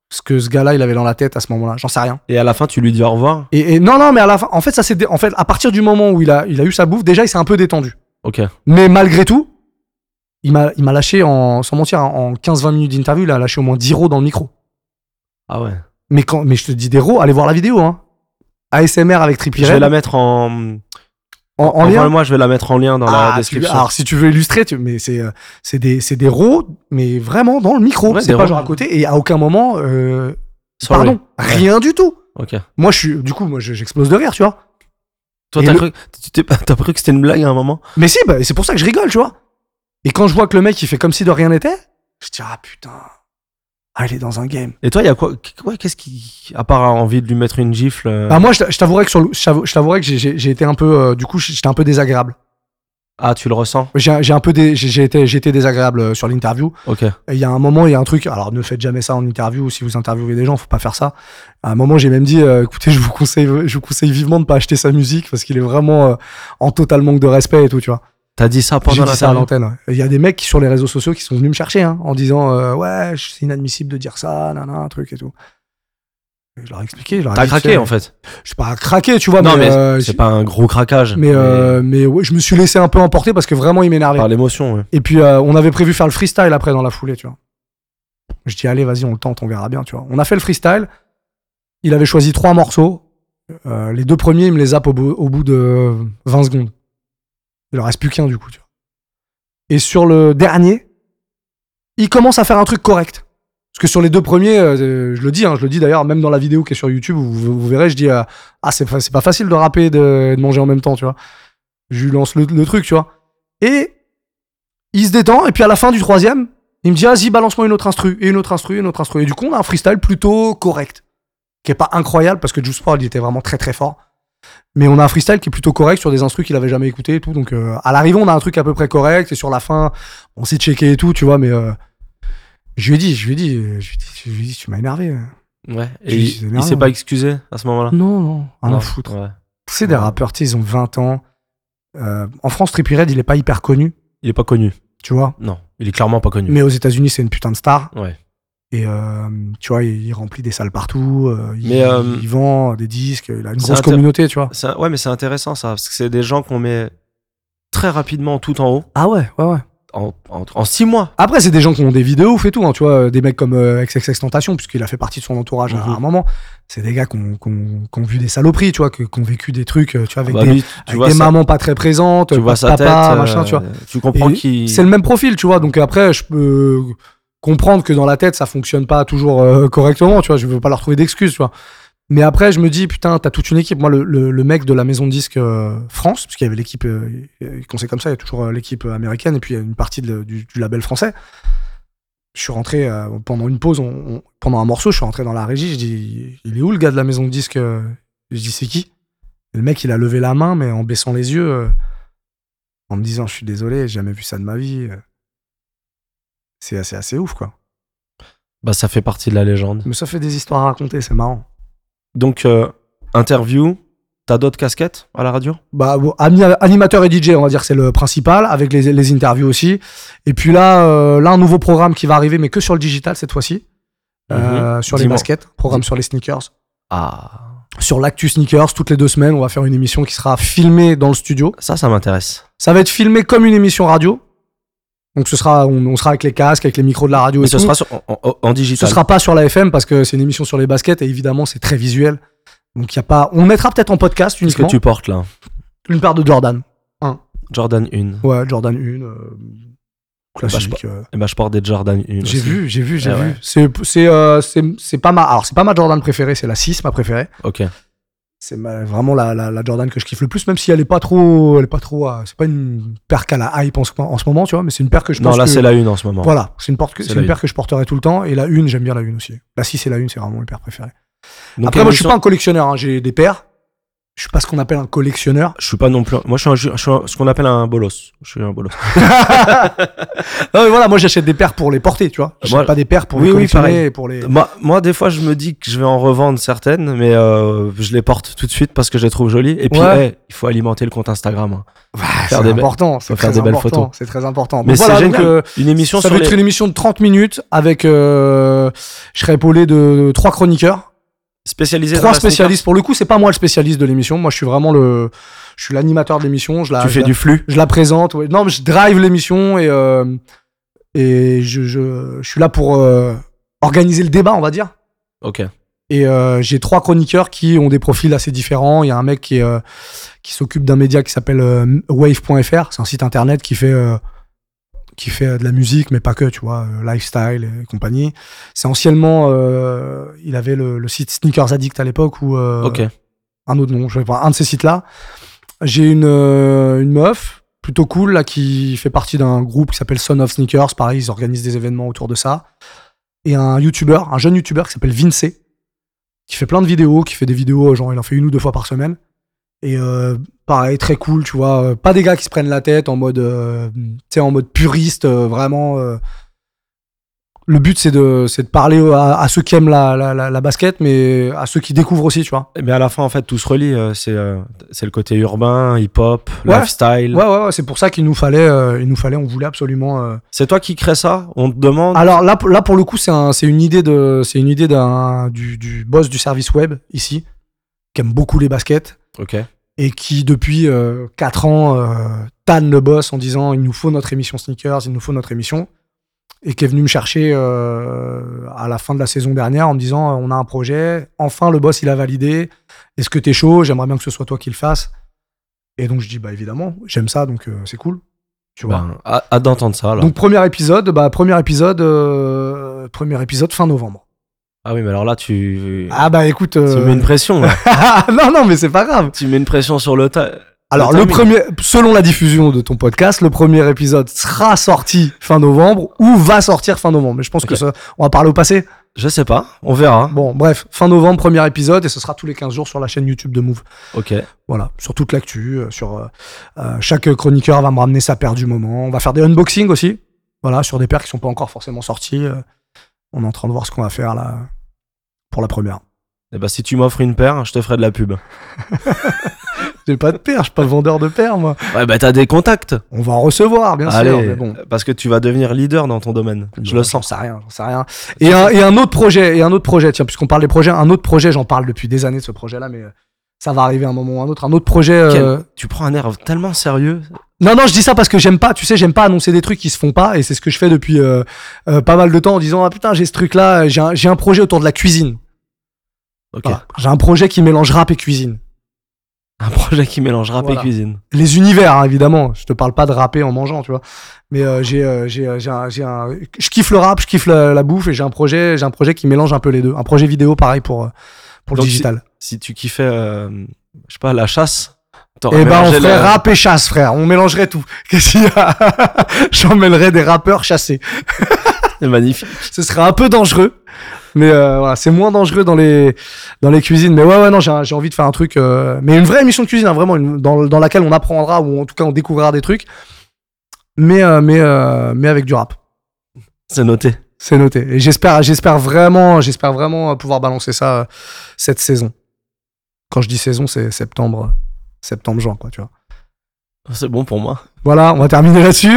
ce que ce gars-là il avait dans la tête à ce moment-là. J'en sais rien. Et à la fin, tu lui dis au revoir. Et, et non, non, mais à la fin, en fait, ça c'est, dé... en fait, à partir du moment où il a, il a eu sa bouffe, déjà il s'est un peu détendu. Ok. Mais malgré tout, il m'a, il m'a lâché en, sans mentir, en quinze vingt minutes d'interview, il a lâché au moins dix rows dans le micro. Ah ouais. Mais quand, mais je te dis des rows, allez voir la vidéo, hein. A S M R avec Trippie Redd. Je vais la mettre en. En, en lien. Moi, je vais la mettre en lien dans ah, la description. Tu, alors, si tu veux illustrer, tu, mais c'est, euh, c'est des, c'est des rows, mais vraiment dans le micro. Ouais, c'est pas rows. genre à côté. Et à aucun moment, euh, Sorry. pardon, ouais. rien du tout. Ok. Moi, je suis, du coup, moi, j'explose de rire, tu vois. Toi, Et t'as, le... cru, t'as, t'as cru que c'était une blague à un moment? Mais si, bah, c'est pour ça que je rigole, tu vois. Et quand je vois que le mec, il fait comme si de rien n'était, je dis, ah putain, ah, il est dans un game. Et toi, il y a quoi? Ouais, qu'est-ce qui. À part envie de lui mettre une gifle. Euh... Bah, moi, je t'avouerais que, sur le, je t'avouerais que j'ai, j'ai, j'ai été un peu, euh, du coup, j'étais un peu désagréable. Ah, tu le ressens? J'ai, j'ai un peu dé, j'ai, j'ai, été, j'ai été désagréable sur l'interview. Ok. Il y a un moment, il y a un truc. Alors, ne faites jamais ça en interview. Si vous interviewez des gens, faut pas faire ça. À un moment, j'ai même dit, euh, écoutez, je vous conseille, je vous conseille vivement de pas acheter sa musique parce qu'il est vraiment euh, en total manque de respect et tout, tu vois. T'as dit ça pendant J'ai la dit ça à l'antenne. Ouais. Il y a des mecs qui, sur les réseaux sociaux qui sont venus me chercher hein, en disant, euh, ouais, c'est inadmissible de dire ça, nana, un truc et tout. Et je leur ai expliqué. Je leur ai T'as dit, craqué tu sais, en fait. Je suis pas craqué, tu vois. Non, mais, mais, mais euh, c'est pas un gros craquage. Mais, mais... Euh, mais ouais, je me suis laissé un peu emporter parce que vraiment, il m'énervait. Par l'émotion, ouais. Et puis, euh, on avait prévu faire le freestyle après dans la foulée, tu vois. Je dis, allez, vas-y, on le tente, on verra bien, tu vois. On a fait le freestyle. Il avait choisi trois morceaux. Euh, les deux premiers, il me les zappe au bout, au bout de vingt secondes. Il en reste plus qu'un, du coup, tu vois. Et sur le dernier, il commence à faire un truc correct. Parce que sur les deux premiers, euh, je le dis, hein, je le dis d'ailleurs, même dans la vidéo qui est sur YouTube, vous, vous verrez, je dis, euh, ah, c'est, c'est pas facile de rapper et de, de manger en même temps, tu vois. Je lui lance le, le truc, tu vois. Et il se détend, et puis à la fin du troisième, il me dit, vas-y, balance-moi une autre instru, et une autre instru, et une autre instru. Et du coup, on a un freestyle plutôt correct, qui est pas incroyable, parce que Juice world, il était vraiment très très fort. Mais on a un freestyle qui est plutôt correct sur des instrus qu'il avait jamais écouté et tout. Donc, euh, à l'arrivée, on a un truc à peu près correct, et sur la fin, on s'est checké et tout, tu vois, mais, euh, je lui ai dit, je lui ai dit, je lui ai dit, je lui ai dit, tu m'as énervé. Ouais. Et Je lui ai dit, il, c'est il s'est pas excusé à ce moment-là? Non, non, rien Non. à foutre. Ouais. C'est des rappeurs, tu sais, ils ont vingt ans. Euh, en France, Trippie Redd, il est pas hyper connu, Il est pas connu. tu vois. Non, il est clairement pas connu. Mais aux États-Unis, c'est une putain de star. Ouais. Et euh, tu vois, il, il remplit des salles partout. Euh, il, Mais, euh, il vend des disques. Il a une c'est grosse intér- communauté, tu vois. C'est, ouais, mais c'est intéressant ça, parce que c'est des gens qu'on met très rapidement tout en haut, Ah ouais, ouais, ouais. en, en, en six mois. Après, c'est des gens qui ont des vidéos ouf et tout, hein, tu vois, des mecs comme euh, X X X Tentation, puisqu'il a fait partie de son entourage Mhm. à un moment. C'est des gars qui ont, qui ont- qui ont vu des saloperies, tu vois, qui, qui ont vécu des trucs, euh, tu vois, avec Bah, des, lui, tu avec vois des sa- mamans pas très présentes, tu pas vois de sa papa, tête, machin, euh, tu vois. tu comprends Et qu'il. C'est le même profil, tu vois. Donc après, je peux comprendre que dans la tête, ça fonctionne pas toujours euh, correctement, tu vois. Je veux pas leur trouver d'excuses, tu vois. Mais après, je me dis, putain, t'as toute une équipe. Moi, le, le, le mec de la maison de disques euh, France, parce qu'il y avait l'équipe, euh, quand c'est comme ça, il y a toujours euh, l'équipe américaine et puis il y a une partie de, du, du label français. Je suis rentré euh, pendant une pause, on, on- pendant un morceau, je suis rentré dans la régie, je dis, il est où le gars de la maison de disques euh Je dis, c'est qui? Et le mec, il a levé la main, mais en baissant les yeux, euh, en me disant, je suis désolé, j'ai jamais vu ça de ma vie. euh. C'est assez, assez ouf, quoi. Bah, ça fait partie de la légende. Mais ça fait des histoires à raconter, c'est marrant. Donc, euh, interview, t'as d'autres casquettes à la radio? Bah, bon, ami- animateur et D J, on va dire que c'est le principal, avec les, les interviews aussi. Et puis là, euh, là, un nouveau programme qui va arriver, mais que sur le digital cette fois-ci. Euh, Mhm. sur les Dis-moi. baskets, programme Dis- sur les sneakers. Ah. Sur l'actu sneakers, toutes les deux semaines, on va faire une émission qui sera filmée dans le studio. Ça, ça m'intéresse. Ça va être filmé comme une émission radio. Donc ce sera, on, on sera avec les casques, avec les micros de la radio Mais et ce tout. sera sur- en, en- en Ce digital. sera pas sur la F M parce que c'est une émission sur les baskets et évidemment c'est très visuel. Donc il y a pas, on mettra peut-être en podcast Qu'est-ce que uniquement tu portes là? une paire de Jordan. Jordan un. Ouais, Jordan un, euh, classique. Bah, je, euh. eh ben, je porte des Jordan un. J'ai aussi. vu, j'ai vu, j'ai Ah vu. ouais. C'est, c'est, euh, c'est, c'est pas ma, alors c'est pas ma Jordan préférée, c'est la six, ma préférée. Ok. C'est ma- vraiment la, la, la Jordan que je kiffe le plus, même si elle est pas trop, elle est pas trop, euh, c'est pas une paire qu'à la hype en ce, en ce moment, tu vois, mais c'est une paire que je Non, pense là, que, c'est la une en ce moment. voilà, c'est une, porte que, C'est c'est la une une. paire que je porterai tout le temps, et la une, j'aime bien la une aussi. La six et la une, c'est vraiment mes paires préférées. Donc, Après, moi, je suis émission- pas un collectionneur, hein, j'ai des paires. Je suis pas ce qu'on appelle un collectionneur. Je suis pas non plus. Moi, je suis, un, je suis un, ce qu'on appelle un bolos. Je suis un bolos. Non, mais voilà, moi j'achète des paires pour les porter, tu vois. J'achète Moi, pas des paires pour oui, les oui, collectionner pareil. et pour les. Moi, moi, des fois, je me dis que je vais en revendre certaines, mais euh, je les porte tout de suite parce que je les trouve jolies. Et puis, Ouais. hey, il faut alimenter le compte Instagram. Hein. Bah, faire c'est des be- important, c'est faut faire très des belles important, photos. c'est très important. Mais Donc c'est voilà, génial. donc, euh, Une émission ça sur va être les... une émission de trente minutes avec, euh, je serai épaulé de trois chroniqueurs, spécialisée dans trois la sneaker. spécialistes. Pour le coup, c'est pas moi le spécialiste de l'émission. Moi, je suis vraiment le, je suis l'animateur de l'émission. Je la, Tu je fais la- du flux. je la présente. Ouais. Non, mais je drive l'émission et euh, et je, je, je suis là pour euh, organiser le débat, on va dire. Ok. Et euh, j'ai trois chroniqueurs qui ont des profils assez différents. Il y a un mec qui, est, euh, qui s'occupe d'un média qui s'appelle euh, wave point f r. C'est un site internet qui fait, euh, qui fait euh, de la musique, mais pas que, tu vois, euh, lifestyle et compagnie. C'est anciennement, euh, il avait le, le site Sneakers Addict à l'époque, ou euh, Ok. un autre nom, je sais pas, un de ces sites-là. J'ai une, euh, une meuf plutôt cool là, qui fait partie d'un groupe qui s'appelle Son of Sneakers. Pareil, ils organisent des événements autour de ça. Et un YouTuber, un jeune YouTuber qui s'appelle Vince, qui fait plein de vidéos, qui fait des vidéos, genre il en fait une ou deux fois par semaine. Et euh, pareil, très cool, tu vois. euh, Pas des gars qui se prennent la tête en mode, euh, tu sais, en mode puriste, euh, vraiment. euh. Le but, c'est de, c'est de parler à, à ceux qui aiment la, la, la, la basket, mais à ceux qui découvrent aussi, tu vois. Mais à la fin, en fait, tout se relie. euh, C'est euh, c'est le côté urbain, hip-hop, Ouais. lifestyle. Ouais, ouais, ouais, c'est pour ça qu'il nous fallait, euh, il nous fallait, on voulait absolument. euh, C'est toi qui crée ça? On te demande? Alors là, pour- là pour le coup, c'est un, c'est une idée de, c'est une idée d'un du, du boss du service web ici, qui aime beaucoup les baskets Ok. et qui depuis euh, quatre ans euh, tanne le boss en disant il nous faut notre émission sneakers, il nous faut notre émission, et qui est venu me chercher euh, à la fin de la saison dernière en me disant on a un projet, enfin le boss il a validé, est-ce que t'es chaud, j'aimerais bien que ce soit toi qui le fasses. Et donc je dis bah évidemment, j'aime ça donc euh, c'est cool, tu vois. Ben, hâte hâte d'entendre ça, alors. Donc premier épisode, bah premier épisode, euh, premier épisode fin novembre. Ah oui, mais alors là, tu... Ah bah écoute, Tu euh... mets une pression, là. non non mais c'est pas grave. Tu mets une pression sur le tas. Alors le premier, selon la diffusion de ton podcast, le premier épisode sera sorti fin novembre ou va sortir fin novembre. Mais je pense Ok. que ça, on va parler au passé. Je sais pas, on verra. Bon bref, fin novembre premier épisode et ce sera tous les quinze jours sur la chaîne YouTube de Move. Ok. Voilà, sur toute l'actu, euh, sur euh, euh, chaque chroniqueur va me ramener sa paire du moment. On va faire des unboxings aussi. Voilà, sur des paires qui sont pas encore forcément sorties. euh, on est en train de voir ce qu'on va faire là pour la première. Et bah, si tu m'offres une paire, je te ferai de la pub. J'ai pas de paire, je suis pas vendeur de paires moi. Ouais, bah, t'as des contacts. On va en recevoir bien Allez, sûr, mais bon. parce que tu vas devenir leader dans ton domaine. Je le J'en sens. sais rien, j'en sais rien. Et un, et un autre projet, et un autre projet, tiens, puisqu'on parle des projets, un autre projet, j'en parle depuis des années de ce projet-là, mais euh, ça va arriver à un moment ou un autre. Un autre projet. euh, Quel- Tu prends un air tellement sérieux. Non, non, je dis ça parce que j'aime pas, tu sais, j'aime pas annoncer des trucs qui se font pas, et c'est ce que je fais depuis euh, euh, pas mal de temps en disant ah putain j'ai ce truc-là, j'ai un, j'ai un projet autour de la cuisine. Ok. Voilà. J'ai un projet qui mélange rap et cuisine. Un projet qui mélange rap Voilà. et cuisine. Les univers, hein, évidemment. Je te parle pas de rapper en mangeant, tu vois. Mais euh, j'ai, euh, j'ai, euh, j'ai, un, j'ai un, je kiffe le rap, je kiffe la, la bouffe, et j'ai un projet, j'ai un projet qui mélange un peu les deux. Un projet vidéo, pareil pour euh, pour le Donc, digital. Si tu kiffais, euh, je sais pas, la chasse. Eh ben, on mélanger ferait le- rap et chasse, frère. On mélangerait tout. Qu'est-ce qu'il y a? J'en mêlerais des rappeurs chassés. C'est magnifique. Ce serait un peu dangereux. Mais euh, voilà, c'est moins dangereux dans les, dans les cuisines. Mais ouais, ouais, non, j'ai, j'ai envie de faire un truc. Euh, mais une vraie émission de cuisine, hein, vraiment, une, dans, dans laquelle on apprendra, ou en tout cas on découvrira des trucs. Mais, euh, mais, euh, mais avec du rap. C'est noté. C'est noté. Et j'espère, j'espère vraiment, j'espère vraiment pouvoir balancer ça euh, cette saison. Quand je dis saison, c'est septembre, septembre, juin, quoi, tu vois. C'est bon pour moi. Voilà, on va terminer là-dessus.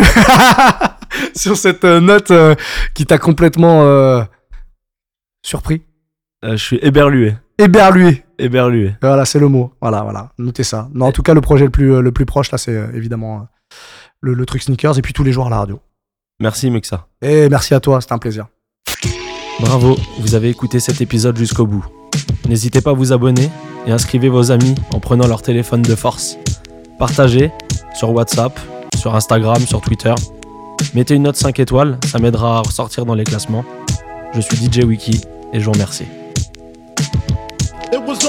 Sur cette euh, note euh, qui t'a complètement euh, surpris. Euh, je suis éberlué. Éberlué. Éberlué. Voilà, c'est le mot. Voilà, voilà. Notez ça. Non, en tout cas, le projet le plus, euh, le plus proche, là, c'est euh, évidemment euh, le, le truc sneakers et puis tous les jours à la radio. Merci, Mixa. Et merci à toi, c'était un plaisir. Bravo, vous avez écouté cet épisode jusqu'au bout. N'hésitez pas à vous abonner et inscrivez vos amis en prenant leur téléphone de force. Partagez sur WhatsApp, sur Instagram, sur Twitter. Mettez une note cinq étoiles, ça m'aidera à ressortir dans les classements. Je suis D J Wiki et je vous remercie. It was